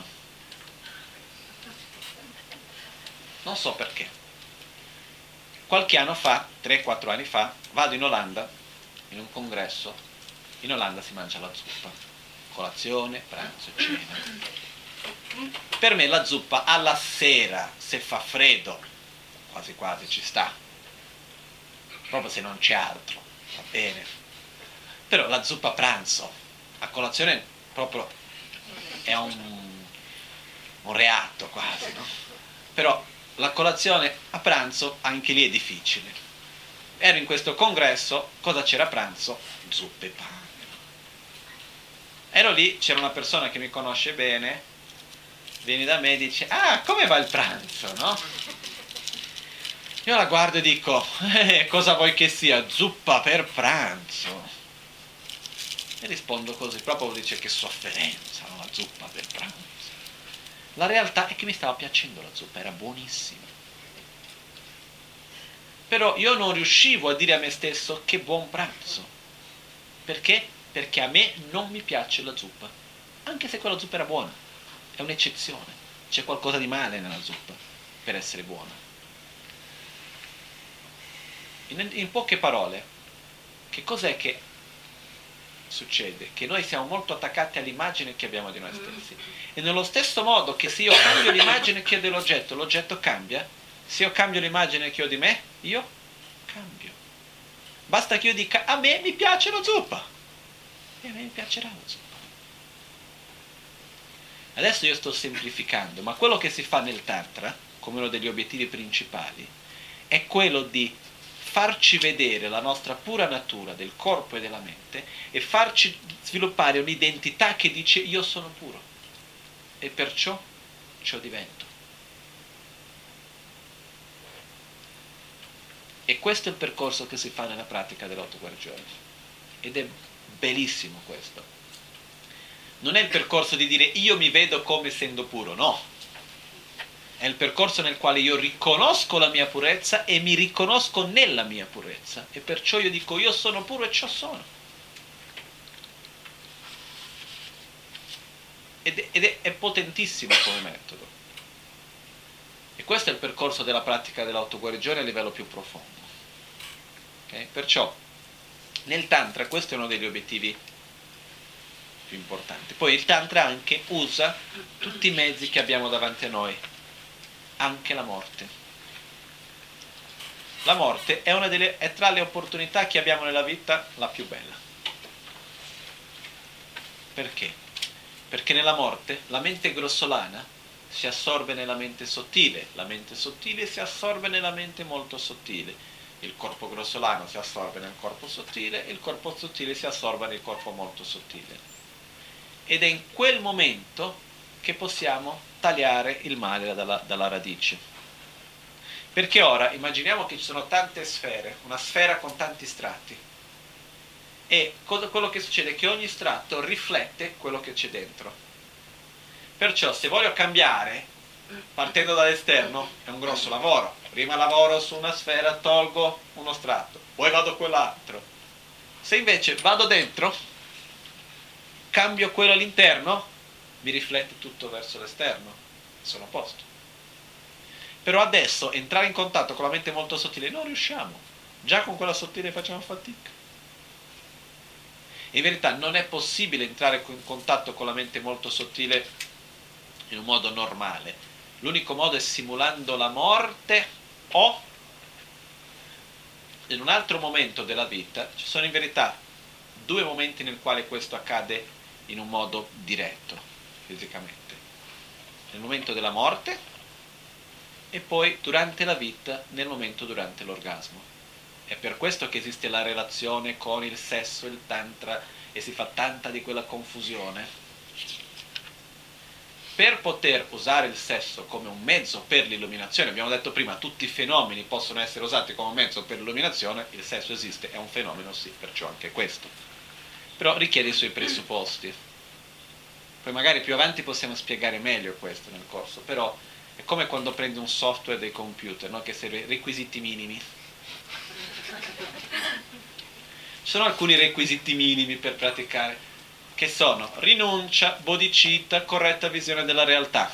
Non so perché. Qualche anno fa, 3-4 anni fa, vado in Olanda, in un congresso. In Olanda si mangia la zuppa. Colazione, pranzo e cena. Per me la zuppa alla sera, se fa freddo, quasi quasi ci sta. Proprio se non c'è altro, va bene. Però la zuppa a pranzo, a colazione proprio è un reato quasi, no? Però la colazione a pranzo anche lì è difficile. Ero in questo congresso, cosa c'era a pranzo? Zuppe e pane. Ero lì, c'era una persona che mi conosce bene, viene da me e dice: ah, come va il pranzo, no? Io la guardo e dico: cosa vuoi che sia? Zuppa per pranzo. E rispondo così, proprio dice: che sofferenza, no? La zuppa per pranzo. La realtà è che mi stava piacendo la zuppa, era buonissima. Però io non riuscivo a dire a me stesso che buon pranzo. Perché? Perché a me non mi piace la zuppa. Anche se quella zuppa era buona. È un'eccezione. C'è qualcosa di male nella zuppa per essere buona. In poche parole, che cos'è che succede? Che noi siamo molto attaccati all'immagine che abbiamo di noi stessi. E nello stesso modo che se io cambio l'immagine che ho dell'oggetto, l'oggetto cambia. Se io cambio l'immagine che ho di me, io cambio. Basta che io dica: a me mi piace la zuppa. E a me mi piacerà la zuppa. Adesso io sto semplificando, ma quello che si fa nel Tantra, come uno degli obiettivi principali, è quello di farci vedere la nostra pura natura del corpo e della mente e farci sviluppare un'identità che dice: io sono puro e perciò ciò divento. E questo è il percorso che si fa nella pratica dell'autoguarigione. Ed è bellissimo questo. Non è il percorso di dire: io mi vedo come essendo puro, no. È il percorso nel quale io riconosco la mia purezza e mi riconosco nella mia purezza. E perciò io dico: io sono puro e ciò sono. Ed è potentissimo come metodo. E questo è il percorso della pratica dell'autoguarigione a livello più profondo. Okay? Perciò nel Tantra questo è uno degli obiettivi più importanti. Poi il Tantra anche usa tutti i mezzi che abbiamo davanti a noi, anche la morte. La morte è tra le opportunità che abbiamo nella vita la più bella. Perché? Perché nella morte la mente grossolana si assorbe nella mente sottile, la mente sottile si assorbe nella mente molto sottile, il corpo grossolano si assorbe nel corpo sottile e il corpo sottile si assorbe nel corpo molto sottile. Ed è in quel momento che possiamo tagliare il male dalla radice. Perché ora immaginiamo che ci sono tante sfere, una sfera con tanti strati, e quello che succede è che ogni strato riflette quello che c'è dentro. Perciò se voglio cambiare partendo dall'esterno è un grosso lavoro. Prima lavoro su una sfera, tolgo uno strato, poi vado a quell'altro. Se invece vado dentro, cambio quello all'interno, mi riflette tutto verso l'esterno, sono a posto. Però adesso entrare in contatto con la mente molto sottile non riusciamo, già con quella sottile facciamo fatica. In verità non è possibile entrare in contatto con la mente molto sottile in un modo normale. L'unico modo è simulando la morte o in un altro momento della vita ci sono in verità due momenti nel quale questo accade in un modo diretto, fisicamente. Nel momento della morte e poi durante la vita, nel momento durante l'orgasmo. È per questo che esiste la relazione con il sesso e il tantra e si fa tanta di quella confusione. Per poter usare il sesso come un mezzo per l'illuminazione, abbiamo detto prima, tutti i fenomeni possono essere usati come mezzo per l'illuminazione, il sesso esiste, è un fenomeno, sì, perciò anche questo. Però richiede i suoi presupposti. Poi magari più avanti possiamo spiegare meglio questo nel corso, però è come quando prendi un software dei computer, no? Che serve requisiti minimi. Ci sono alcuni requisiti minimi per praticare, che sono rinuncia, bodhicitta, corretta visione della realtà,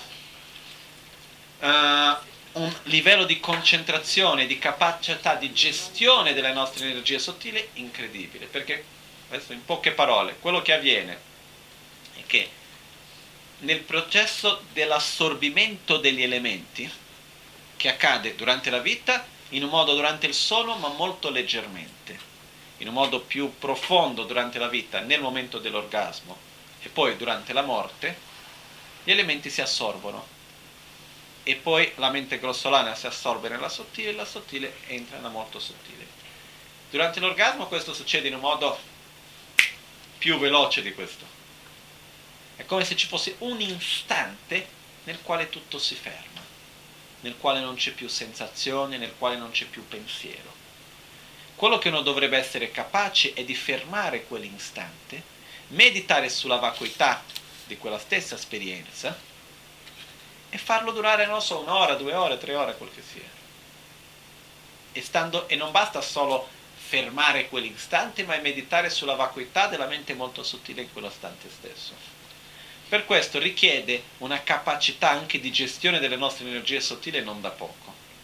un livello di concentrazione, di capacità di gestione delle nostre energie sottili incredibile, perché adesso in poche parole quello che avviene è che nel processo dell'assorbimento degli elementi che accade durante la vita in un modo durante il sonno ma molto leggermente, in un modo più profondo durante la vita nel momento dell'orgasmo e poi durante la morte, gli elementi si assorbono e poi la mente grossolana si assorbe nella sottile e la sottile entra nella molto sottile. Durante l'orgasmo questo succede in un modo più veloce di questo. È come se ci fosse un istante nel quale tutto si ferma, nel quale non c'è più sensazione, nel quale non c'è più pensiero. Quello che uno dovrebbe essere capace è di fermare quell'istante, meditare sulla vacuità di quella stessa esperienza e farlo durare, non so, 1 ora, 2 ore, 3 ore, quel che sia. E non basta solo fermare quell'istante, ma è meditare sulla vacuità della mente molto sottile in quell'istante stesso. Per questo richiede una capacità anche di gestione delle nostre energie sottili non da poco.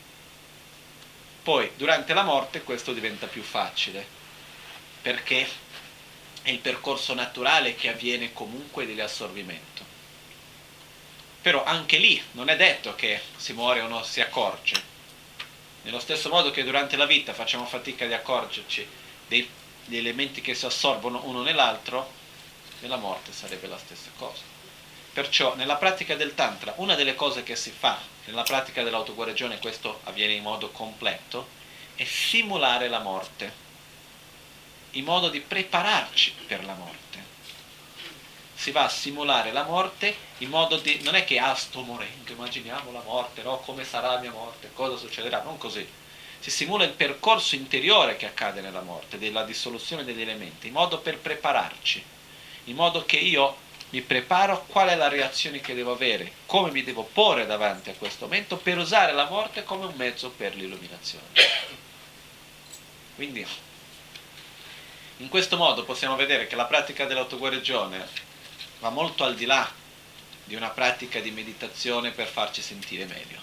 Poi, durante la morte, questo diventa più facile, perché è il percorso naturale che avviene comunque dell'assorbimento. Però anche lì non è detto che si muore o non si accorge. Nello stesso modo che durante la vita facciamo fatica di accorgerci degli elementi che si assorbono uno nell'altro, nella morte sarebbe la stessa cosa. Perciò nella pratica del Tantra, una delle cose che si fa nella pratica dell'autoguarigione, questo avviene in modo completo, è simulare la morte, in modo di prepararci per la morte. Si va a simulare la morte in modo di, non è che sto morendo, immaginiamo la morte, no? Come sarà la mia morte, cosa succederà, non così. Si simula il percorso interiore che accade nella morte, della dissoluzione degli elementi, in modo per prepararci, in modo che io mi preparo a qual è la reazione che devo avere, come mi devo porre davanti a questo momento per usare la morte come un mezzo per l'illuminazione. Quindi, in questo modo possiamo vedere che la pratica dell'autoguarigione va molto al di là di una pratica di meditazione per farci sentire meglio.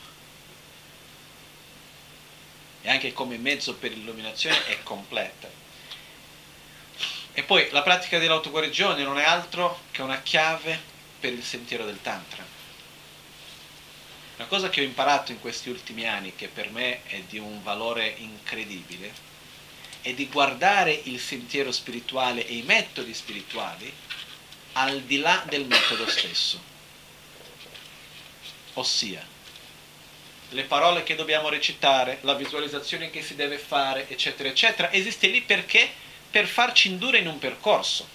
E anche come mezzo per l'illuminazione è completa. E poi la pratica dell'autoguarigione non è altro che una chiave per il sentiero del Tantra. Una cosa che ho imparato in questi ultimi anni, che per me è di un valore incredibile, è di guardare il sentiero spirituale e i metodi spirituali al di là del metodo stesso. Ossia, le parole che dobbiamo recitare, la visualizzazione che si deve fare, eccetera, eccetera, esiste lì perché? Per farci indurre in un percorso.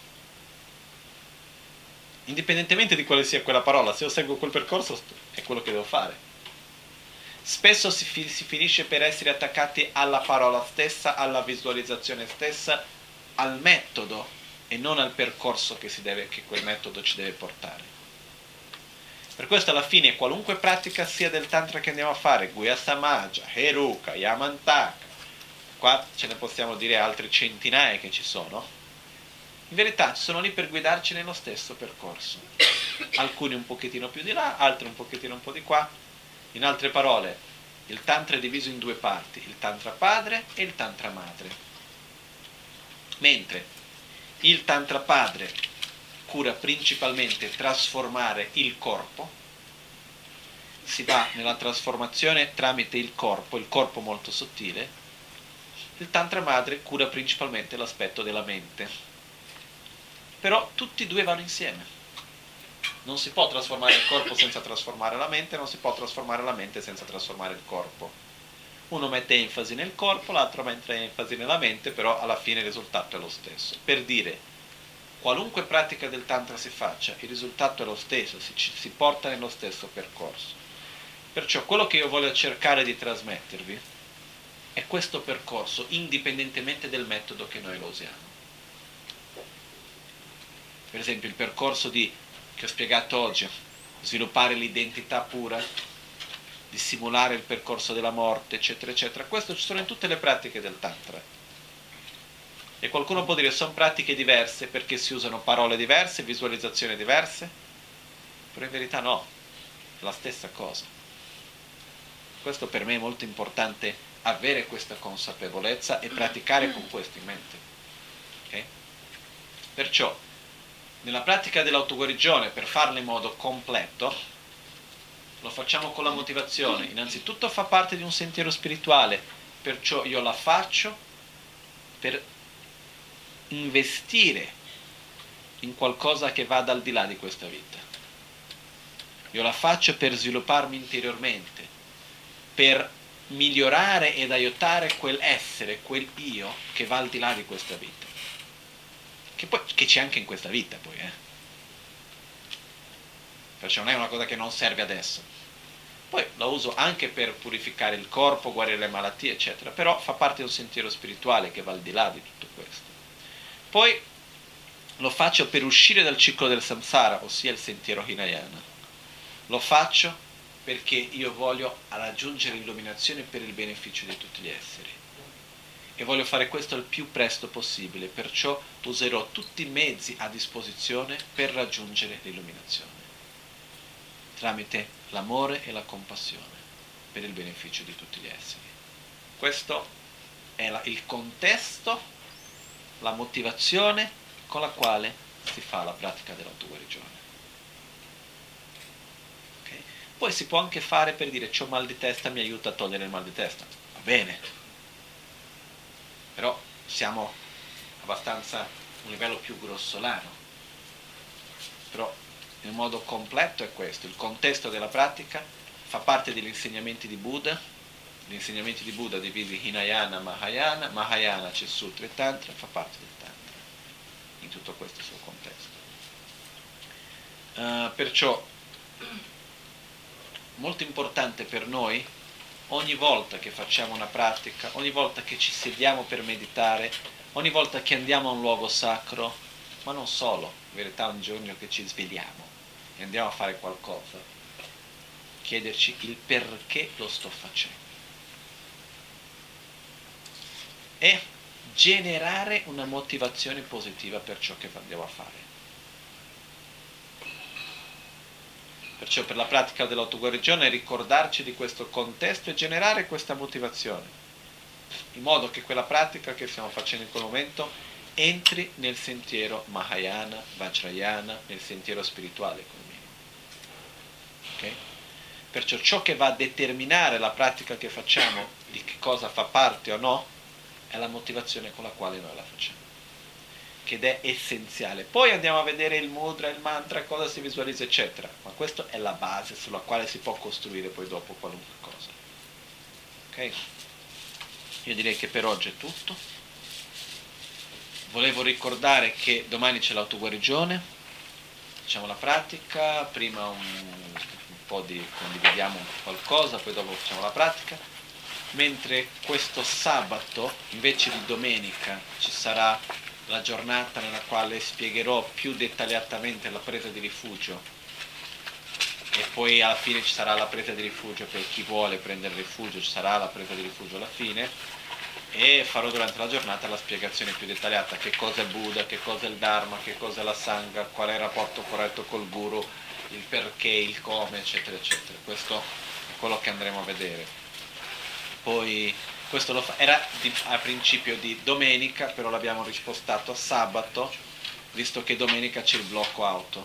Indipendentemente di quale sia quella parola, se io seguo quel percorso è quello che devo fare. Spesso si finisce per essere attaccati alla parola stessa, alla visualizzazione stessa, al metodo e non al percorso che quel metodo ci deve portare. Per questo alla fine qualunque pratica sia del Tantra che andiamo a fare, Guhya Samaja, Heruka, Yamantaka, qua ce ne possiamo dire altre centinaia che ci sono, in verità sono lì per guidarci nello stesso percorso. Alcuni un pochettino più di là, altri un pochettino un po' di qua. In altre parole, il Tantra è diviso in due parti, il Tantra padre e il Tantra madre. Mentre il Tantra padre cura principalmente trasformare il corpo, si va nella trasformazione tramite il corpo molto sottile, Il Tantra madre cura principalmente l'aspetto della mente. Però tutti e due vanno insieme. Non si può trasformare il corpo senza trasformare la mente, non si può trasformare la mente senza trasformare il corpo. Uno mette enfasi nel corpo, l'altro mette enfasi nella mente, però alla fine il risultato è lo stesso. Per dire, qualunque pratica del Tantra si faccia, il risultato è lo stesso, si porta nello stesso percorso. Perciò quello che io voglio cercare di trasmettervi è questo percorso, indipendentemente del metodo che noi lo usiamo. Per esempio il percorso che ho spiegato oggi, sviluppare l'identità pura, di simulare il percorso della morte, eccetera, eccetera. Questo ci sono in tutte le pratiche del Tantra. E qualcuno può dire sono pratiche diverse perché si usano parole diverse, visualizzazioni diverse, però in verità no, è la stessa cosa. Questo per me è molto importante, avere questa consapevolezza e praticare con questo in mente. Okay? Perciò, nella pratica dell'autoguarigione, per farla in modo completo, lo facciamo con la motivazione. Innanzitutto fa parte di un sentiero spirituale, perciò io la faccio per investire in qualcosa che vada al di là di questa vita. Io la faccio per svilupparmi interiormente, per migliorare ed aiutare quell'essere, quel io che va al di là di questa vita. Che c'è anche in questa vita poi, Perciò non è una cosa che non serve adesso. Poi la uso anche per purificare il corpo, guarire le malattie, eccetera, però fa parte di un sentiero spirituale che va al di là di tutto questo. Poi lo faccio per uscire dal ciclo del samsara, ossia il sentiero hinayana. Lo faccio perché io voglio raggiungere l'illuminazione per il beneficio di tutti gli esseri. E voglio fare questo il più presto possibile, perciò userò tutti i mezzi a disposizione per raggiungere l'illuminazione, tramite l'amore e la compassione, per il beneficio di tutti gli esseri. Questo è il contesto, la motivazione con la quale si fa la pratica dell'autoguarigione. Okay? Poi si può anche fare per dire c'ho mal di testa, mi aiuta a togliere il mal di testa. Va bene. Però siamo abbastanza a un livello più grossolano. Però il modo completo è questo. Il contesto della pratica fa parte degli insegnamenti di Buddha. Gli insegnamenti di Buddha divisi Hinayana, Mahayana. Mahayana c'è Sutra e Tantra, fa parte del Tantra in tutto questo suo contesto. Perciò molto importante per noi, ogni volta che facciamo una pratica, ogni volta che ci sediamo per meditare, ogni volta che andiamo a un luogo sacro, ma non solo, in verità un giorno che ci svegliamo e andiamo a fare qualcosa, chiederci il perché lo sto facendo e generare una motivazione positiva per ciò che andiamo a fare. Perciò per la pratica dell'autoguarigione ricordarci di questo contesto e generare questa motivazione, in modo che quella pratica che stiamo facendo in quel momento entri nel sentiero Mahayana, Vajrayana, nel sentiero spirituale come minimo. Okay? Perciò ciò che va a determinare la pratica che facciamo, di che cosa fa parte o no, è la motivazione con la quale noi la facciamo, ed è essenziale. Poi andiamo a vedere il mudra, il mantra, cosa si visualizza, eccetera. Ma questa è la base sulla quale si può costruire poi dopo qualunque cosa. Ok? Io direi che per oggi è tutto. Volevo ricordare che domani c'è l'autoguarigione, facciamo la pratica, prima un po' condividiamo qualcosa, poi dopo facciamo la pratica, mentre questo sabato, invece di domenica, ci sarà la giornata nella quale spiegherò più dettagliatamente la presa di rifugio e poi alla fine ci sarà la presa di rifugio per chi vuole prendere rifugio, ci sarà la presa di rifugio alla fine e farò durante la giornata la spiegazione più dettagliata, che cosa è Buddha, che cosa è il Dharma, che cosa è la Sangha, qual è il rapporto corretto col Guru, il perché, il come, eccetera eccetera. Questo è quello che andremo a vedere. Poi questo era a principio di domenica, però l'abbiamo rispostato a sabato, visto che domenica c'è il blocco auto,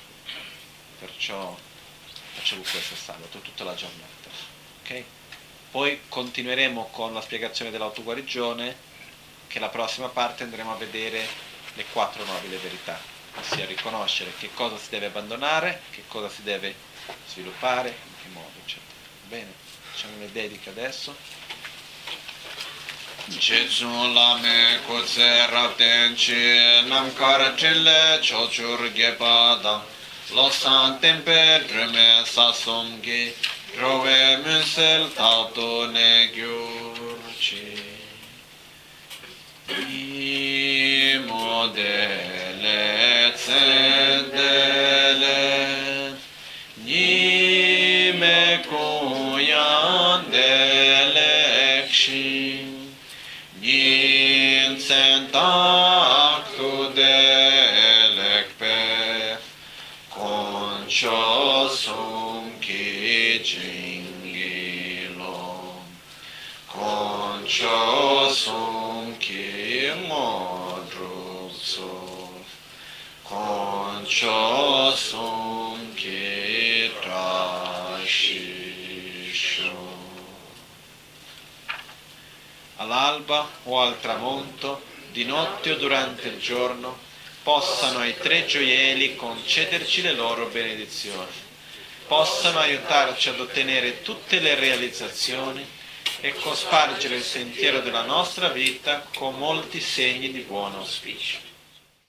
perciò facevo questo sabato, tutta la giornata. Ok? Poi continueremo con la spiegazione dell'autoguarigione, che la prossima parte andremo a vedere le 4 nobili verità, ossia riconoscere che cosa si deve abbandonare, che cosa si deve sviluppare, in che modo, eccetera. Bene, facciamo le dediche adesso. Jetsun lame kutse rapten chi namkar chille chochur gepada losan tempe drume sasum gi rove munsel tauto ne gyurchi i modele zedele ni me kuyan delekshi Yin sentak tu delekpe concho sum ki jingilom concho sum ki modrupso concho sum ki trashisho All'alba o al tramonto, di notte o durante il giorno, possano i 3 gioielli concederci le loro benedizioni, possano aiutarci ad ottenere tutte le realizzazioni e cospargere il sentiero della nostra vita con molti segni di buon auspicio.